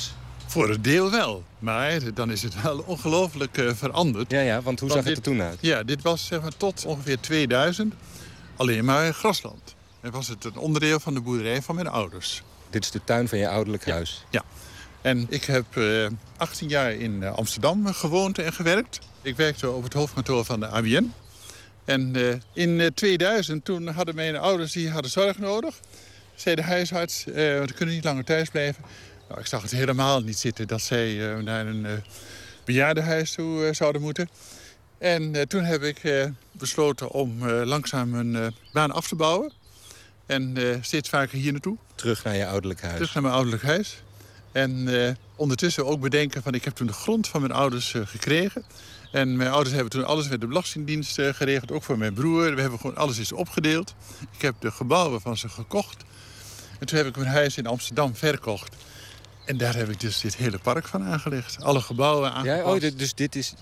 Voor een deel wel, maar dan is het wel ongelooflijk veranderd. Ja, want hoe zag het er toen uit? Ja, dit was zeg maar, tot ongeveer 2000 alleen maar grasland. En was het een onderdeel van de boerderij van mijn ouders. Dit is de tuin van je ouderlijk huis? Ja. En ik heb 18 jaar in Amsterdam gewoond en gewerkt. Ik werkte op het hoofdkantoor van de ABN. En in 2000, toen hadden mijn ouders zorg nodig. Zei de huisarts, want we kunnen niet langer thuis blijven. Nou, ik zag het helemaal niet zitten dat zij naar een bejaardenhuis toe zouden moeten. En toen heb ik besloten om langzaam mijn baan af te bouwen. En steeds vaker hier naartoe. Terug naar je ouderlijk huis? Terug naar mijn ouderlijk huis. En ondertussen ook bedenken van ik heb toen de grond van mijn ouders gekregen. En mijn ouders hebben toen alles met de Belastingdienst geregeld. Ook voor mijn broer. We hebben gewoon alles eens opgedeeld. Ik heb de gebouwen van ze gekocht. En toen heb ik mijn huis in Amsterdam verkocht. En daar heb ik dus dit hele park van aangelegd. Alle gebouwen aangepast. Ja, dus dit is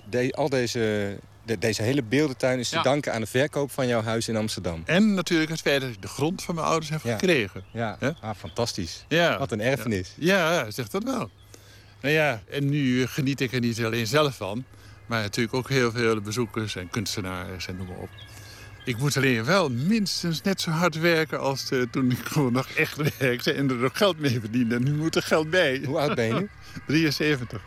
deze hele beeldentuin is te danken aan de verkoop van jouw huis in Amsterdam. En natuurlijk het feit dat ik de grond van mijn ouders heb gekregen. Ja, fantastisch. Ja. Wat een erfenis. Ja, zegt dat wel. Nou ja, en nu geniet ik er niet alleen zelf van, maar natuurlijk ook heel veel bezoekers en kunstenaars en noem maar op. Ik moet alleen wel minstens net zo hard werken als toen ik gewoon nog echt werkte en er nog geld mee verdiende. En nu moet er geld bij. Hoe oud ben je nu? 73.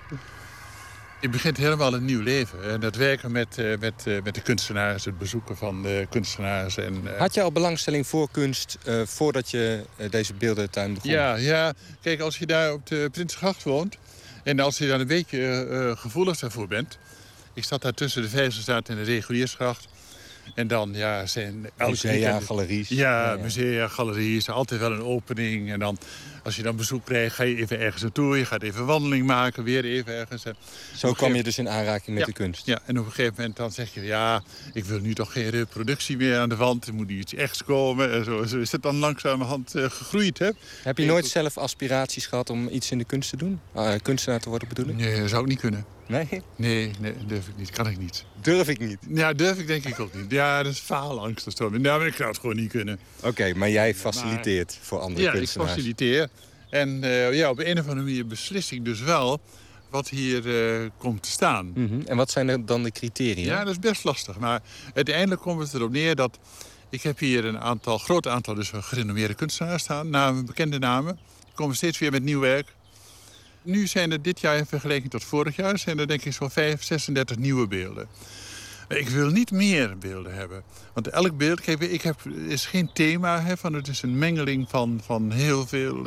Je begint helemaal een nieuw leven. En dat werken met de kunstenaars, het bezoeken van de kunstenaars. Had je al belangstelling voor kunst voordat je deze beeldentuin begon? Ja. Kijk, als je daar op de Prinsengracht woont en als je dan een beetje gevoelig daarvoor bent. Ik zat daar tussen de Vijzelstraat en de Reguliersgracht. En dan zijn musea, galeries. Ja, musea, galeries. Altijd wel een opening. En dan, als je dan bezoek krijgt, ga je even ergens naartoe. Je gaat even een wandeling maken, weer even ergens. Zo kwam je dus in aanraking met de kunst? Ja, en op een gegeven moment dan zeg je... ik wil nu toch geen reproductie meer aan de wand. Er moet nu iets echts komen. En zo is het dan langzamerhand gegroeid. Hè? Heb je nooit zelf aspiraties gehad om iets in de kunst te doen? Kunstenaar te worden, bedoel ik? Nee, dat zou ik niet kunnen. Nee? Nee, durf ik niet. Kan ik niet. Durf ik niet? Ja, durf ik denk ik ook niet. Ja, dat is faalangst of zo. Nou, ik zou het gewoon niet kunnen. Oké, maar jij faciliteert voor andere kunstenaars? Ja, ik faciliteer. En op een of andere manier beslis ik dus wel wat hier komt te staan. Mm-hmm. En wat zijn er dan de criteria? Ja, dat is best lastig. Maar uiteindelijk komt het erop neer dat... Ik heb hier een groot aantal dus gerenommeerde kunstenaars staan. Namen, bekende namen. Die komen steeds weer met nieuw werk. Nu zijn er dit jaar in vergelijking tot vorig jaar... zijn er denk ik zo'n 36 nieuwe beelden. Ik wil niet meer beelden hebben. Want elk beeld... Kijk, is geen thema. Het is een mengeling van heel veel...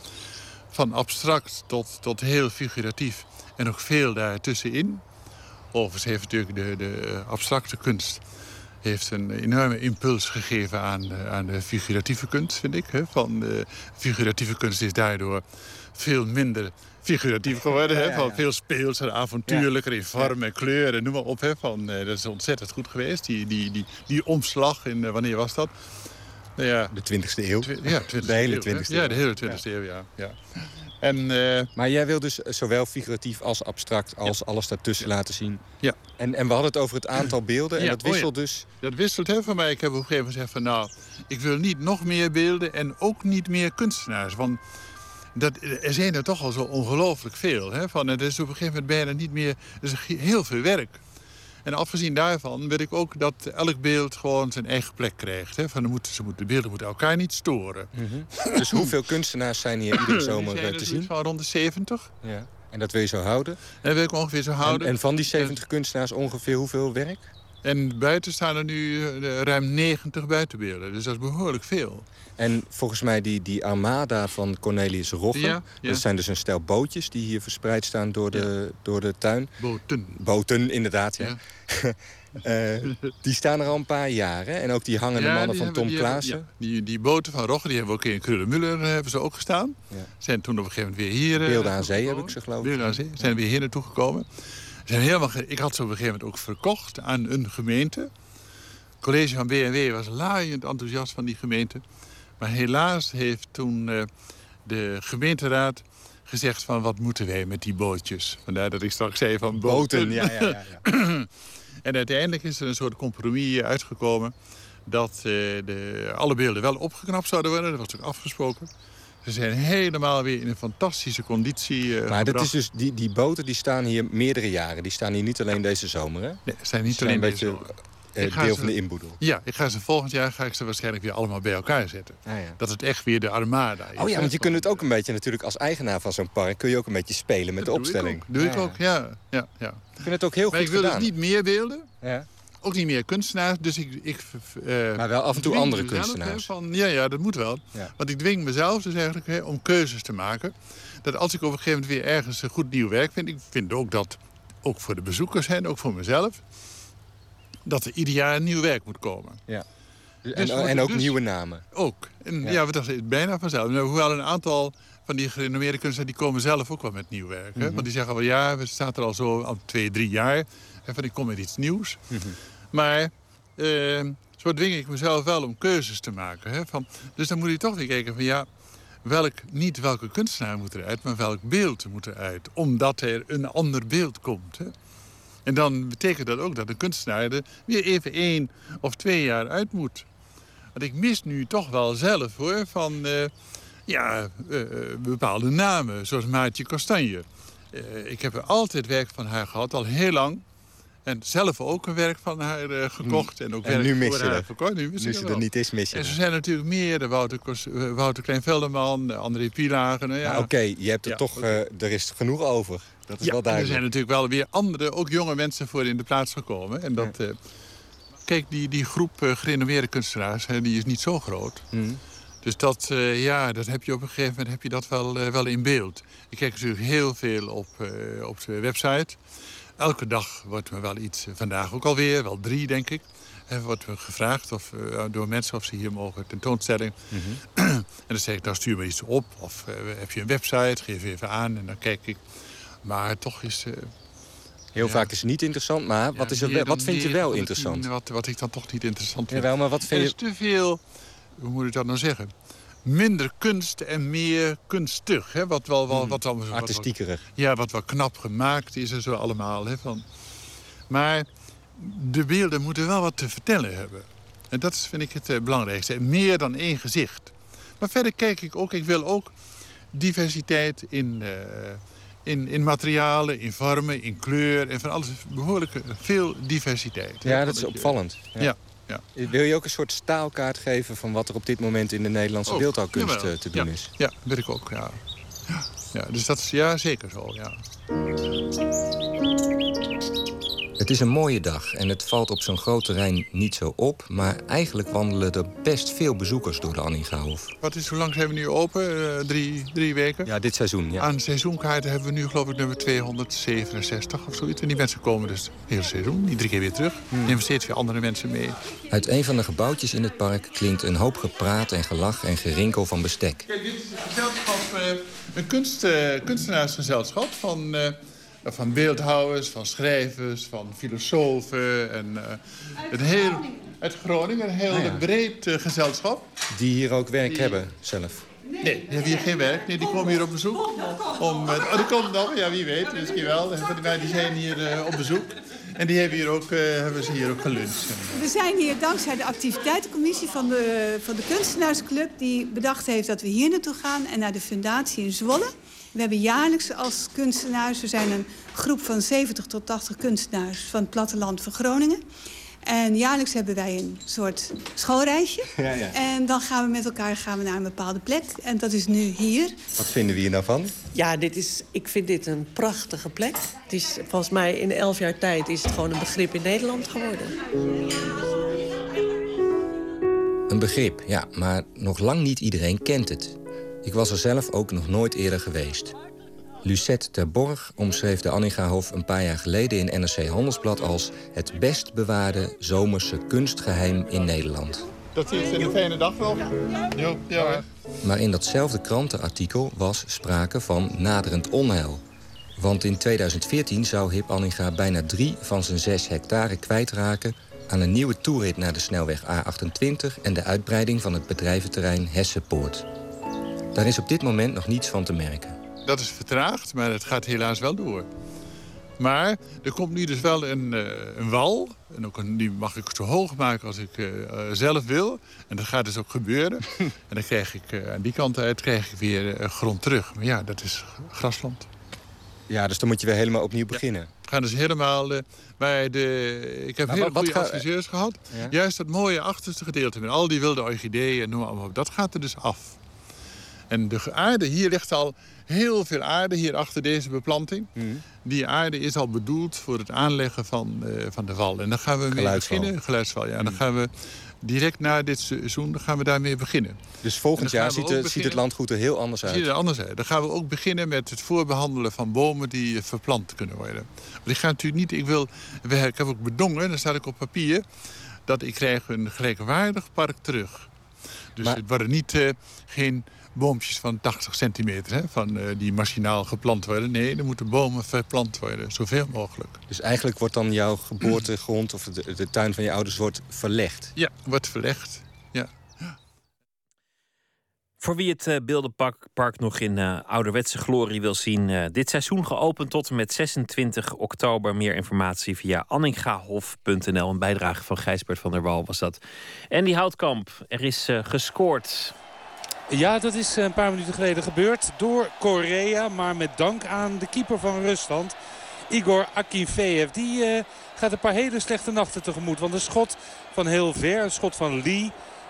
van abstract tot heel figuratief. En nog veel daartussenin. Overigens heeft natuurlijk de abstracte kunst... heeft een enorme impuls gegeven aan de figuratieve kunst, vind ik. De figuratieve kunst is daardoor veel minder figuratief geworden. Van veel speelser, avontuurlijker in vorm en kleur en noem maar op. Dat is ontzettend goed geweest. Die omslag, wanneer was dat? Nou ja, de 20e eeuw. De hele 20e eeuw. Ja, de hele 20e eeuw, ja. En, maar jij wil dus zowel figuratief als abstract als alles daartussen laten zien. Ja. En we hadden het over het aantal beelden en dat wisselt dus... Dat wisselt van mij. Ik heb op een gegeven moment gezegd van ik wil niet nog meer beelden en ook niet meer kunstenaars. Want er zijn er toch al zo ongelooflijk veel. Het is op een gegeven moment bijna niet meer... Er is heel veel werk. En afgezien daarvan wil ik ook dat elk beeld gewoon zijn eigen plek krijgt. De beelden moeten elkaar niet storen. Mm-hmm. Dus hoeveel kunstenaars zijn hier iedere zomer te zien? Van rond de 70. Ja. En dat wil je zo houden? Dat wil ik ongeveer zo houden. En van die 70 kunstenaars ongeveer hoeveel werk? En buiten staan er nu ruim 90 buitenbeelden. Dus dat is behoorlijk veel. En volgens mij die armada van Cornelis Rogge... dat zijn dus een stel bootjes die hier verspreid staan door de tuin. Boten, inderdaad, ja. Die staan er al een paar jaar, hè? En ook die hangende mannen van Tom Klaassen. Die boten van Rogge, die hebben we ook in Krullenmuller hebben ze ook gestaan. Ja. Zijn toen op een gegeven moment weer hier... Beelden aan Zee heb ik ze geloof ik. Beelden aan Zee, zijn weer hier naartoe gekomen. Ik had ze op een gegeven moment ook verkocht aan een gemeente. Het college van B&W was laaiend enthousiast van die gemeente. Maar helaas heeft toen de gemeenteraad gezegd van... wat moeten wij met die bootjes? Vandaar dat ik straks zei van boten. Ja. En uiteindelijk is er een soort compromis uitgekomen... dat alle beelden wel opgeknapt zouden worden. Dat was ook afgesproken. Ze zijn helemaal weer in een fantastische conditie Maar dat is dus, die boten die staan hier meerdere jaren. Die staan hier niet alleen deze zomer, hè? Nee, ze zijn niet alleen deze zomer. Deel van de inboedel. Ja, volgend jaar ga ik ze waarschijnlijk weer allemaal bij elkaar zetten. Ah, ja. Dat het echt weer de armada is. Oh ja, want je kunt het ook een beetje natuurlijk als eigenaar van zo'n park... kun je ook een beetje spelen met de opstelling. Doe ik ook, ja. Ik vind het ook heel goed gedaan. Maar ik wil dus niet meer beelden. Ja. Ook niet meer kunstenaars, dus maar wel af en toe andere kunstenaars. Ja, dat moet wel. Ja. Want ik dwing mezelf dus eigenlijk om keuzes te maken. Dat als ik op een gegeven moment weer ergens een goed nieuw werk vind... ik vind ook dat, ook voor de bezoekers en ook voor mezelf... dat er ieder jaar een nieuw werk moet komen. Ja. En ook nieuwe namen. Ook. En dat is bijna vanzelf. Nou, hoewel een aantal van die gerenommeerde kunstenaars... die komen zelf ook wel met nieuw werk. Hè? Want die zeggen wel, ja, we staan er al zo al 2-3 jaar... en van ik kom met iets nieuws. Maar zo dwing ik mezelf wel om keuzes te maken. Hè? Dus dan moet je toch weer kijken van ja... niet welke kunstenaar moet eruit, maar welk beeld moet eruit. Omdat er een ander beeld komt. Hè? En dan betekent dat ook dat een kunstenaar er weer even 1 of 2 jaar uit moet. Want ik mis nu toch wel zelf hoor, van bepaalde namen, zoals Maartje Kastanje. Ik heb er altijd werk van haar gehad, al heel lang. En zelf ook een werk van haar gekocht. En ook werk nu voor haar verkocht. Nu ze er niet is, mis je. En ze zijn natuurlijk meer, de Wouter Klein-Velderman, André Pielagen. Oké, je hebt er toch, er is genoeg over. Dat is wel duidelijk. Er zijn natuurlijk wel weer andere, ook jonge mensen voor in de plaats gekomen. En dat, kijk, die groep gerenommeerde kunstenaars, die is niet zo groot. Dus dat heb je op een gegeven moment heb je dat wel in beeld. Ik kijk natuurlijk heel veel op de website. Elke dag wordt me wel iets, vandaag ook alweer, wel 3 denk ik. En wordt me gevraagd door mensen of ze hier mogen tentoonstelling. En dan zeg ik, stuur me iets op. Of heb je een website, geef even aan en dan kijk ik. Maar toch is... Heel vaak is het niet interessant, maar wat vind je wel interessant? Wat ik dan toch niet interessant vind. Jawel, maar wat vind je... Er is te veel, hoe moet ik dat nou zeggen? Minder kunst en meer kunstig. Hè? Wat artistiekerig. Wat wel knap gemaakt is en zo allemaal. Hè? Maar de beelden moeten wel wat te vertellen hebben. En dat vind ik het belangrijkste. Meer dan 1 gezicht. Maar verder kijk ik ook, ik wil ook diversiteit in materialen, in vormen, in kleur. En van alles behoorlijk veel diversiteit. Ja, dat is opvallend. Ja. Wil je ook een soort staalkaart geven van wat er op dit moment in de Nederlandse beeldhouwkunst te doen is? Ja, weet ik ook, ja. Dus dat is zeker zo, ja. Het is een mooie dag en het valt op zo'n groot terrein niet zo op... maar eigenlijk wandelen er best veel bezoekers door de Anningahof. Hoe lang zijn we nu open? 3 weken? Ja, dit seizoen, ja. Aan seizoenkaarten hebben we nu geloof ik nummer 267 of zoiets. En die mensen komen dus het hele seizoen, niet 3 keer weer terug. Nemen steeds weer andere mensen mee. Uit een van de gebouwtjes in het park klinkt een hoop gepraat en gelach en gerinkel van bestek. Kijk, dit is een gezelschap, een kunstenaarsgezelschap van beeldhouwers, van schrijvers, van filosofen. En, uit Groningen, een heel breed gezelschap. Die hier ook werk hebben zelf? Nee, die hebben hier geen werk. Nee, die komen hier op bezoek. Die komen nog, ja wie weet, misschien wel. Die zijn hier op bezoek. En die hebben ze hier ook geluncht. We zijn hier dankzij de activiteitencommissie van de kunstenaarsclub... die bedacht heeft dat we hier naartoe gaan en naar de fundatie in Zwolle. We hebben jaarlijks als kunstenaars... we zijn een groep van 70 tot 80 kunstenaars van het platteland van Groningen. En jaarlijks hebben wij een soort schoolreisje. Ja. En dan gaan we met elkaar naar een bepaalde plek. En dat is nu hier. Wat vinden we hier nou van? Ja, ik vind dit een prachtige plek. Het is, volgens mij in 11 jaar tijd is het gewoon een begrip in Nederland geworden. Een begrip, ja, maar nog lang niet iedereen kent het. Ik was er zelf ook nog nooit eerder geweest. Lucette ter Borg omschreef de Anningahof een paar jaar geleden in NRC Handelsblad als het best bewaarde zomerse kunstgeheim in Nederland. Dat is een fijne dag wel. Ja. Maar in datzelfde krantenartikel was sprake van naderend onheil. Want in 2014 zou Hip Anninga bijna 3 van zijn 6 hectare kwijtraken aan een nieuwe toerit naar de snelweg A28 en de uitbreiding van het bedrijventerrein Hessenpoort. Daar is op dit moment nog niets van te merken. Dat is vertraagd, maar het gaat helaas wel door. Maar er komt nu dus wel een wal. En ook die mag ik zo hoog maken als ik zelf wil. En dat gaat dus ook gebeuren. En dan krijg ik aan die kant uit weer grond terug. Maar ja, dat is grasland. Ja, dus dan moet je weer helemaal opnieuw beginnen. Ja. We gaan dus helemaal bij de... Ik heb heel goede adviseurs gehad. Ja? Juist dat mooie achterste gedeelte met al die wilde orchideeën en noem maar op. Dat gaat er dus af. En de aarde, hier ligt al heel veel aarde hier achter deze beplanting. Die aarde is al bedoeld voor het aanleggen van de wal. En dan gaan we mee beginnen. Geluidswal, ja. En dan gaan we direct na dit seizoen gaan we daarmee beginnen. Dus volgend jaar ziet het landgoed er heel anders uit? Ziet er anders uit. Dan gaan we ook beginnen met het voorbehandelen van bomen die verplant kunnen worden. Want ik ga natuurlijk niet... Ik heb ook bedongen, dan staat ik op papier, dat ik krijg een gelijkwaardig park terug. Dus het worden niet geen boompjes van 80 centimeter, die machinaal geplant worden. Nee, er moeten bomen verplant worden, zoveel mogelijk. Dus eigenlijk wordt dan jouw geboortegrond of de tuin van je ouders wordt verlegd? Ja, wordt verlegd, ja. Voor wie het Beeldenpark nog in ouderwetse glorie wil zien, dit seizoen geopend tot en met 26 oktober. Meer informatie via anningahof.nl. Een bijdrage van Gijsbert van der Wal was dat. Andy Houtkamp, er is gescoord. Ja, dat is een paar minuten geleden gebeurd door Korea. Maar met dank aan de keeper van Rusland, Igor Akinfeev. Die gaat een paar hele slechte nachten tegemoet. Want een schot van heel ver, een schot van Lee,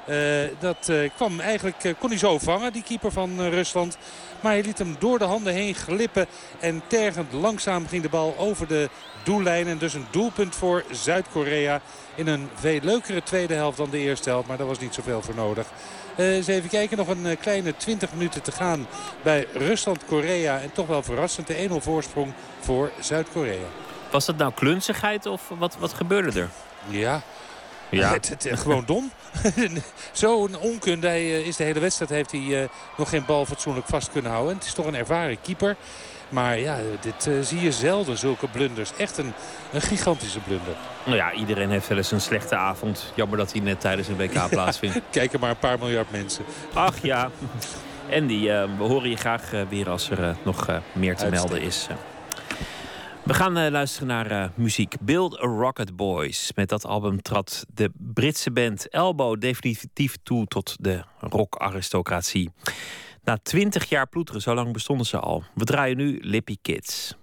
kon hij zo vangen, die keeper van Rusland. Maar hij liet hem door de handen heen glippen. En tergend langzaam ging de bal over de doellijn. En dus een doelpunt voor Zuid-Korea. In een veel leukere tweede helft dan de eerste helft. Maar daar was niet zoveel voor nodig. Eens even kijken, nog een kleine 20 minuten te gaan bij Rusland-Korea. En toch wel verrassend de 1-0 voorsprong voor Zuid-Korea. Was dat nou klunzigheid of wat gebeurde er? Ja. Het gewoon dom. Zo'n onkunde. Hij is de hele wedstrijd heeft hij nog geen bal fatsoenlijk vast kunnen houden. En het is toch een ervaren keeper. Maar ja, dit zie je zelden, zulke blunders. Echt een gigantische blunder. Nou ja, iedereen heeft wel eens een slechte avond. Jammer dat hij net tijdens een WK plaatsvindt. Kijken maar een paar miljard mensen. Ach ja. Andy, we horen je graag weer als er nog meer te melden is. We gaan luisteren naar muziek. Build a Rocket Boys. Met dat album trad de Britse band Elbow definitief toe tot de rockaristocratie. Na 20 jaar ploeteren, zo lang bestonden ze al. We draaien nu Lippy Kids.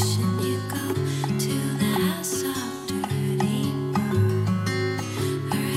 Dirty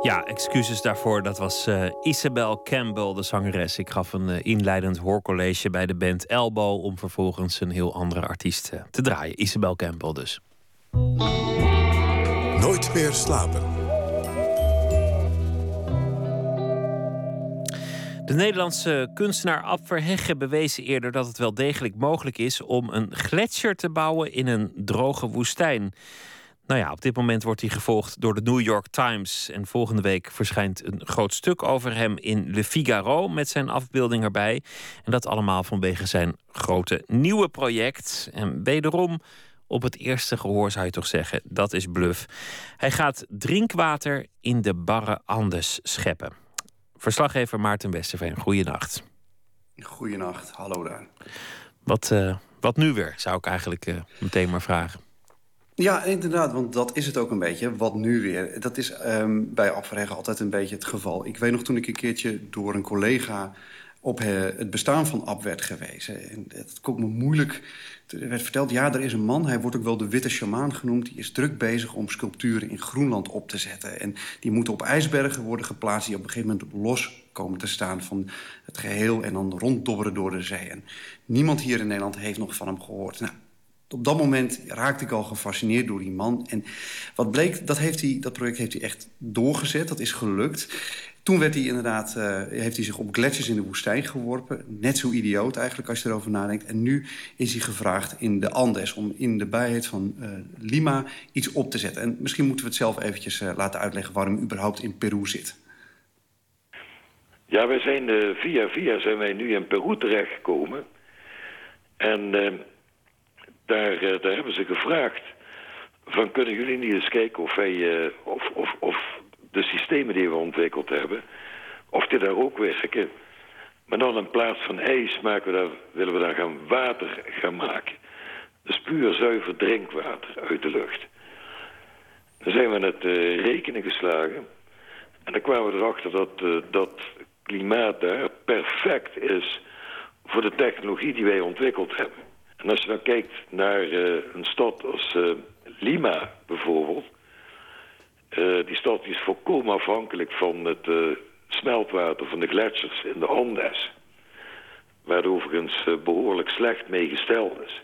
Ja, excuses daarvoor. Dat was Isabel Campbell, de zangeres. Ik gaf een inleidend hoorcollege bij de band Elbow om vervolgens een heel andere artiest te draaien. Isabel Campbell dus. Nooit meer slapen. De Nederlandse kunstenaar Ab Verhegge bewees eerder dat het wel degelijk mogelijk is om een gletsjer te bouwen in een droge woestijn. Nou ja, op dit moment wordt hij gevolgd door de New York Times. En volgende week verschijnt een groot stuk over hem in Le Figaro met zijn afbeelding erbij. En dat allemaal vanwege zijn grote nieuwe project. En wederom op het eerste gehoor zou je toch zeggen, dat is bluff. Hij gaat drinkwater in de barre Andes scheppen. Verslaggever Maarten Westerveen, goeienacht. Goeienacht, hallo daar. Wat nu weer, zou ik eigenlijk meteen maar vragen. Ja, inderdaad, want dat is het ook een beetje. Wat nu weer? Dat is bij Ab Verhegge altijd een beetje het geval. Ik weet nog toen ik een keertje door een collega op het bestaan van Ab werd gewezen. En het komt me moeilijk. Er werd verteld, ja, er is een man, hij wordt ook wel de witte sjamaan genoemd, die is druk bezig om sculpturen in Groenland op te zetten. En die moeten op ijsbergen worden geplaatst die op een gegeven moment los komen te staan van het geheel en dan ronddobberen door de zee. En niemand hier in Nederland heeft nog van hem gehoord. Nou, op dat moment raakte ik al gefascineerd door die man. En wat bleek, dat project heeft hij echt doorgezet. Dat is gelukt. Toen werd hij inderdaad, heeft hij zich op gletsjers in de woestijn geworpen. Net zo idioot eigenlijk als je erover nadenkt. En nu is hij gevraagd in de Andes om in de bijheid van Lima iets op te zetten. En misschien moeten we het zelf eventjes laten uitleggen waarom hij überhaupt in Peru zit. Ja, wij zijn via zijn wij nu in Peru terechtgekomen. En daar hebben ze gevraagd van kunnen jullie niet eens kijken of wij of de systemen die we ontwikkeld hebben, of die daar ook werken. Maar dan in plaats van ijs willen we daar water gaan maken. Dus puur zuiver drinkwater uit de lucht. Dan zijn we aan het rekenen geslagen. En dan kwamen we erachter dat klimaat daar perfect is voor de technologie die wij ontwikkeld hebben. En als je dan kijkt naar een stad als Lima bijvoorbeeld. Die stad is volkomen afhankelijk van het smeltwater van de gletsjers in de Andes. Waar het overigens behoorlijk slecht mee gesteld is.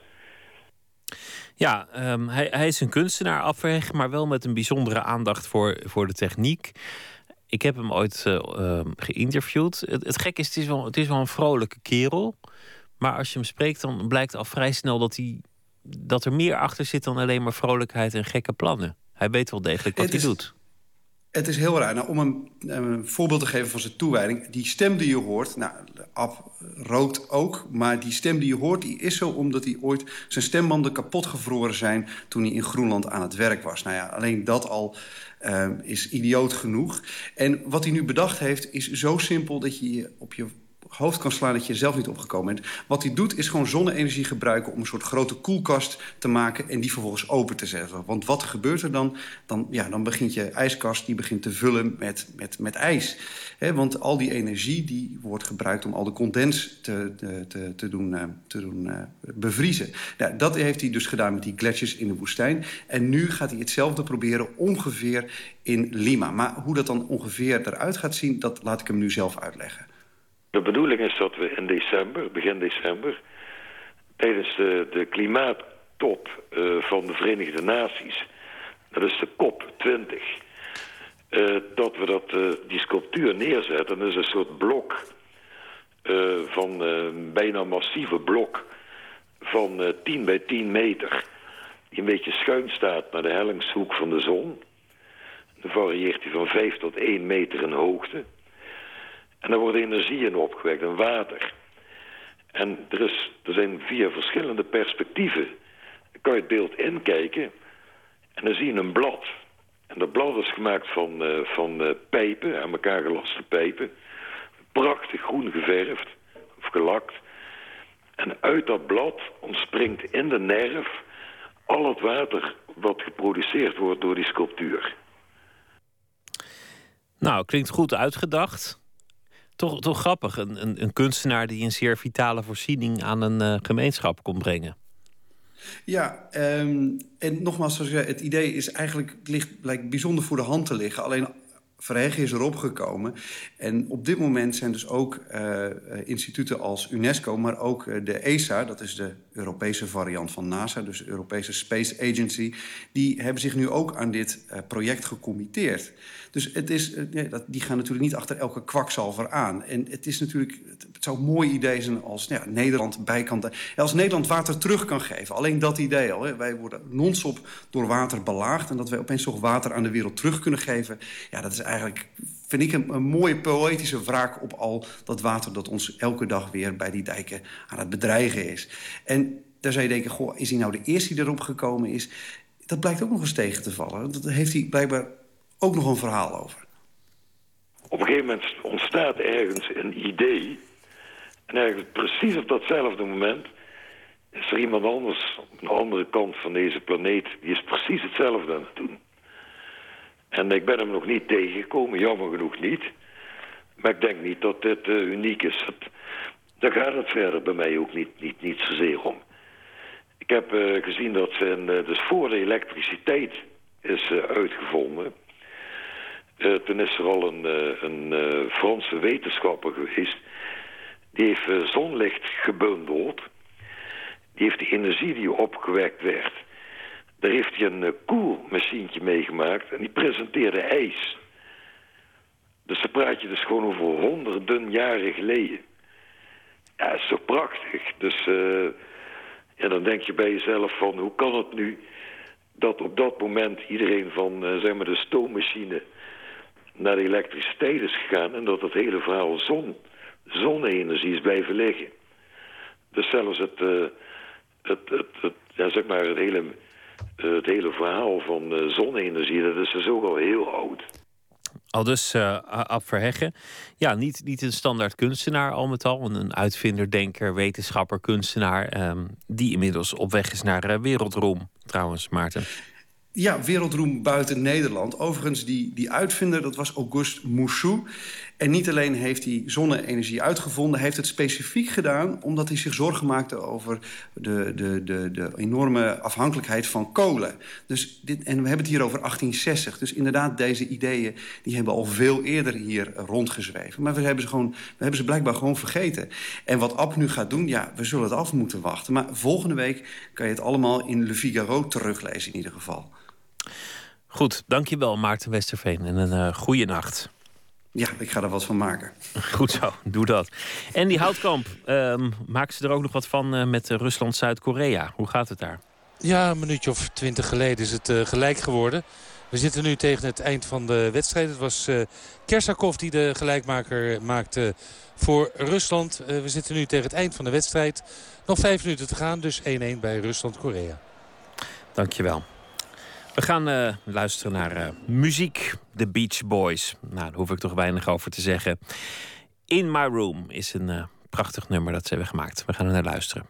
Ja, hij is een kunstenaar, Ab Verhegge, maar wel met een bijzondere aandacht voor de techniek. Ik heb hem ooit geïnterviewd. Het gekke is, het is wel een vrolijke kerel. Maar als je hem spreekt, dan blijkt al vrij snel dat er meer achter zit dan alleen maar vrolijkheid en gekke plannen. Hij weet wel degelijk wat hij doet. Het is heel raar. Nou, om een voorbeeld te geven van zijn toewijding. Die stem die je hoort, nou, Ab rookt ook. Maar die stem die je hoort, die is zo omdat hij ooit zijn stembanden kapot gevroren zijn toen hij in Groenland aan het werk was. Nou ja, alleen dat al is idioot genoeg. En wat hij nu bedacht heeft, is zo simpel dat je op je hoofd kan slaan dat je er zelf niet opgekomen bent. Wat hij doet is gewoon zonne-energie gebruiken om een soort grote koelkast te maken en die vervolgens open te zetten. Want wat gebeurt er dan? Dan begint je ijskast die begint te vullen met ijs. Want al die energie die wordt gebruikt om al de condens te doen bevriezen. Ja, dat heeft hij dus gedaan met die gletsjers in de woestijn. En nu gaat hij hetzelfde proberen ongeveer in Lima. Maar hoe dat dan ongeveer eruit gaat zien, dat laat ik hem nu zelf uitleggen. De bedoeling is dat we in begin december, tijdens de klimaattop van de Verenigde Naties, dat is de COP20, dat we die sculptuur neerzetten. Dat is een soort blok van bijna massieve blok van 10 bij 10 meter, die een beetje schuin staat naar de hellingshoek van de zon. Dan varieert hij van 5 tot 1 meter in hoogte. En daar wordt energie in opgewekt en water. En er zijn 4 verschillende perspectieven. Dan kan je het beeld inkijken en dan zie je een blad. En dat blad is gemaakt van pijpen, aan elkaar gelaste pijpen. Prachtig groen geverfd of gelakt. En uit dat blad ontspringt in de nerf al het water wat geproduceerd wordt door die sculptuur. Nou, klinkt goed uitgedacht. Toch grappig, een kunstenaar die een zeer vitale voorziening aan een gemeenschap kon brengen. Ja, en nogmaals, zoals ik zei, het idee is eigenlijk lijkt bijzonder voor de hand te liggen. Alleen Verheggen is erop gekomen. En op dit moment zijn dus ook instituten als UNESCO, maar ook de ESA, dat is de Europese variant van NASA, dus de Europese Space Agency, die hebben zich nu ook aan dit project gecommitteerd. Dus die gaan natuurlijk niet achter elke kwakzalver aan. En het is natuurlijk, het zou een mooi idee zijn als Nederland bij kan. Als Nederland water terug kan geven, alleen dat idee al. Hè. Wij worden non-stop door water belaagd en dat wij opeens toch water aan de wereld terug kunnen geven. Ja, dat is eigenlijk, vind ik, een mooie poëtische wraak op al dat water dat ons elke dag weer bij die dijken aan het bedreigen is. En daar zou je denken, goh, is hij nou de eerste die erop gekomen is? Dat blijkt ook nog eens tegen te vallen. Daar heeft hij blijkbaar ook nog een verhaal over. Op een gegeven moment ontstaat ergens een idee. En eigenlijk precies op datzelfde moment is er iemand anders op een andere kant van deze planeet. Die is precies hetzelfde aan het doen. En ik ben hem nog niet tegengekomen, jammer genoeg niet. Maar ik denk niet dat dit uniek is. Daar gaat het verder bij mij ook niet zozeer om. Ik heb gezien dat ze dus voor de elektriciteit is uitgevonden. Toen is er al een Franse wetenschapper geweest. Die heeft zonlicht gebundeld. Die heeft de energie die opgewekt werd. Daar heeft hij een koelmachientje meegemaakt. En die presenteerde ijs. Dus dan praat je dus gewoon over honderden jaren geleden. Ja, dat is zo prachtig. Dus dan denk je bij jezelf van, hoe kan het nu dat op dat moment iedereen van de stoommachine naar de elektriciteit is gegaan en dat het hele verhaal zonne-energie is blijven liggen. Dus zelfs het hele verhaal van zonne-energie, dat is dus ook al heel oud. Aldus Ab Verheggen. Ja, niet een standaard kunstenaar al met al. Een uitvinder, denker, wetenschapper, kunstenaar. Die inmiddels op weg is naar wereldroem, trouwens, Maarten. Ja, wereldroem buiten Nederland. Overigens, die uitvinder, dat was Auguste Mouchou. En niet alleen heeft hij zonne-energie uitgevonden, hij heeft het specifiek gedaan omdat hij zich zorgen maakte over de enorme afhankelijkheid van kolen. En we hebben het hier over 1860. Dus inderdaad, deze ideeën die hebben al veel eerder hier rondgezweven. Maar we hebben ze blijkbaar gewoon vergeten. En wat Ab nu gaat doen, ja, we zullen het af moeten wachten. Maar volgende week kan je het allemaal in Le Figaro teruglezen in ieder geval. Goed, dankjewel Maarten Westerveen en een goede nacht. Ja, ik ga er wat van maken. Goed zo, doe dat. En die Houtkamp, maken ze er ook nog wat van met Rusland-Zuid-Korea? Hoe gaat het daar? Ja, een minuutje of 20 geleden is het gelijk geworden. We zitten nu tegen het eind van de wedstrijd. Het was Kersakov die de gelijkmaker maakte voor Rusland. We zitten nu tegen het eind van de wedstrijd. Nog 5 minuten te gaan, dus 1-1 bij Rusland-Korea. Dankjewel. We gaan luisteren naar muziek. The Beach Boys. Nou, daar hoef ik toch weinig over te zeggen. In My Room is een prachtig nummer dat ze hebben gemaakt. We gaan er naar luisteren.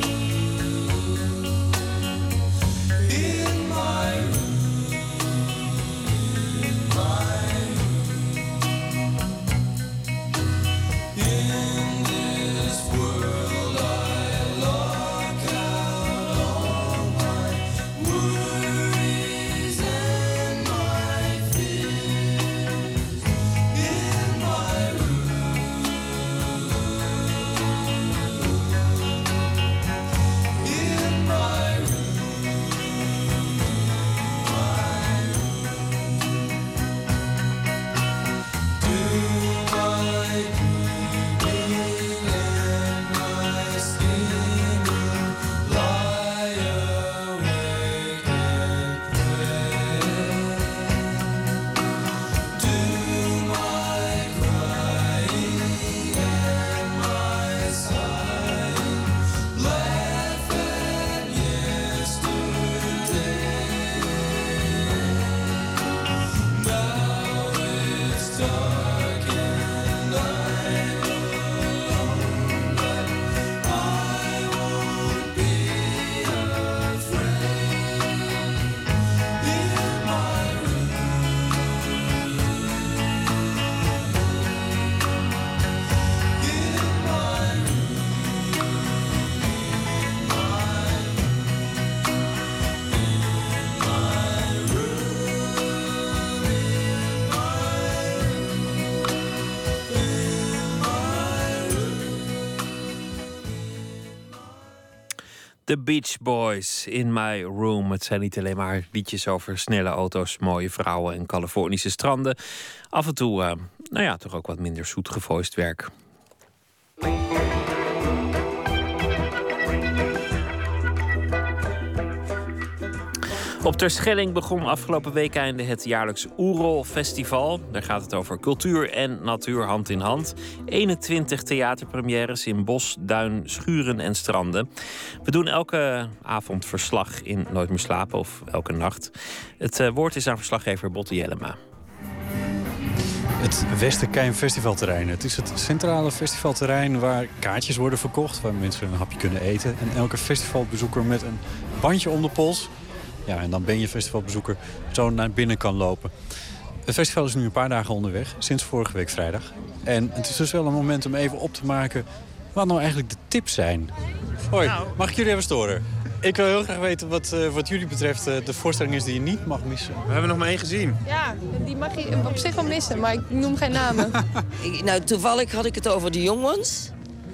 In my room The Beach Boys, In My Room. Het zijn niet alleen maar liedjes over snelle auto's, mooie vrouwen en Californische stranden. Af en toe, toch ook wat minder zoet gevoiced werk. Op Terschelling begon afgelopen weekende het jaarlijks Oerol Festival. Daar gaat het over cultuur en natuur hand in hand. 21 theaterpremières in bos, duin, schuren en stranden. We doen elke avond verslag in Nooit meer slapen of elke nacht. Het woord is aan verslaggever Botte Jellema. Het Westerkijn Festivalterrein. Het is het centrale festivalterrein waar kaartjes worden verkocht, waar mensen een hapje kunnen eten. En elke festivalbezoeker met een bandje om de pols, ja, en dan ben je festivalbezoeker, zo naar binnen kan lopen. Het festival is nu een paar dagen onderweg, sinds vorige week vrijdag. En het is dus wel een moment om even op te maken wat nou eigenlijk de tips zijn. Hoi, mag ik jullie even storen? Ik wil heel graag weten wat jullie betreft de voorstelling is die je niet mag missen. We hebben nog maar één gezien. Ja, die mag je op zich wel missen, maar ik noem geen namen. Toevallig had ik het over de jongens.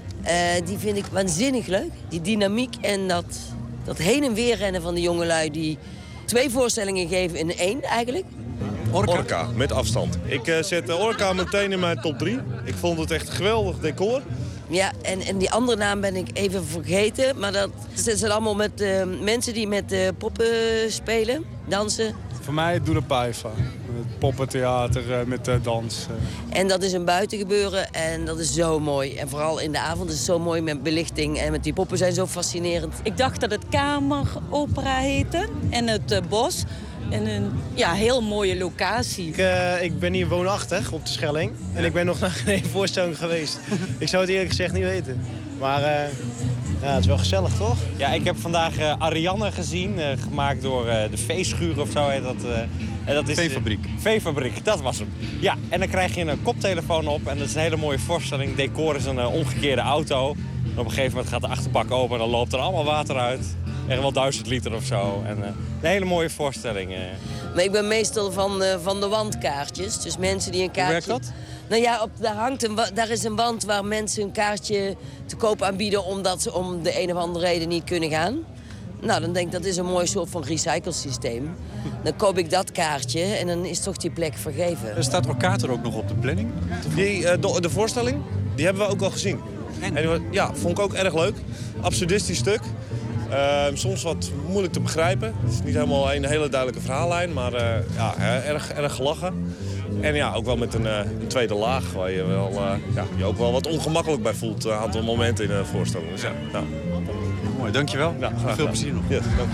Die vind ik waanzinnig leuk. Die dynamiek en dat heen en weer rennen van de jongelui die 2 voorstellingen geven in 1 eigenlijk. Orca, met afstand. Ik zet Orca meteen in mijn top 3. Ik vond het echt een geweldig decor. Ja, en die andere naam ben ik even vergeten. Maar dat zijn allemaal met mensen die met poppen spelen, dansen. Voor mij Doe de Pijfa. Met poppentheater, met dans. En dat is een buitengebeuren en dat is zo mooi. En vooral in de avond is het zo mooi met belichting. En met die poppen zijn zo fascinerend. Ik dacht dat het kameropera heette en het bos. En een heel mooie locatie. Ik ben hier woonachtig op de Schelling. En ik ben nog naar geen voorstelling geweest. Ik zou het eerlijk gezegd niet weten. Maar het is wel gezellig, toch? Ja, ik heb vandaag Arianne gezien. Gemaakt door de Veeschuur of zo heet dat. Dat is Veefabriek. Veefabriek, dat was hem. Ja, en dan krijg je een koptelefoon op. En dat is een hele mooie voorstelling. Decor is een omgekeerde auto. En op een gegeven moment gaat de achterbak open en dan loopt er allemaal water uit. Echt wel 1000 liter of zo. En een hele mooie voorstelling. Maar ik ben meestal van de wandkaartjes. Dus mensen die een kaartje... Hoe werkt dat? Nou ja, daar is een wand waar mensen een kaartje te koop aanbieden omdat ze om de een of andere reden niet kunnen gaan. Nou, dan denk ik dat is een mooi soort van recyclesysteem. Dan koop ik dat kaartje en dan is toch die plek vergeven. Staat Orkater ook nog op de planning? De voorstelling, die hebben we ook al gezien. En vond ik ook erg leuk. Absurdistisch stuk. Soms wat moeilijk te begrijpen. Het is niet helemaal een hele duidelijke verhaallijn, maar erg gelachen. En ook wel met een tweede laag waar je wel, je ook wel wat ongemakkelijk bij voelt. Een aantal momenten in de voorstelling. Dus Mooi, dankjewel. Ja, veel plezier nog. Yes, dank.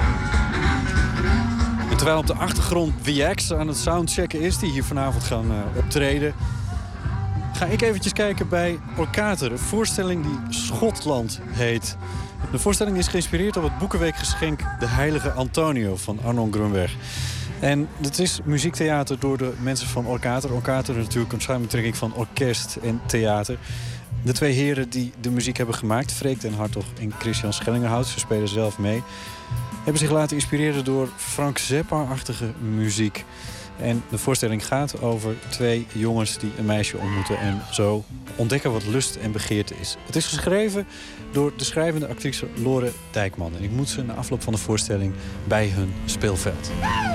En terwijl op de achtergrond VX aan het soundchecken is, die hier vanavond gaan optreden, ga ik eventjes kijken bij Orkater, een voorstelling die Schotland heet. De voorstelling is geïnspireerd op het boekenweekgeschenk De Heilige Antonio van Arnon Grunberg. En het is muziektheater door de mensen van Orkater. Orkater is natuurlijk een samenwerking van orkest en theater. De 2 heren die de muziek hebben gemaakt, Freek den Hartog en Christian Schellingenhout, ze spelen zelf mee, hebben zich laten inspireren door Frank Zappa-achtige muziek. En de voorstelling gaat over 2 jongens die een meisje ontmoeten en zo ontdekken wat lust en begeerte is. Het is geschreven door de schrijvende actrice Lore Dijkman. En ik moet ze na afloop van de voorstelling bij hun speelveld.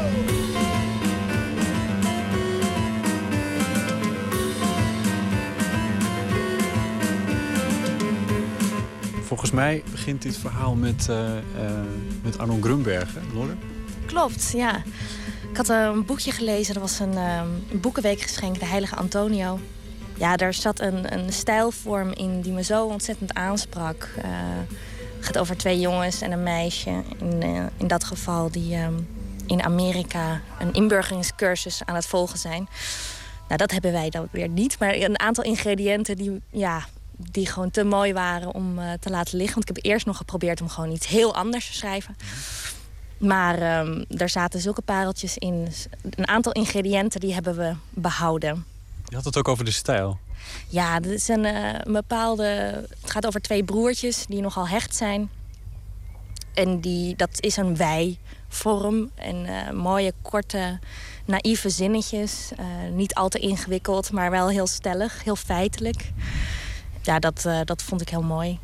Volgens mij begint dit verhaal met Arnon Grunberg, hè, Lore? Klopt, ja. Ik had een boekje gelezen, dat was een boekenweekgeschenk, De Heilige Antonio. Ja, daar zat een stijlvorm in die me zo ontzettend aansprak. Het gaat over 2 jongens en een meisje. In dat geval die in Amerika een inburgeringscursus aan het volgen zijn. Nou, dat hebben wij dan weer niet. Maar een aantal ingrediënten die gewoon te mooi waren om te laten liggen. Want ik heb eerst nog geprobeerd om gewoon iets heel anders te schrijven. Maar daar zaten zulke pareltjes in. Een aantal ingrediënten die hebben we behouden. Je had het ook over de stijl. Ja, dit is een bepaalde... Het gaat over 2 broertjes die nogal hecht zijn. En dat is een wij-vorm. En mooie, korte, naïeve zinnetjes. Niet al te ingewikkeld, maar wel heel stellig, heel feitelijk. Ja, dat vond ik heel mooi.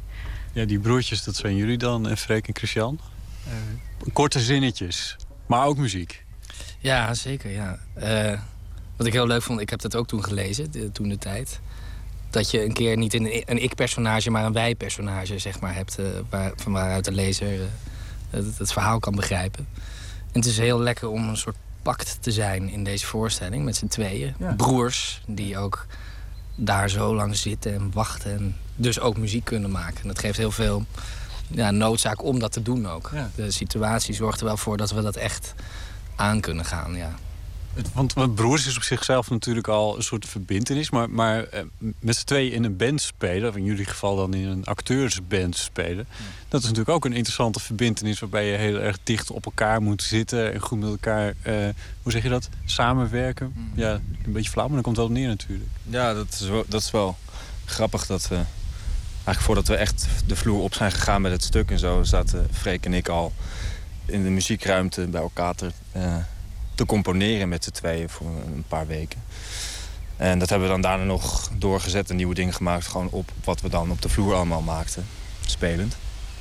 Ja, die broertjes, dat zijn jullie dan, en Freek en Christian. Korte zinnetjes, maar ook muziek. Ja, zeker, ja. Wat ik heel leuk vond, ik heb dat ook toen gelezen, toen de tijd. Dat je een keer niet een ik-personage, maar een wij-personage, zeg maar, hebt. Van waaruit de lezer het verhaal kan begrijpen. En het is heel lekker om een soort pact te zijn in deze voorstelling, met z'n tweeën. Ja. Broers, die ook daar zo lang zitten en wachten en dus ook muziek kunnen maken. En dat geeft heel veel noodzaak om dat te doen ook. Ja. De situatie zorgt er wel voor dat we dat echt aan kunnen gaan, ja. Want broers is op zichzelf natuurlijk al een soort verbintenis. Maar met z'n tweeën in een band spelen, of in jullie geval dan in een acteursband spelen. Ja. Dat is natuurlijk ook een interessante verbintenis, waarbij je heel erg dicht op elkaar moet zitten en goed met elkaar, hoe zeg je dat, samenwerken. Ja, een beetje flauw, maar dan komt het wel neer natuurlijk. Ja, dat is wel grappig dat we, eigenlijk voordat we echt de vloer op zijn gegaan met het stuk en zo, zaten Freek en ik al in de muziekruimte bij elkaar te componeren met z'n tweeën voor een paar weken. En dat hebben we dan daarna nog doorgezet en nieuwe dingen gemaakt, gewoon op wat we dan op de vloer allemaal maakten, spelend.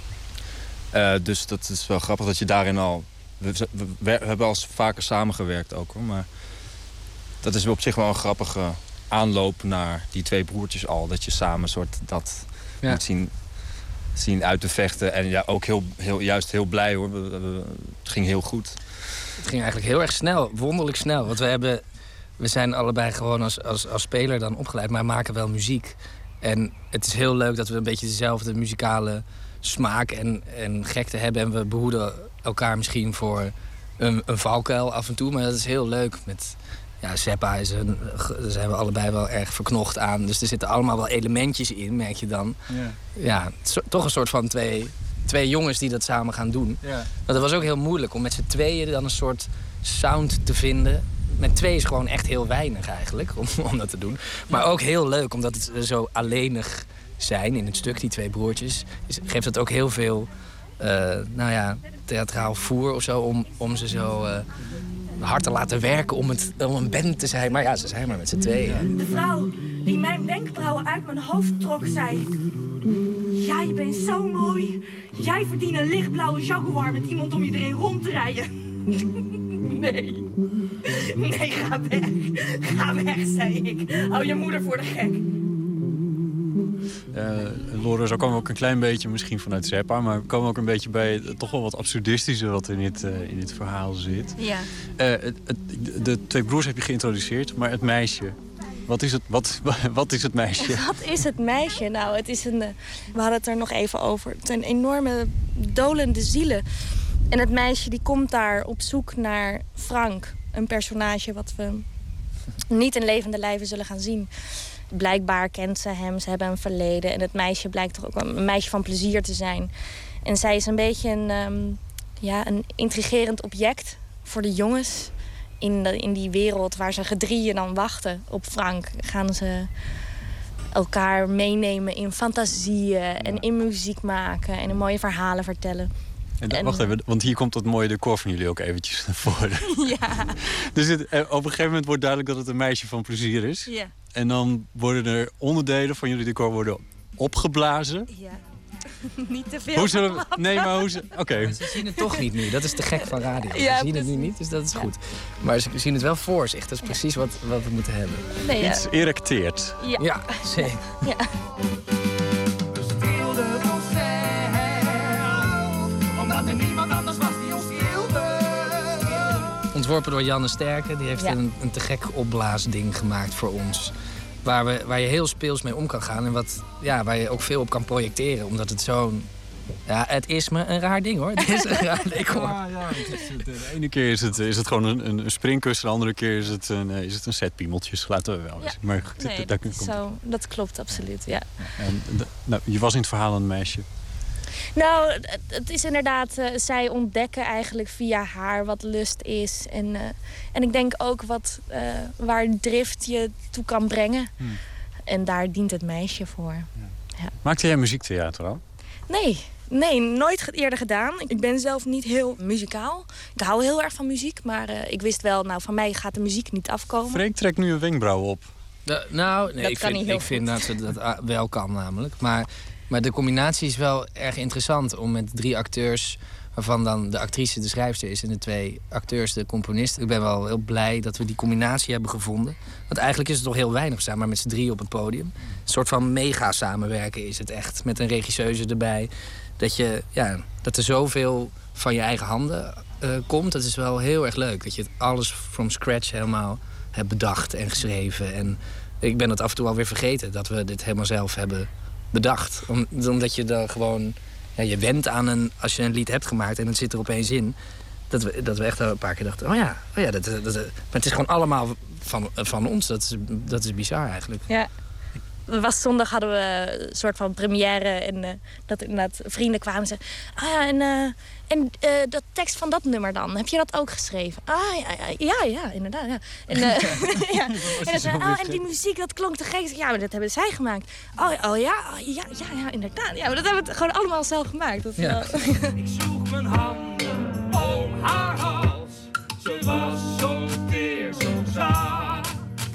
Dus dat is wel grappig dat je daarin al... We hebben al vaker samengewerkt ook, hoor, maar dat is op zich wel een grappige aanloop naar die twee broertjes al. Dat je samen soort dat moet zien uit te vechten. En ja, ook juist heel blij, hoor. Het ging heel goed. Het ging eigenlijk heel erg snel, wonderlijk snel. Want we zijn allebei gewoon als speler dan opgeleid, maar maken wel muziek. En het is heel leuk dat we een beetje dezelfde muzikale smaak en gekte hebben. En we behoeden elkaar misschien voor een valkuil af en toe. Maar dat is heel leuk. Met Zeppa daar zijn we allebei wel erg verknocht aan. Dus er zitten allemaal wel elementjes in, merk je dan. Ja, toch een soort van twee jongens die dat samen gaan doen. Ja. Maar dat was ook heel moeilijk om met z'n tweeën dan een soort sound te vinden. Met twee is gewoon echt heel weinig eigenlijk om dat te doen. Maar ook heel leuk, omdat het zo alleenig zijn in het stuk, die twee broertjes. Geeft het ook heel veel theatraal voer of zo om ze zo hard te laten werken om een band te zijn. Maar ja, ze zijn maar met z'n tweeën. De vrouw die mijn wenkbrauwen uit mijn hoofd trok, zei: jij bent zo mooi. Jij verdient een lichtblauwe Jaguar met iemand om iedereen rond te rijden. Nee, ga weg. Ga weg, zei ik. Hou je moeder voor de gek. Lore, zo komen we ook een klein beetje misschien vanuit Zeppa, maar we komen ook een beetje bij toch wel wat absurdistische wat in dit verhaal zit. Ja. De twee broers heb je geïntroduceerd, maar het meisje. Wat is het meisje? Wat is het meisje? Nou, het is we hadden het er nog even over. Het zijn enorme dolende zielen. En het meisje die komt daar op zoek naar Frank. Een personage wat we niet in levende lijven zullen gaan zien. Blijkbaar kent ze hem, ze hebben een verleden. En het meisje blijkt toch ook een meisje van plezier te zijn. En zij is een beetje een intrigerend object voor de jongens. In die wereld waar ze gedrieën dan wachten op Frank, gaan ze elkaar meenemen in fantasieën en in muziek maken en in mooie verhalen vertellen. Wacht even, want hier komt dat mooie decor van jullie ook eventjes naar voren. Ja. Dus op een gegeven moment wordt duidelijk dat het een meisje van plezier is. Ja. En dan worden er onderdelen van jullie decor opgeblazen. Ja. Niet te veel. Oké. Ze zien het toch niet nu. Dat is te gek van radio. Ze zien het nu niet, dus dat is goed. Maar ze zien het wel voor zich. Dat is precies wat we moeten hebben. Nee, iets erecteert. Ja, zeker. Ja. Omdat er niemand anders was die ons hielp. Ontworpen door Janne Sterke. Die heeft een te gek opblaasding gemaakt voor ons. Waar je heel speels mee om kan gaan. En waar je ook veel op kan projecteren. Omdat het zo'n... Ja, het is me een raar ding, hoor. Het is een raar decor. Ja, de ene keer is het gewoon een springkussen. De andere keer is het een set piemeltjes. Laten we wel eens. Maar dat klopt absoluut, ja. Je was in het verhaal een meisje. Nou, het is inderdaad... zij ontdekken eigenlijk via haar wat lust is. En ik denk ook waar drift je toe kan brengen. En daar dient het meisje voor. Ja. Maakte jij muziektheater al? Nee, nooit eerder gedaan. Ik ben zelf niet heel muzikaal. Ik hou heel erg van muziek. Maar ik wist wel, van mij gaat de muziek niet afkomen. Freek trekt nu een wenkbrauw op. Ik vind dat ze dat wel kan namelijk. Maar Maar de combinatie is wel erg interessant om met 3 acteurs, waarvan dan de actrice de schrijfster is en de 2 acteurs de componist. Ik ben wel heel blij dat we die combinatie hebben gevonden. Want eigenlijk is het toch heel weinig staan, maar met z'n 3 op het podium. Een soort van mega samenwerken is het echt, met een regisseuse erbij. Dat er zoveel van je eigen handen komt, dat is wel heel erg leuk. Dat je het alles from scratch helemaal hebt bedacht en geschreven. En ik ben het af en toe alweer vergeten dat we dit helemaal zelf hebben bedacht. Omdat je dan gewoon... Ja, je went aan als je een lied hebt gemaakt en het zit er opeens in. Dat we echt een paar keer dachten, maar het is gewoon allemaal van ons. Dat is bizar eigenlijk. Ja. Zondag hadden we een soort van première. En dat inderdaad vrienden kwamen en zeiden... en dat tekst van dat nummer dan, heb je dat ook geschreven? Ja, inderdaad. Ja. En, ja. En die muziek, dat klonk te gek. Ja, maar dat hebben zij gemaakt. Ja, inderdaad. Ja, maar dat hebben we gewoon allemaal zelf gemaakt. Dat ja. Ik sloeg mijn handen om haar hals. Ze was zo teer, zo zacht.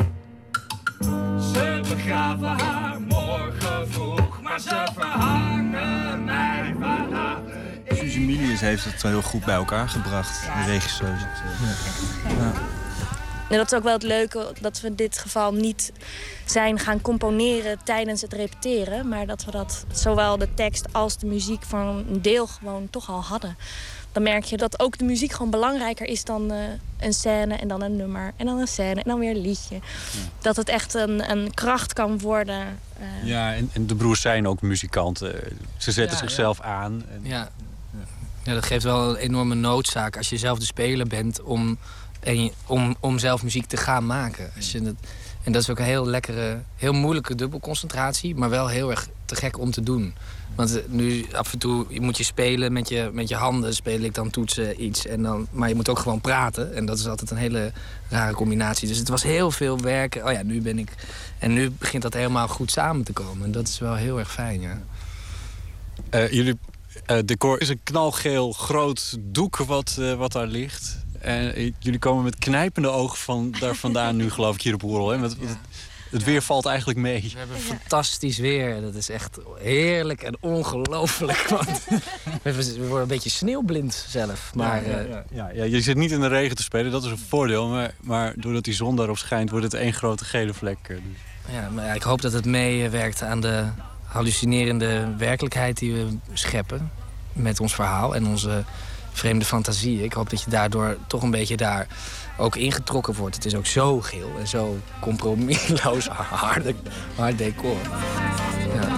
Ze begraven haar morgen vroeg, maar ze verhangen mij vanaf. Suzy Milius heeft het heel goed bij elkaar gebracht, de regisseuse. Ja. En dat is ook wel het leuke, dat we in dit geval niet zijn gaan componeren tijdens het repeteren. Maar dat we dat zowel de tekst als de muziek voor een deel gewoon toch al hadden. Dan merk je dat ook de muziek gewoon belangrijker is dan een scène en dan een nummer. En dan een scène en dan weer een liedje. Ja. Dat het echt een kracht kan worden. Ja, en de broers zijn ook muzikanten. Ze zetten zichzelf aan. En... Ja, dat geeft wel een enorme noodzaak als je zelf de speler bent om zelf muziek te gaan maken. En dat is ook een heel lekkere, heel moeilijke dubbelconcentratie, maar wel heel erg te gek om te doen. Want nu af en toe moet je spelen met je handen, speel ik dan toetsen iets. Maar je moet ook gewoon praten. En dat is altijd een hele rare combinatie. Dus het was heel veel werken. Oh ja, nu ben ik... En nu begint dat helemaal goed samen te komen. En dat is wel heel erg fijn, ja. Jullie decor is een knalgeel groot doek wat daar ligt. En jullie komen met knijpende ogen daar vandaan nu, geloof ik, hier op Oerol. Hè? Het weer valt eigenlijk mee. We hebben fantastisch weer. Dat is echt heerlijk en ongelooflijk. We worden een beetje sneeuwblind zelf. Maar, je zit niet in de regen te spelen, dat is een voordeel. Maar doordat die zon daarop schijnt, wordt het één grote gele vlek. Ja, maar ik hoop dat het meewerkt aan de hallucinerende werkelijkheid die we scheppen. Met ons verhaal en onze vreemde fantasie. Ik hoop dat je daardoor toch een beetje daar ook ingetrokken wordt. Het is ook zo geel en zo compromisloos hard decor. Ja.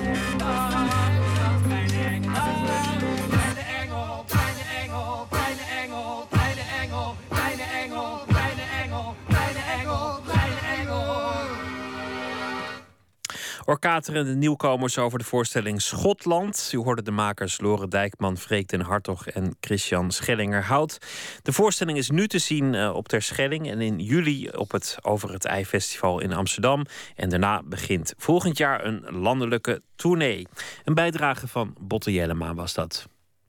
Orkaterende nieuwkomers over de voorstelling Schotland. U hoorde de makers Lore Dijkman, Freek den Hartog en Christian Schellingerhout. De voorstelling is nu te zien op Terschelling en in juli op het Over het IJ Festival in Amsterdam. En daarna begint volgend jaar een landelijke tournee. Een bijdrage van Botte Jellema was dat.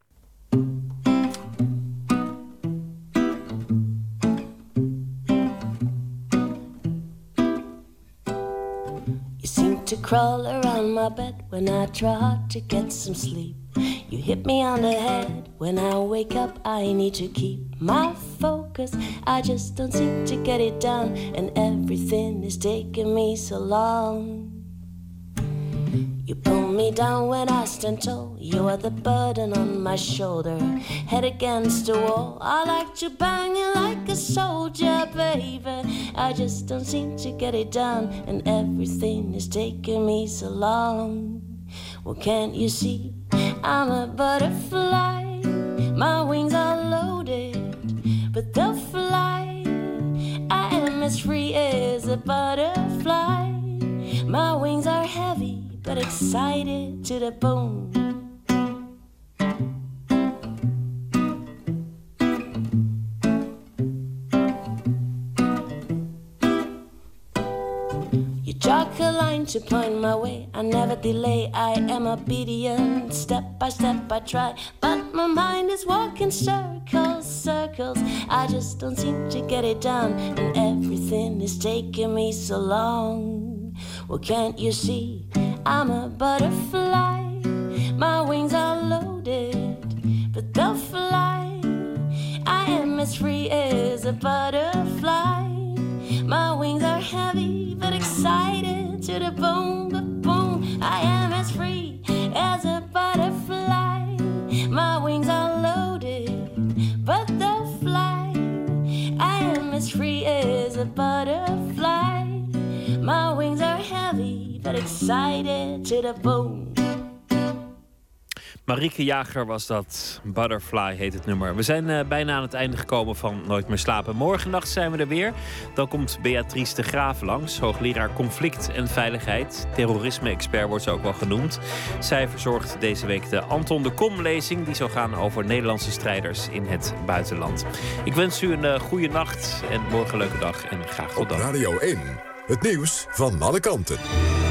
To crawl around my bed when I try to get some sleep. You hit me on the head when I wake up. I need to keep my focus. I just don't seem to get it done, and everything is taking me so long. You pull me down when I stand tall. You are the burden on my shoulder, head against the wall. I like to bang you like a soldier, baby. I just don't seem to get it done, and everything is taking me so long. Well, can't you see I'm a butterfly? My wings are loaded, but they'll fly. I am as free as a butterfly. My wings are heavy, but excited to the bone. You chalk a line to point my way. I never delay, I am obedient. Step by step I try, but my mind is walking circles, circles. I just don't seem to get it done, and everything is taking me so long. Well, can't you see I'm a butterfly? My wings are loaded, but they'll fly. I am as free as a butterfly. My wings are heavy, but excited to the bone, but boom. I am as free as a butterfly. My wings are loaded, but they'll fly. I am as free as a butterfly. My wings are heavy, but excited to the bone. Marieke Jager was dat. Butterfly heet het nummer. We zijn bijna aan het einde gekomen van Nooit meer slapen. Morgennacht zijn we er weer. Dan komt Beatrice de Graaf langs. Hoogleraar conflict en veiligheid. Terrorisme-expert wordt ze ook wel genoemd. Zij verzorgt deze week de Anton de Kom-lezing. Die zal gaan over Nederlandse strijders in het buitenland. Ik wens u een goede nacht en morgen een leuke dag. En graag tot dan. Radio 1, het nieuws van alle kanten.